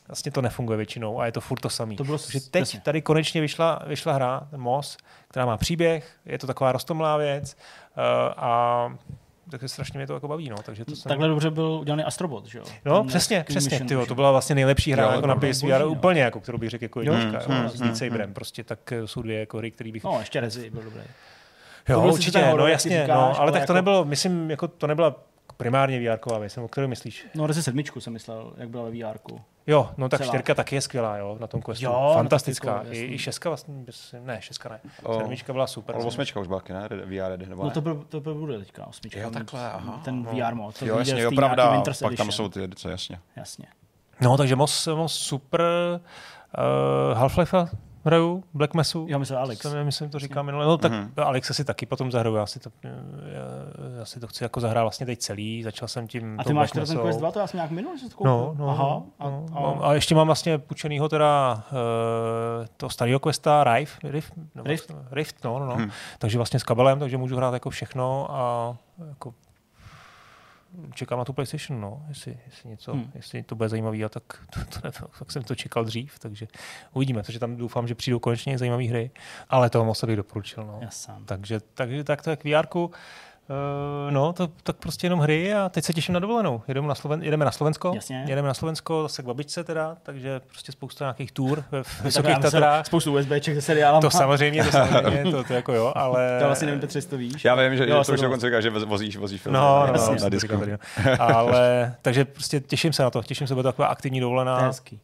vlastně to nefunguje většinou a je to furt to samý. To bylo teď tady konečně vyšla hra, Moss, která má příběh, je to taková roztomlá věc a takže strašně mě to jako baví. No. Takže to takhle dobře byl udělaný Astrobot, že jo? No, přesně, tyjo, to byla vlastně nejlepší hra jako na PSVR, úplně, jako, kterou bych řekl jako jednička, s Beat Saberem, prostě tak jsou dvě jako hry, které bych... No, ještě Rezi byl dobrý. Jo, určitě, no jasně, říkáš, no, ale tak jako... to nebylo, myslím, jako to nebyla primárně VR-ková věc, o kterou myslíš? No, Rezi 7 jsem myslel, jak byla ve VR-ku. Jo, no tak 4 taky je skvělá, jo, na tom Questu. Jo, fantastická. I 6 vlastně, ne, 6 ne. 7 byla super. Ale 8 už byla, ne? VR Ready, nebo ne? No to bude teďka 8. Jo, takhle, aha. Ten VR mod. Jo, jasně, jo, pravda, pak tam jsou ty edice, jasně. Jasně. No, takže Moss super, Half-Life hraju, Black Messu. Já myslím Alex. Myslím, to říkám minule. No tak Alex si taky potom zahraju. Já si to chci jako zahrát vlastně teď celý. Začal jsem tím. A ty máš teda ten Quest 2, to já jsem nějak minul, že to koupil? No. Aha. A ještě mám vlastně půjčenýho teda toho starého Questa Rift, no. Takže vlastně s kabelem, takže můžu hrát jako všechno a jako čekám na tu PlayStation, no, jestli něco, jestli to bude zajímavý, a tak jsem to čekal dřív, takže uvidíme, takže tam doufám, že přijdou konečně zajímavé hry, ale toho moc bych doporučil, no. Takže tak to je k VR-ku. No, tak prostě jenom hry a teď se těším na dovolenou. Jedeme na Slovensko. Jasně. Jedeme na Slovensko, zase k babičce teda, takže prostě spousta nějakých tour v Vysokých Tatrách. Spoustu USBček se seriálama. To samozřejmě, to jako jo, ale... To vlastně nevím, Petře, to víš. Já vím, že to už dokonce říká, že vozíš film na disku. Ale, takže prostě těším se na to, bude to taková aktivní dovolená. Hezký.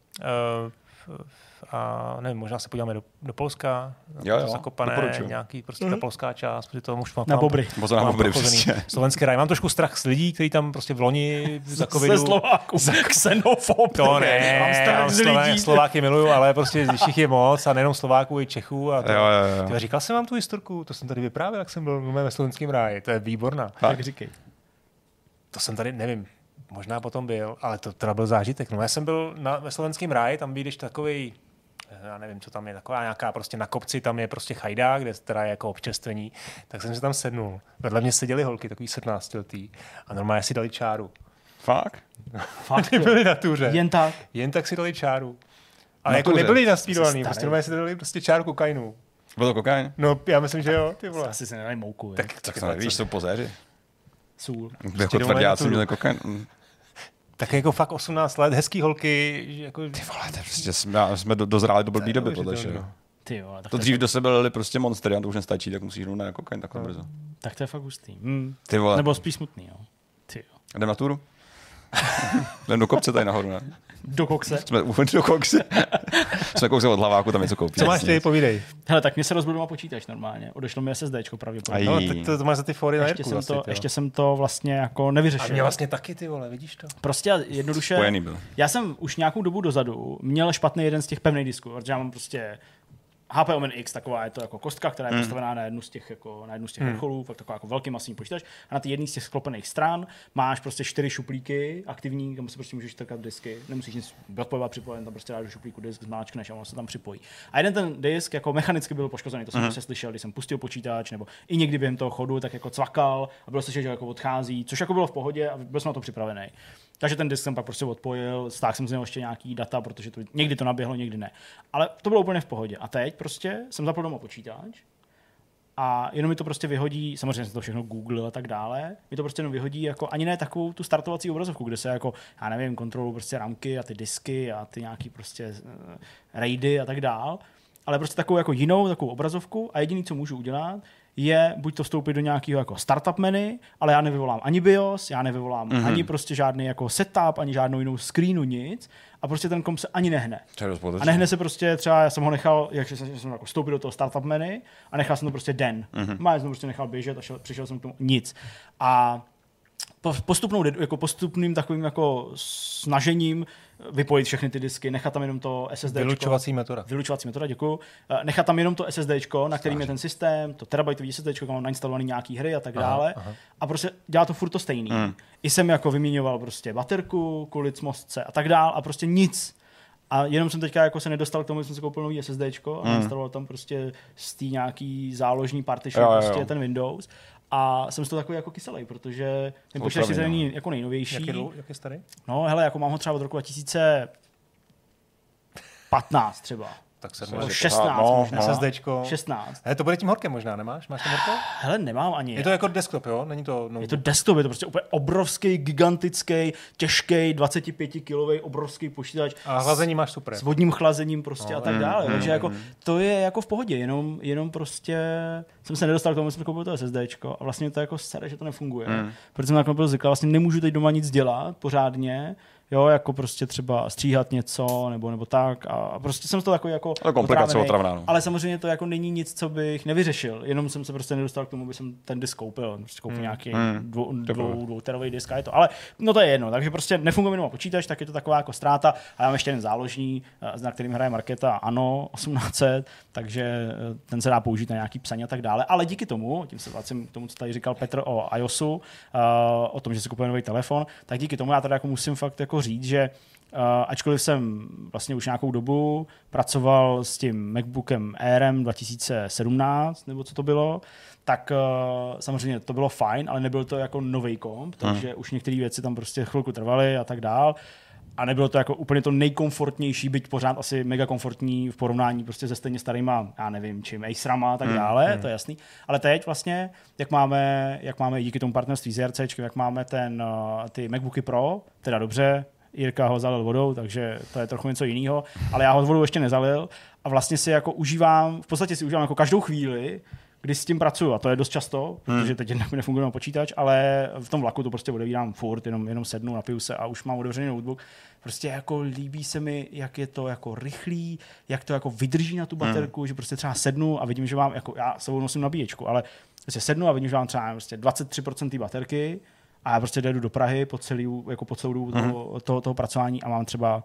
A nevím, možná se podíváme do Polska, Zakopané, nějaký prostě ta polská část, protože to už mám na Bobry. Na Bobry, slovenské ráj. Mám trošku strach z lidí, kteří tam prostě v loni za covidu... Ze Slováků. Xenofob. To ne, mám strach z lidí. Slováky miluju, ale prostě jich je moc a nejenom Slováků, i Čechů. A to, jo. Říkal jsem vám tu historku, to jsem tady vyprávěl, jak jsem byl ve slovenském ráji, to je výborná. Tak říkej. To jsem tady, nevím, možná potom byl, ale to teda byl zážitek. No, já jsem byl ve slovenském ráji, tam když takovej, já nevím, co tam je, taková nějaká prostě na kopci, tam je prostě chajda, kde teda je jako občerstvení, tak jsem se tam sednul. Vedle mě seděly holky, takový 17letý, a normálně si dali čáru. Fakt? Fakt byli na tuře. Jen tak si dali čáru. Ale jako nebyli nastýdovaný, prostě normálně si dali prostě čáru kokainu. Byl to kokain? No, já myslím, že jo, ty vole. Asi se nedali mouku. Tak to nevíš, jsou pozéři. Sůl. Jako tvrďáci měli kokain. Tak jako fakt 18 let, hezký holky. Jako... Ty vole, to prostě jsme dozráli do blbý doby podle všeho. To dřív do sebe lili prostě monstery, a to už nestačí, tak musíš jít na kokain takhle brzo. Tak to je fakt hustý. Ty vole. Nebo spíš smutný, jo. Jdem na túru? Jdem do kopce tady nahoru, ne? Do kokse? Jsme do kokse. Jsme kousek od Hlaváku, tam něco koupí. Co máš ty, povídej. Hele, tak mě se rozbil doma počítač normálně. Odešlo mi SSDčko pravděpodobně. No, tak to máš za ty fóry na Jirku ještě jsem to vlastně jako nevyřešil. A mě vlastně taky, ty vole, vidíš to? Prostě jednoduše. Spojený byl. Já jsem už nějakou dobu dozadu měl špatný jeden z těch pevných disků, protože já mám prostě HP Omen X, taková je to jako kostka, která je postavená na jednu z těch vrcholů, fakt taková jako velký masivní počítač. A na ty jedné z těch sklopených stran máš prostě 4 šuplíky aktivní, kam si prostě můžeš trkat disky. Nemusíš nic odpojovat, připojen, tam prostě dáš do šuplíku disk, zmáčkneš a on se tam připojí. A jeden ten disk jako mechanicky byl poškozený, to jsem prostě slyšel, když jsem pustil počítač, nebo i někdy během toho chodu, tak jako cvakal a bylo slyšet, že jako odchází, což jako bylo v pohodě a byl jsem na to připravený. Takže ten disk jsem pak prostě odpojil, stáhl jsem z něho ještě nějaký data, protože někdy to naběhlo, někdy ne. Ale to bylo úplně v pohodě. A teď prostě jsem zapl doma počítač a jenom mi to prostě vyhodí, samozřejmě jsem to všechno googlil a tak dále, mi to prostě jenom vyhodí jako ani ne takovou tu startovací obrazovku, kde se jako, já nevím, kontrolují prostě ramky a ty disky a ty nějaký prostě raidy a tak dál, ale prostě takovou jako jinou takovou obrazovku a jediný, co můžu udělat, je buď to vstoupit do nějakého jako startup menu, ale já nevyvolám ani BIOS, já nevyvolám ani prostě žádný jako setup, ani žádnou jinou screenu, nic a prostě ten komp se ani nehne. A nehne se prostě třeba, já jsem ho nechal, jak jsem jako vstoupil do toho startup menu a nechal jsem to prostě den. Já jsem to prostě nechal běžet a přišel jsem k tomu nic. A postupným takovým jako snažením vypojit všechny ty disky, nechat tam jenom to SSDčko. Vylučovací metoda, děkuju. Nechat tam jenom to SSDčko, na kterým je ten systém, to terabajtový SSDčko, kam mám nainstalovaný nějaký hry a tak dále. A prostě dělá to furt to stejný. I jsem jako vyměňoval prostě baterku, kulic, mostce a tak dále a prostě nic. A jenom jsem teďka jako se nedostal k tomu, že jsem si koupil nový SSDčko a instaloval tam prostě z té nějaký záložní partition prostě ten Windows. A jsem z toho takový jako kyselej, protože ten počítač je jako nejnovější. Jak je starý? No hele, jako mám ho třeba od roku 2000 15 třeba. Tak se 16 možná. SSDčko. 16. To bude tím horkem možná, nemáš? Máš tam horko? Hele, nemám ani. Je to jako desktop, jo? Není to notebook. Je to desktop, je to prostě úplně obrovský, gigantický, těžký, 25-kilový, obrovský počítač. A chlazení máš super. S vodním chlazením prostě a tak dále. Takže jako, to je jako v pohodě, jenom prostě jsem se nedostal k tomu, jsem koupil to SSDčko a vlastně to jako sere, že to nefunguje. Protože jsem nakonec byl zvyklý, vlastně nemůžu teď doma nic dělat pořádně. Jo, jako prostě třeba stříhat něco, nebo tak. A prostě jsem to takový jako komplikace otravná. Ale samozřejmě to jako není nic, co bych nevyřešil. Jenom jsem se prostě nedostal k tomu, aby jsem ten disk koupil. Prostě koupil nějaký dvouterový disk a je to. Ale no to je jedno. Takže prostě nefunguje mi počítač, tak je to taková jako ztráta. A já mám ještě jeden záložní, na kterým hraje Markéta, ANO 1800, takže ten se dá použít na nějaký psaní a tak dále. Ale díky tomu, tím se vracím k tomu, co tady říkal Petr o iOSu, o tom, že si kupuje nový telefon, tak díky tomu já tady jako musím fakt jako říct, že ačkoliv jsem vlastně už nějakou dobu pracoval s tím MacBookem Airem 2017, nebo co to bylo, tak samozřejmě to bylo fajn, ale nebyl to jako nový komp, takže už některé věci tam prostě chvilku trvaly a tak dál. A nebylo to jako úplně to nejkomfortnější, byť pořád asi mega komfortní v porovnání prostě se stejně starýma, já nevím, čím, Acerama a tak dále, to je jasný. Ale teď vlastně, jak máme díky tomu partnerství s JRCčkem, jak máme ty MacBooky Pro, teda dobře, Jirka ho zalil vodou, takže to je trochu něco jiného, ale já ho vodou ještě nezalil a vlastně si jako užívám jako každou chvíli, kdy s tím pracuju, a to je dost často, protože teď jednak mi nefunguje na počítač, ale v tom vlaku to prostě odevírám furt, jenom sednu, napiju se a už mám otevřený notebook. Prostě jako líbí se mi, jak je to jako rychlý, jak to jako vydrží na tu baterku, že prostě třeba sednu a vidím, že mám, jako já sebou nosím nabíječku, ale prostě sednu a vidím, že mám třeba prostě 23% té baterky a já prostě jdu do Prahy po celou dobu toho pracování a mám třeba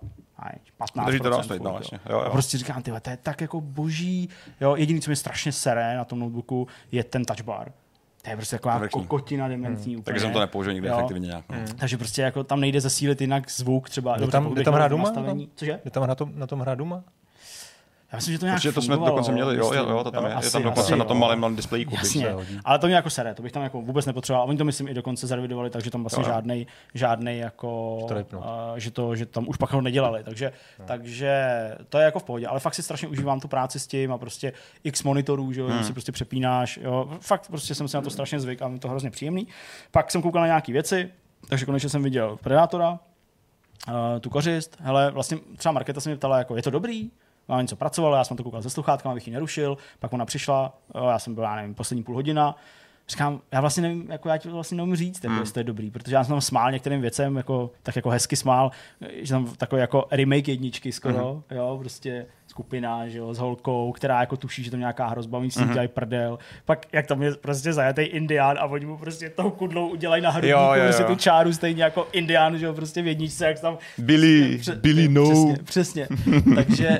15%. A prostě říkám, tyhle, to je tak jako boží. Jo, jediný, co mě strašně sere na tom notebooku, je ten touch bar. To je prostě taková kokotina dementní úplně. Takže jsem to nepoužil nikdy efektivně nějak. Takže prostě jako tam nejde zesílit jinak zvuk třeba. Je tam hrát Duma? Cože? Je tam na tom hrát Duma? Já myslím, že to nějak to jsme dokonce měli, jo, to tam je. Je tam dokonce na tom malém displejíku. Jasně, ale to mě jako sere, to bych tam jako vůbec nepotřeboval. Oni to myslím i dokonce zarevidovali, takže tam vlastně žádnej jako, že tam už pak ho nedělali, takže to je jako v pohodě, ale fakt si strašně užívám tu práci s tím a prostě x monitorů, že si prostě přepínáš, jo, fakt prostě jsem si na to strašně zvyk a mi to hrozně příjemný. Pak jsem koukal na nějaký věci, takže konečně jsem viděl Predátora, tu kořist, hele, vlastně třeba Markéta se mě ptala, jako je to dobrý? Mám něco pracovala, já jsem to koukal se sluchátkama, abych ji nerušil, pak ona přišla, já jsem byl, já nevím, poslední půl hodina. Říkám, já vlastně nevím, jako já ti vlastně nevím říct, jako, jestli to je dobrý, protože já jsem tam smál některým věcem, jako, tak jako hezky smál, že tam takový jako remake jedničky skoro, jo, prostě skupina, že jo, s holkou, která jako tuší, že to nějaká hrozba, oni si dělají prdel. Pak jak tam je prostě zajatý indián a oni mu prostě tou kudlou udělají na hrudníku prostě tu čáru stejně jako indián, že jo, prostě v jedničce, jak tam Billy no. Přesně. Takže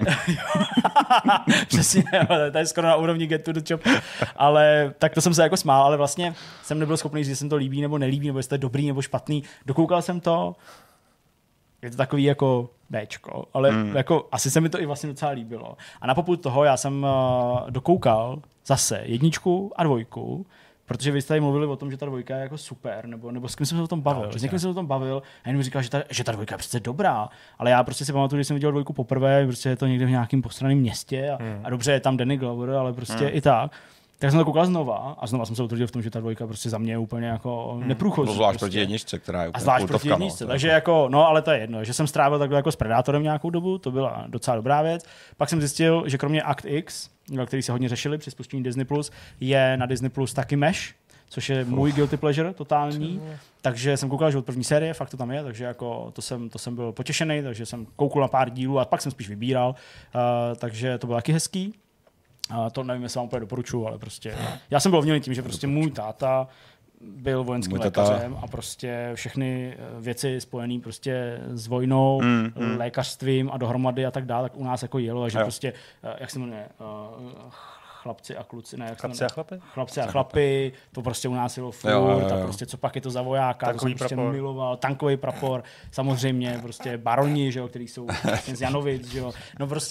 přesně, to je skoro na úrovni Get to the Chop. Ale tak to jsem se jako smál, ale vlastně jsem nebyl schopný říct, jestli se to líbí nebo nelíbí, nebo jestli to je dobrý nebo špatný. Dokoukal jsem to, je to takový jako Bčko, ale jako asi se mi to i vlastně docela líbilo. A na popud toho já jsem dokoukal zase 1 a 2, protože vy jste tady mluvili o tom, že ta 2 je jako super, nebo s kým jsem se o tom bavil. S někým jsem se o tom bavil a jen mi říkal, že ta 2 je přece dobrá, ale já prostě si pamatuju, když jsem viděl 2 poprvé, prostě je to někde v nějakém postraném městě a dobře je tam Danny Glover, ale prostě i tak. Tak jsem to koukal znova a znova jsem se utvrdil v tom, že ta 2 prostě za mě je úplně jako neprůchozí. Zvlášť proti jedničce, která je úplně zvlášť proti jedničce, takže jako, no ale to je jedno, že jsem strávil takhle jako s Predátorem nějakou dobu, to byla docela dobrá věc. Pak jsem zjistil, že kromě Act X, který se hodně řešili při spuštění Disney+, je na Disney Plus taky Mesh, což je můj guilty pleasure totální. Takže jsem koukal, že od první série, fakt to tam je, takže jako to jsem byl potěšený, takže jsem koukal na pár dílů a pak jsem spíš vybíral, takže to bylo taky hezký. To nevím, jestli vám úplně doporučuju, ale prostě já jsem byl ovlivněný tím, že prostě můj táta byl vojenským lékařem a prostě všechny věci spojené prostě s vojnou, lékařstvím a dohromady a tak dále, tak u nás jako jelo, takže prostě, jak se jmenuje, chlapci a kluci, ne, chlapci a chlapy, to prostě u nás jelo furt a prostě co pak je to za vojáka, to jsem prostě miloval, tankový prapor, samozřejmě prostě baroni, že jo, který jsou z Janovic, že jo, no prostě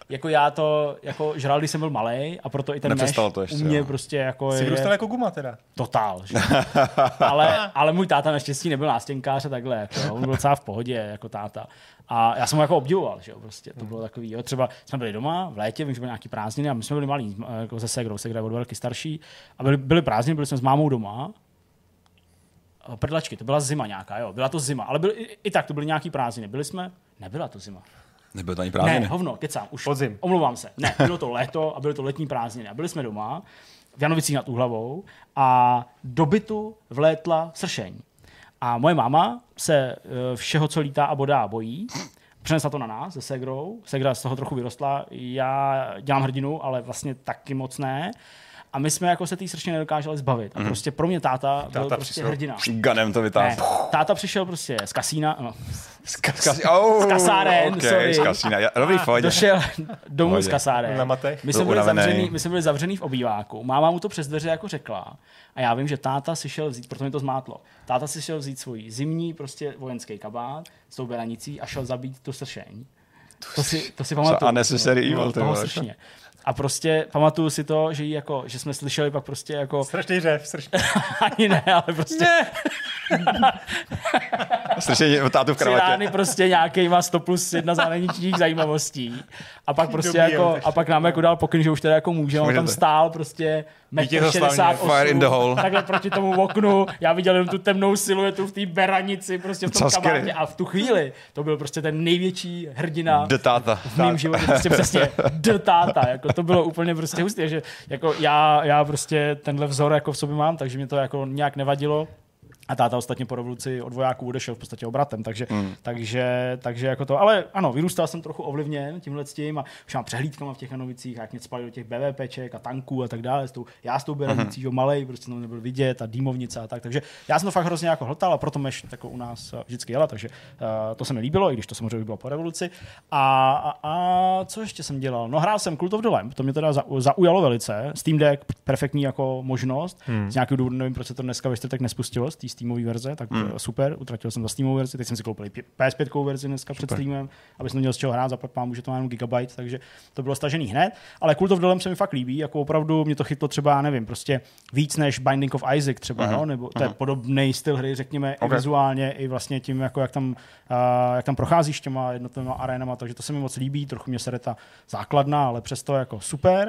jako já to jako žral, když jsem byl malej a proto i ten mesh u mě prostě jako jsi dostal jako guma teda. Totál. ale můj táta naštěstí nebyl nástěnkář a takhle. Jako, on byl docela v pohodě jako táta. A já jsem ho jako obdivoval, že jo, prostě. To bylo takový, jo. Třeba jsme byli doma v létě, vím, že byly nějaký prázdniny a my jsme byli malí, jako se ségrou, ségra je o 2 roky starší. A byly prázdniny, byli jsme s mámou doma. Prdlačky, to byla zima nějaká, jo, byla to zima, ale i tak to byly nějaký prázdniny. Nebyla to zima. Nebylo to ani prázdniny. Ne, hovno, kecám, už podzim. Omlouvám se. Ne, bylo to léto a byly to letní prázdniny. A byli jsme doma v Janovicích nad Úhlavou a do bytu vlétla sršeň. A moje máma se všeho, co lítá a bodá, bojí. Přenesla to na nás se ségrou. Ségra z toho trochu vyrostla. Já dělám hrdinu, ale vlastně taky moc ne. A my jsme jako se té sršně nedokázali zbavit. A prostě pro mě táta byl prostě hrdina. Ganem to vytáhl. Táta přišel prostě z kasína. No, z kasáren, okay, sorry. Z kasína. Rovný v pohodě. Došel domů z kasáren. Na matech. My jsme byli zavřený v obýváku. Máma mu to přes dveře jako řekla. A já vím, že táta si šel vzít, proto mi to zmátlo. Táta si šel vzít svůj zimní prostě vojenský kabát s tou beranicí a šel zabít tu sršeň. To si pamatuju. A necessary evil, toho sršně. A prostě pamatuju si to, že že jsme slyšeli pak prostě jako... Strašný řev, strašný. Ani ne, ale prostě... Strašně tátu v kravatě. Rány prostě nějakýma 100+1 zahraničních zajímavostí. A pak prostě jako, a pak nám jako dal pokyn, že už teda jako může. On tam stál prostě 1,68 m, takhle proti tomu oknu. Já viděl jenom tu temnou siluetu v té beranici prostě v tom kabátě. A v tu chvíli to byl prostě ten největší hrdina v mém životě. Prostě přesně táta. Jako to bylo úplně prostě hustý. Že jako já prostě tenhle vzor jako v sobě mám, takže mě to jako nějak nevadilo. A táta ostatně po revoluci od vojáků odešel v podstatě obratem, takže jako to. Ale ano, vyrůstal jsem trochu ovlivněn tímhle s tím a už mám přehlídkama v těch Janovicích, jak mě spali do těch BVPček a tanků a tak dále. Já s tou beranicí, že malej, prostě to nebyl vidět a dýmovnice a tak. Takže já jsem to fakt hrozně jako hltal a proto meš jako u nás vždycky jela, takže to se mi líbilo, i když to samozřejmě bylo po revoluci. A co ještě jsem dělal? No hrál jsem Cult of the Lamb, to mě teda zaujalo velice. Steam Deck, perfektní jako možnost. Z nějakého důvodu nevím, proč se to dneska ve čtvrtek nespustilo. Steamové verze, tak super, utratil jsem za Steamovou verzi, teď jsem si koupil PS5 verzi dneska před streamem, aby jsem měl z čeho hrát, zaplať pámu, že to má jenom gigabyte, takže to bylo stažený hned, ale Cult of the Lamb se mi fakt líbí, jako opravdu mě to chytlo třeba, nevím, prostě víc než Binding of Isaac třeba, no, nebo to je podobný styl hry, řekněme, i vizuálně, i vlastně tím, jako jak tam procházíš těma jednotlivými arénama, takže to se mi moc líbí, trochu mě sere ta základna, ale přesto jako super.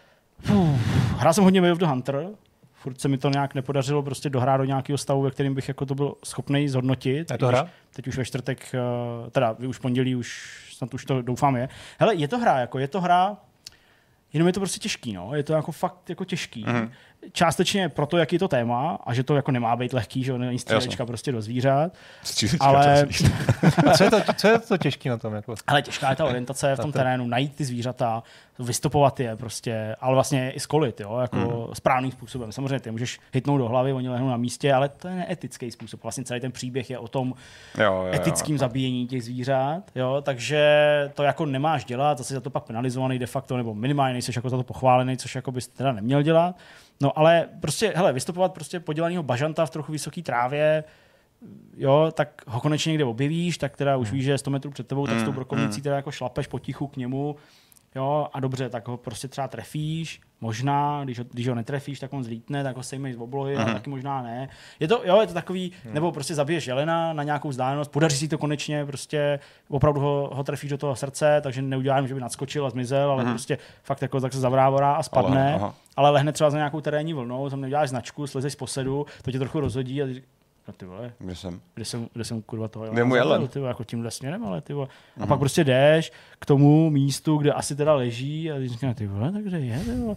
Hrál jsem hodně Way of the Hunter, furt se mi to nějak nepodařilo prostě dohrát do nějakého stavu, ve kterým bych jako to byl schopný zhodnotit. Teď už ve čtvrtek, teda už pondělí, už snad už to doufám je. Hele, je to hra, jenom je to prostě těžký, no. Je to jako fakt jako těžký. Částečně proto, jak je to téma a že to jako nemá být lehký, že není střílečka prostě do zvířat. Ale co je to těžký na tom? Jako? Ale těžká je ta orientace v tom terénu, najít ty zvířata, vystopovat je prostě, ale vlastně i skolit, jo, jako správným způsobem. Samozřejmě ty můžeš hitnout do hlavy, oni lehnou na místě, ale to je neetický způsob. Vlastně celý ten příběh je o tom etickém zabíjení těch zvířat, jo, takže to jako nemáš dělat, zase za to pak penalizovaný de facto, nebo minimálně nejseš jako za to pochválený, což jako bys teda neměl dělat. No ale prostě, hele, vystupovat prostě podělanýho bažanta v trochu vysoké trávě, jo, tak ho konečně někde objevíš, tak teda už víš, že je 100 metrů před tebou, tak s tou brokovnicí teda jako šlapeš potichu k němu, jo, a dobře, tak ho prostě třeba trefíš, možná, když ho netrefíš, tak on zlítne, tak ho sejmeš z oblohy, a taky možná ne. Je to takový, nebo prostě zabiješ jelena na nějakou vzdálenost, podaří si to konečně, prostě opravdu ho trefíš do toho srce, takže neudělám, že by nadskočil a zmizel, ale prostě fakt jako tak se zavrávorá a spadne, ale lehne třeba za nějakou terénní vlnou, tam neuděláš značku, slezeš z posedu, to tě trochu rozhodí a no ty vole, kde jsem kurva toho jelen, jako tímhle směrem, ale ty vole. A pak prostě jdeš k tomu místu, kde asi teda leží a říkáš, ty vole, tak kde je, ty vole.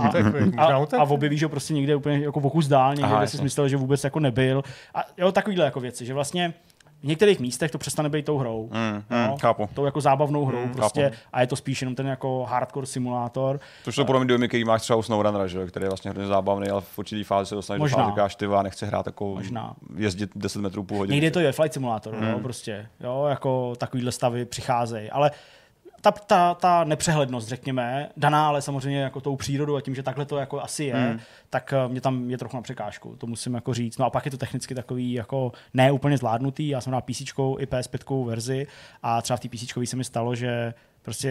A objevíš ho prostě někde úplně jako v kus dál, někde, kde jsi myslel, že vůbec jako nebyl. A jo, takovýhle jako věci, že vlastně v některých místech to přestane být tou hrou. Chápu. Tou jako zábavnou hrou prostě a je to spíš jenom ten jako hardcore simulátor. To jsou podle mě dojmy, který máš třeba u SnowRunnera, že? Který je vlastně hrozně zábavný, ale v určitý fázi se dostaneš do fáze, říkáš, ty nechce hrát jako jezdit 10 metrů půl hodiny. Někdy to je Flight Simulator, jo, prostě. Jo, jako takovýhle stavy přicházejí, ale ta nepřehlednost, řekněme, daná, ale samozřejmě jako tou přírodou a tím, že takhle to jako asi je, tak mě tam je trochu na překážku, to musím jako říct. No a pak je to technicky takový jako ne úplně zvládnutý, já jsem hrál PCčkou i PS5 verzi a třeba v té PCčkový se mi stalo, že prostě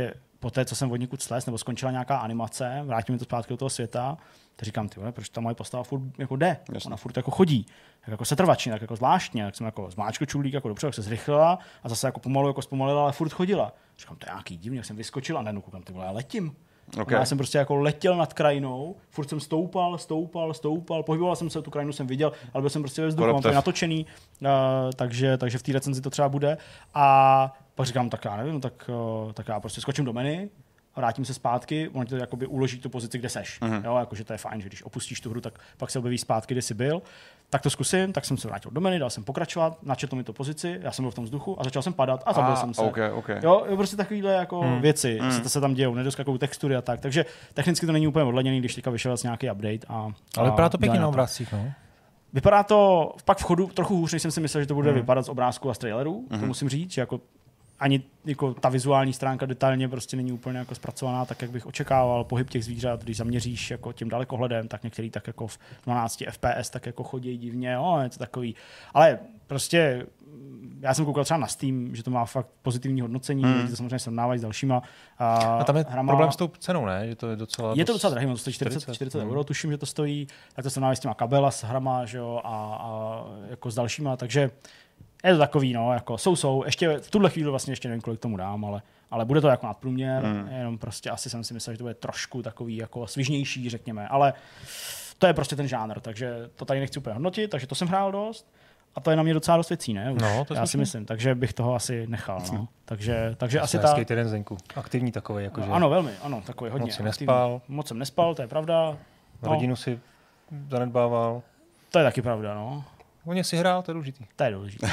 poté, co jsem od někud slez, nebo skončila nějaká animace, vrátím mi to zpátky do toho světa, tak říkám, ty vole, proč ta moje postava furt jako jde? Jasně. Ona furt jako chodí. Tak jako setrvačně, tak jako zvláštně, tak jsem jako zmáčkl čulík jako dopředu, jak se zrychlila a zase jako pomalu jako zpomalila, ale furt chodila. Říkám, to je nějaký divný, jak jsem vyskočil a najednou koukám, ty vole, já letím. Okay. Já jsem prostě jako letěl nad krajinou, furt jsem stoupal, pohyboval jsem se, tu krajinu jsem viděl, ale byl jsem prostě ve vzduchu, mám to natočený, takže v té recenzi to třeba bude. A pak říkám, tak já nevím, tak já prostě skočím do menu, vrátím se zpátky, on ti to jakoby uloží tu pozici, kde seš. Jo, jakože to je fajn, že když opustíš tu hru, tak pak se objeví zpátky, kde jsi byl. Tak to zkusím, tak jsem se vrátil do menu, dal jsem pokračovat, načetl mi to pozici, já jsem byl v tom vzduchu a začal jsem padat a zabil jsem se. Okay. Jo, prostě takovýhle jako věci se tam dějou, nedoskakují textury a tak. Takže technicky to není úplně odladěný, když teďka vyšel nějaký update. Ale vypadá to pěkně na obrázcích, no. Vypadá to pak v chodu trochu hůř, než jsem si myslel, že to bude vypadat z obrázku a z trailerů. To musím říct, že jako ani jako ta vizuální stránka detailně prostě není úplně jako zpracovaná tak, jak bych očekával. Pohyb těch zvířat, když zaměříš jako tím dalekohledem, tak některý tak jako v 12 FPS tak jako chodí divně, je to takový. Ale prostě já jsem koukal třeba na Steam, že to má fakt pozitivní hodnocení, lidi to samozřejmě srovnávají s dalšíma a tam je hrama. Problém s tou cenou, ne? Že to je docela drahý, to stojí 40 euro, tuším, že to stojí, tak to srovnávají s těma kabela, s hrama, že jo, a jako s dalšíma, takže je to takový, no, jako jsou, ještě v tuhle chvíli vlastně ještě nevím, kolik tomu dám, ale bude to jako nadprůměr, jenom prostě asi jsem si myslel, že to bude trošku takový jako svižnější, řekněme, ale to je prostě ten žánr, takže to tady nechci úplně hodnotit, takže to jsem hrál dost a to je na mě docela dost věcí, ne? Už, já si myslím, takže bych toho asi nechal, no. Takže asi ta... jeden Zdenku, aktivní takový, jakože... Ano, velmi, takový hodně. Moc jsem nespal, to je pravda. Rodinu si zanedbával. To je taky pravda, no. Oni si hrál, to je důležitý. To je důležitý.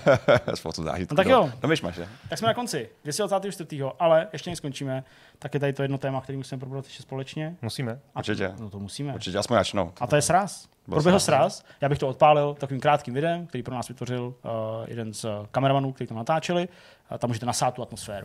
No tak jo. No myšmaš, že? Tak jsme na konci. 224. Ale ještě než skončíme, tak je tady to jedno téma, který musíme probrat ještě společně. Musíme. Určitě. No to musíme. Určitě, aspoň načnout. A to je sraz. Proběhl sraz. Já bych to odpálil takovým krátkým videem, který pro nás vytvořil jeden z kameramanů, který to natáčeli. Tam můžete nasát tu atmosféru.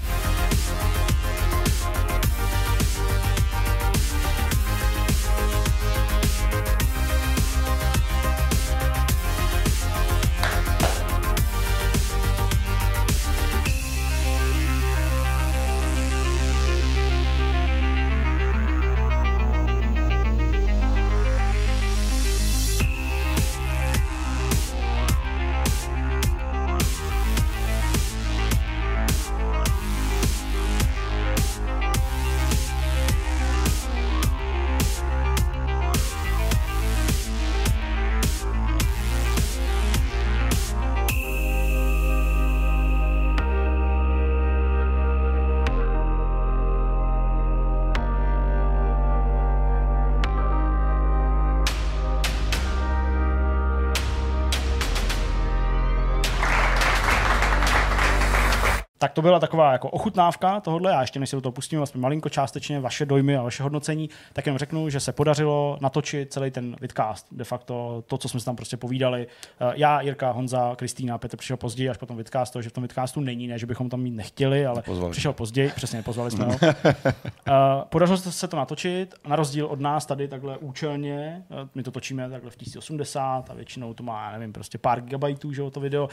Tak to byla taková jako ochutnávka tohohle. Já ještě než se do toho pustím, aspoň malinko částečně vaše dojmy a vaše hodnocení, tak jenom řeknu, že se podařilo natočit celý ten vidcast. De facto to, co jsme si tam prostě povídali. Já, Jirka, Honza, Kristýna, Petr přišel později až po tom vidcastu, že v tom vidcastu není, ne, že bychom tam mít nechtěli, ale přišel později, přesně pozvali jsme ho. Podařilo se to natočit, na rozdíl od nás tady takhle účelně, my to točíme takhle v 1080 a většinou to má, nevím, prostě pár gigabajtů, že to video.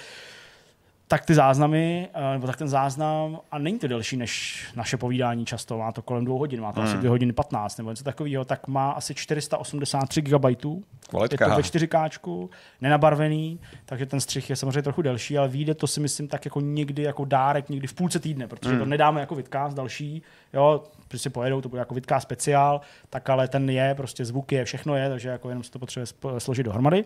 Tak ty záznamy, nebo tak ten záznam, a není to delší než naše povídání často, má to kolem 2 hodin, má to asi 2 hodiny 15 nebo něco takového, tak má asi 483 GB. Kvalitka. Je to ve 4K, nenabarvený, takže ten střih je samozřejmě trochu delší, ale vyjde to si myslím tak jako někdy jako dárek, někdy v půlce týdne, protože to nedáme jako vidcast další, jo, prostě pojedou, to bude jako vidcast speciál, tak ale ten je, prostě zvuk je, všechno je, takže jako jenom se to potřebuje složit dohromady.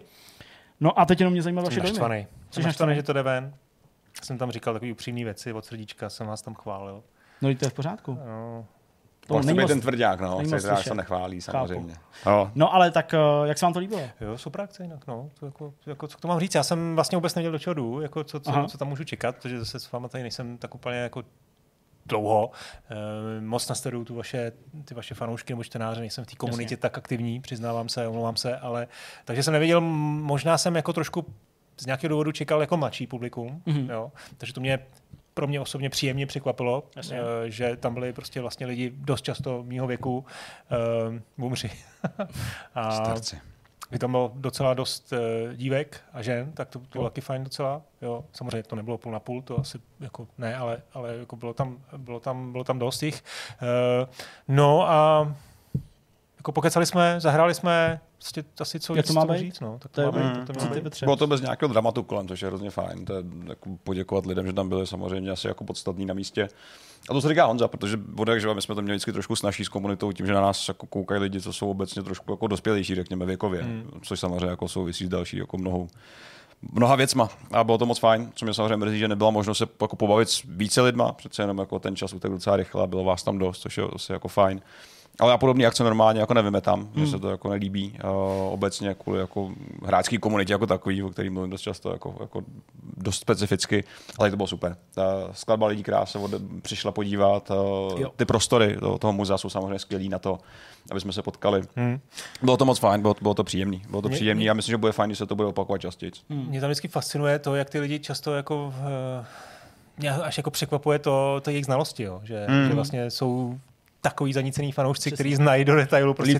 No a teď jenom mě zajímá vaše dojmy. Jsi naštvaný, že to jde ven? Jsem tam říkal takové upřímné věci, od srdíčka jsem vás tam chválil. No, to je v pořádku. No. To není ten tvrdák, no, se nechválí samozřejmě. No, ale tak, jak se vám to líbilo? Jo, super akce jinak, no. To jako, co k tomu mám říct? Já jsem vlastně vůbec nevěděl, do čeho jdu, jako co tam můžu čekat, protože zase s váma tady nejsem tak úplně jako dlouho. Moc nasleduju ty vaše fanoušky nebo čtenáře, nejsem v té komunitě tak aktivní, přiznávám se, omlouvám se, ale takže jsem nevěděl, možná jsem jako trošku z nějakého důvodu čekal jako mladší publikum, jo? Takže to mě pro mě osobně příjemně překvapilo, že tam byli prostě vlastně lidi dost často mýho věku, bumři. Starci. by tam bylo docela dost dívek a žen, tak to bylo taky fajn docela. Jo, samozřejmě to nebylo půl na půl, to asi jako ne, ale jako bylo tam dost jich. No a jako pokecali jsme, zahráli jsme, prostě asi co víc tomu říct. No. Tak to má být. Bylo to bez nějakého dramatu kolem, což je hrozně fajn. To je jako poděkovat lidem, že tam byli samozřejmě asi jako podstatný na místě. A to se říká Honza, protože my jsme to měli vždycky trošku snažší s komunitou tím, že na nás jako koukají lidi, co jsou obecně trošku jako dospělejší, řekněme věkově, což samozřejmě jako souvisí s další jako mnoha věcma. A bylo to moc fajn, co mě samozřejmě mrzí, že nebyla možnost se jako pobavit s více lidma, přece jenom jako ten čas utek docela rychle, bylo vás tam dost, což je asi jako fajn. Ale já podobný akce normálně jako nevymetám, že se to jako nelíbí obecně kvůli jako hráčský komunitě jako takový, o který mluvím dost často jako dost specificky, ale to bylo super. Ta skladba lidí, která se přišla podívat, ty prostory toho muzea jsou samozřejmě skvělý na to, aby jsme se potkali. Bylo to moc fajn, bylo to příjemný. Bylo to příjemný a myslím, že bude fajn, když se to bude opakovat častěji. Mě tam vždycky fascinuje to, jak ty lidi často jako mě až jako překvapuje to jejich znalosti, jo? Že vlastně jsou takový zanícený fanoušci, kteří znají do detailu, prostě,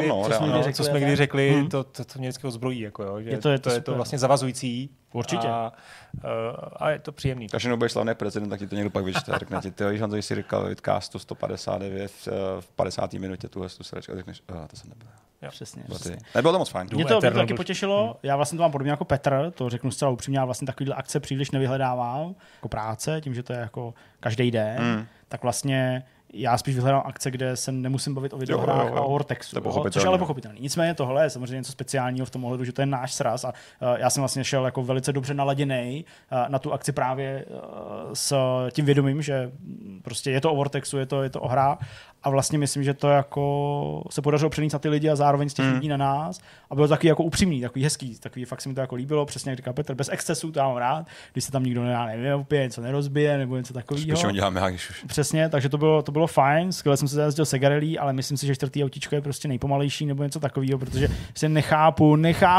co jsme kdy řekli, to mě vždycky ozbrojí, jako, jo, že to je to vlastně zavazující. Určitě. A je to příjemný. Takže nebudeš slavný prezident, tak ti to někdo pak vyčte a řekne ti, ty Honzo, jsi říkal vidcastu 159 v 50. minutě tuhle sračku a řekneš, to jsem nebyl. Přesně. Nebylo to moc fajn. Mě to taky potěšilo, já vlastně to mám podobně jako Petr, to řeknu zcela upřímně, já vlastně takovýhle akce příliš nevyhledávám, jako práce, tím, že to je jako každý den, tak vlastně já spíš vyhledám akce, kde se nemusím bavit o videohrách a o Vortexu, což je ale pochopitelný. Nicméně tohle je samozřejmě něco speciálního v tom ohledu, že to je náš sraz a já jsem vlastně šel jako velice dobře naladěnej na tu akci právě s tím vědomím, že prostě je to o Vortexu, je to o hra a vlastně myslím, že to jako se podařilo přenést na ty lidi a zároveň z těch lidí na nás a bylo takový jako upřímný, takový hezký, takový fakt se mi to jako líbilo, přesně jak říká Petr, bez excesů, to já mám rád, když se tam nikdo nevím, opět něco nerozbije nebo něco takového. Přesně, takže to bylo fajn, skvěle jsem se zajezdil Segarelli, ale myslím si, že čtvrtý autíčko je prostě nejpomalejší nebo něco takového, protože se nechápu,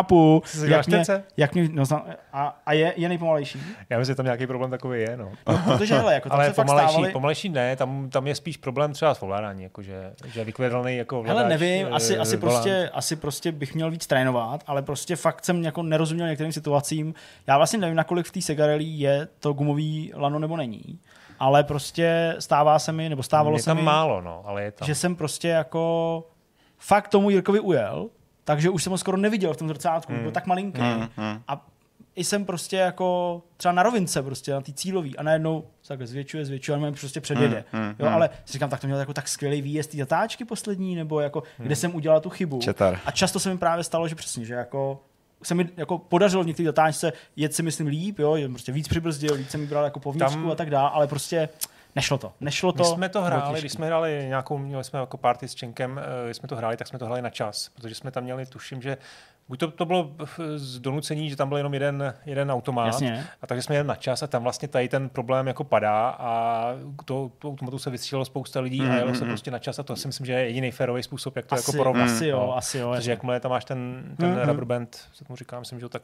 jak mě a je nejpomalejší. Já myslím, že tam nějaký problém takový je, no. Protože hele, jako tam ale se fakt stávali... pomalejší ne, tam je spíš problém třeba s ovládání, jakože že vykvědelný jako ovládáč. Hele, nevím, asi prostě bych měl víc trénovat, ale prostě fakt jsem jako nerozuměl některým situacím. Já vlastně nevím, nakolik v té Segarelli je to gumový lano nebo není. Ale prostě stávalo se mi, málo, no, ale je tam. Že jsem prostě jako fakt tomu Jirkovi ujel, takže už jsem ho skoro neviděl v tom zrcátku, byl tak malinký. A i jsem prostě jako třeba na rovince prostě, na té cílový a najednou se takhle zvětšuje a mě prostě předjede. Ale si říkám, tak to měl jako tak skvělý výjezd té zatáčky poslední, nebo jako kde jsem udělal tu chybu. Četar. A často se mi právě stalo, že přesně, že jako se mi jako podařilo v některé zatáčce jet si myslím líp, jo, prostě víc přibrzdil, víc jsem jí bral jako po vnitřku a tak dále, ale prostě nešlo to. My jsme to hráli, když jsme hráli měli jsme jako party s Čenkem, když jsme to hráli, tak jsme to hráli na čas, protože jsme tam měli, tuším, že buď to bylo z donucení, že tam byl jenom jeden automat. Jasně. A takže jsme jeli na čas a tam vlastně tady ten problém jako padá a to automatu se vystřílelo spousta lidí a jelo se prostě na čas a to si myslím, že je jediný férový způsob, jak to jako porovnat. Asi jo. Takže jakmile tam máš ten rubber band, co tomu říkám, myslím, že tak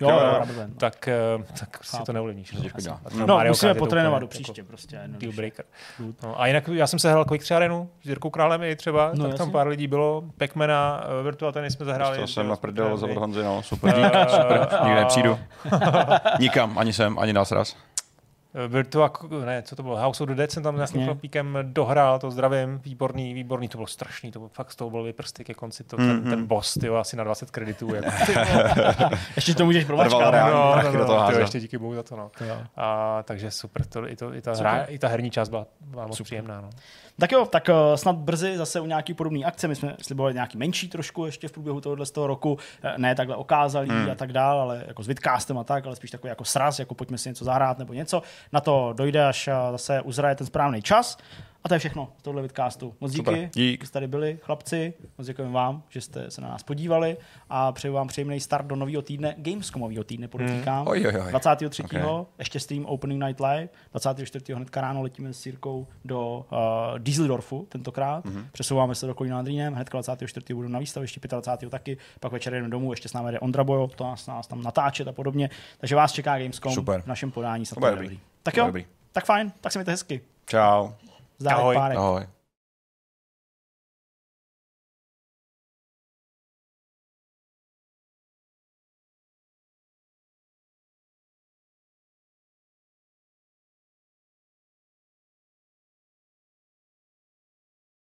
si to neovlivníš. Musíme potrénovat do příště prostě. Deal breaker. No, a jinak já jsem se hrál Quick Arenu s Jirkou Králem i třeba, tak tam pár lidí bylo. Pac-Mana, Virtua Tennis jsme zahráli. To jsem naprdel za Honzi, no, super, nikdy nepřijdu. Nikam, ani sem, ani nás raz. Virtua, ne, co to bylo, House of the Dead jsem tam nějakým chlapíkem dohrál, to zdravím, výborný, to bylo strašný, to bylo fakt z toho byl vyprsty ke konci, ten boss, tyjo, asi na 20 kreditů. Jako, ještě to můžeš promačkat. No, ještě díky bohu za to, no. A takže super, i ta herní část byla moc příjemná, no. Tak jo, tak snad brzy zase u nějaký podobný akce. My jsme slibovali nějaký menší trošku ještě v průběhu z toho roku. Ne takhle okázalý a tak dál, ale jako s vidcastem a tak, ale spíš takový jako sraz, jako pojďme si něco zahrát nebo něco. Na to dojde, až zase uzraje ten správný čas. A to je všechno z tohohle vidcastu. Moc díky, že jste tady byli, chlapci. Moc děkujeme vám, že jste se na nás podívali a přeju vám příjemný start do nového týdne, Gamescomového týdne, podotýkám. 23. ještě stream Opening Night Live, 24. hnedka ráno letíme s Jirkou do Düsseldorfu tentokrát. Přesouváme se do Kolína nad Rýnem, hnedka 24. budou na výstavišti, 25. taky, pak večer jdeme domů, ještě s námi jde Ondra Bojo, to nás tam natáčet a podobně. Takže vás čeká Gamescom v našem podání. Dobrý. Tak jo, tak fajn, tak se mějte hezky. Čau. Zdávek párek. Ahoj.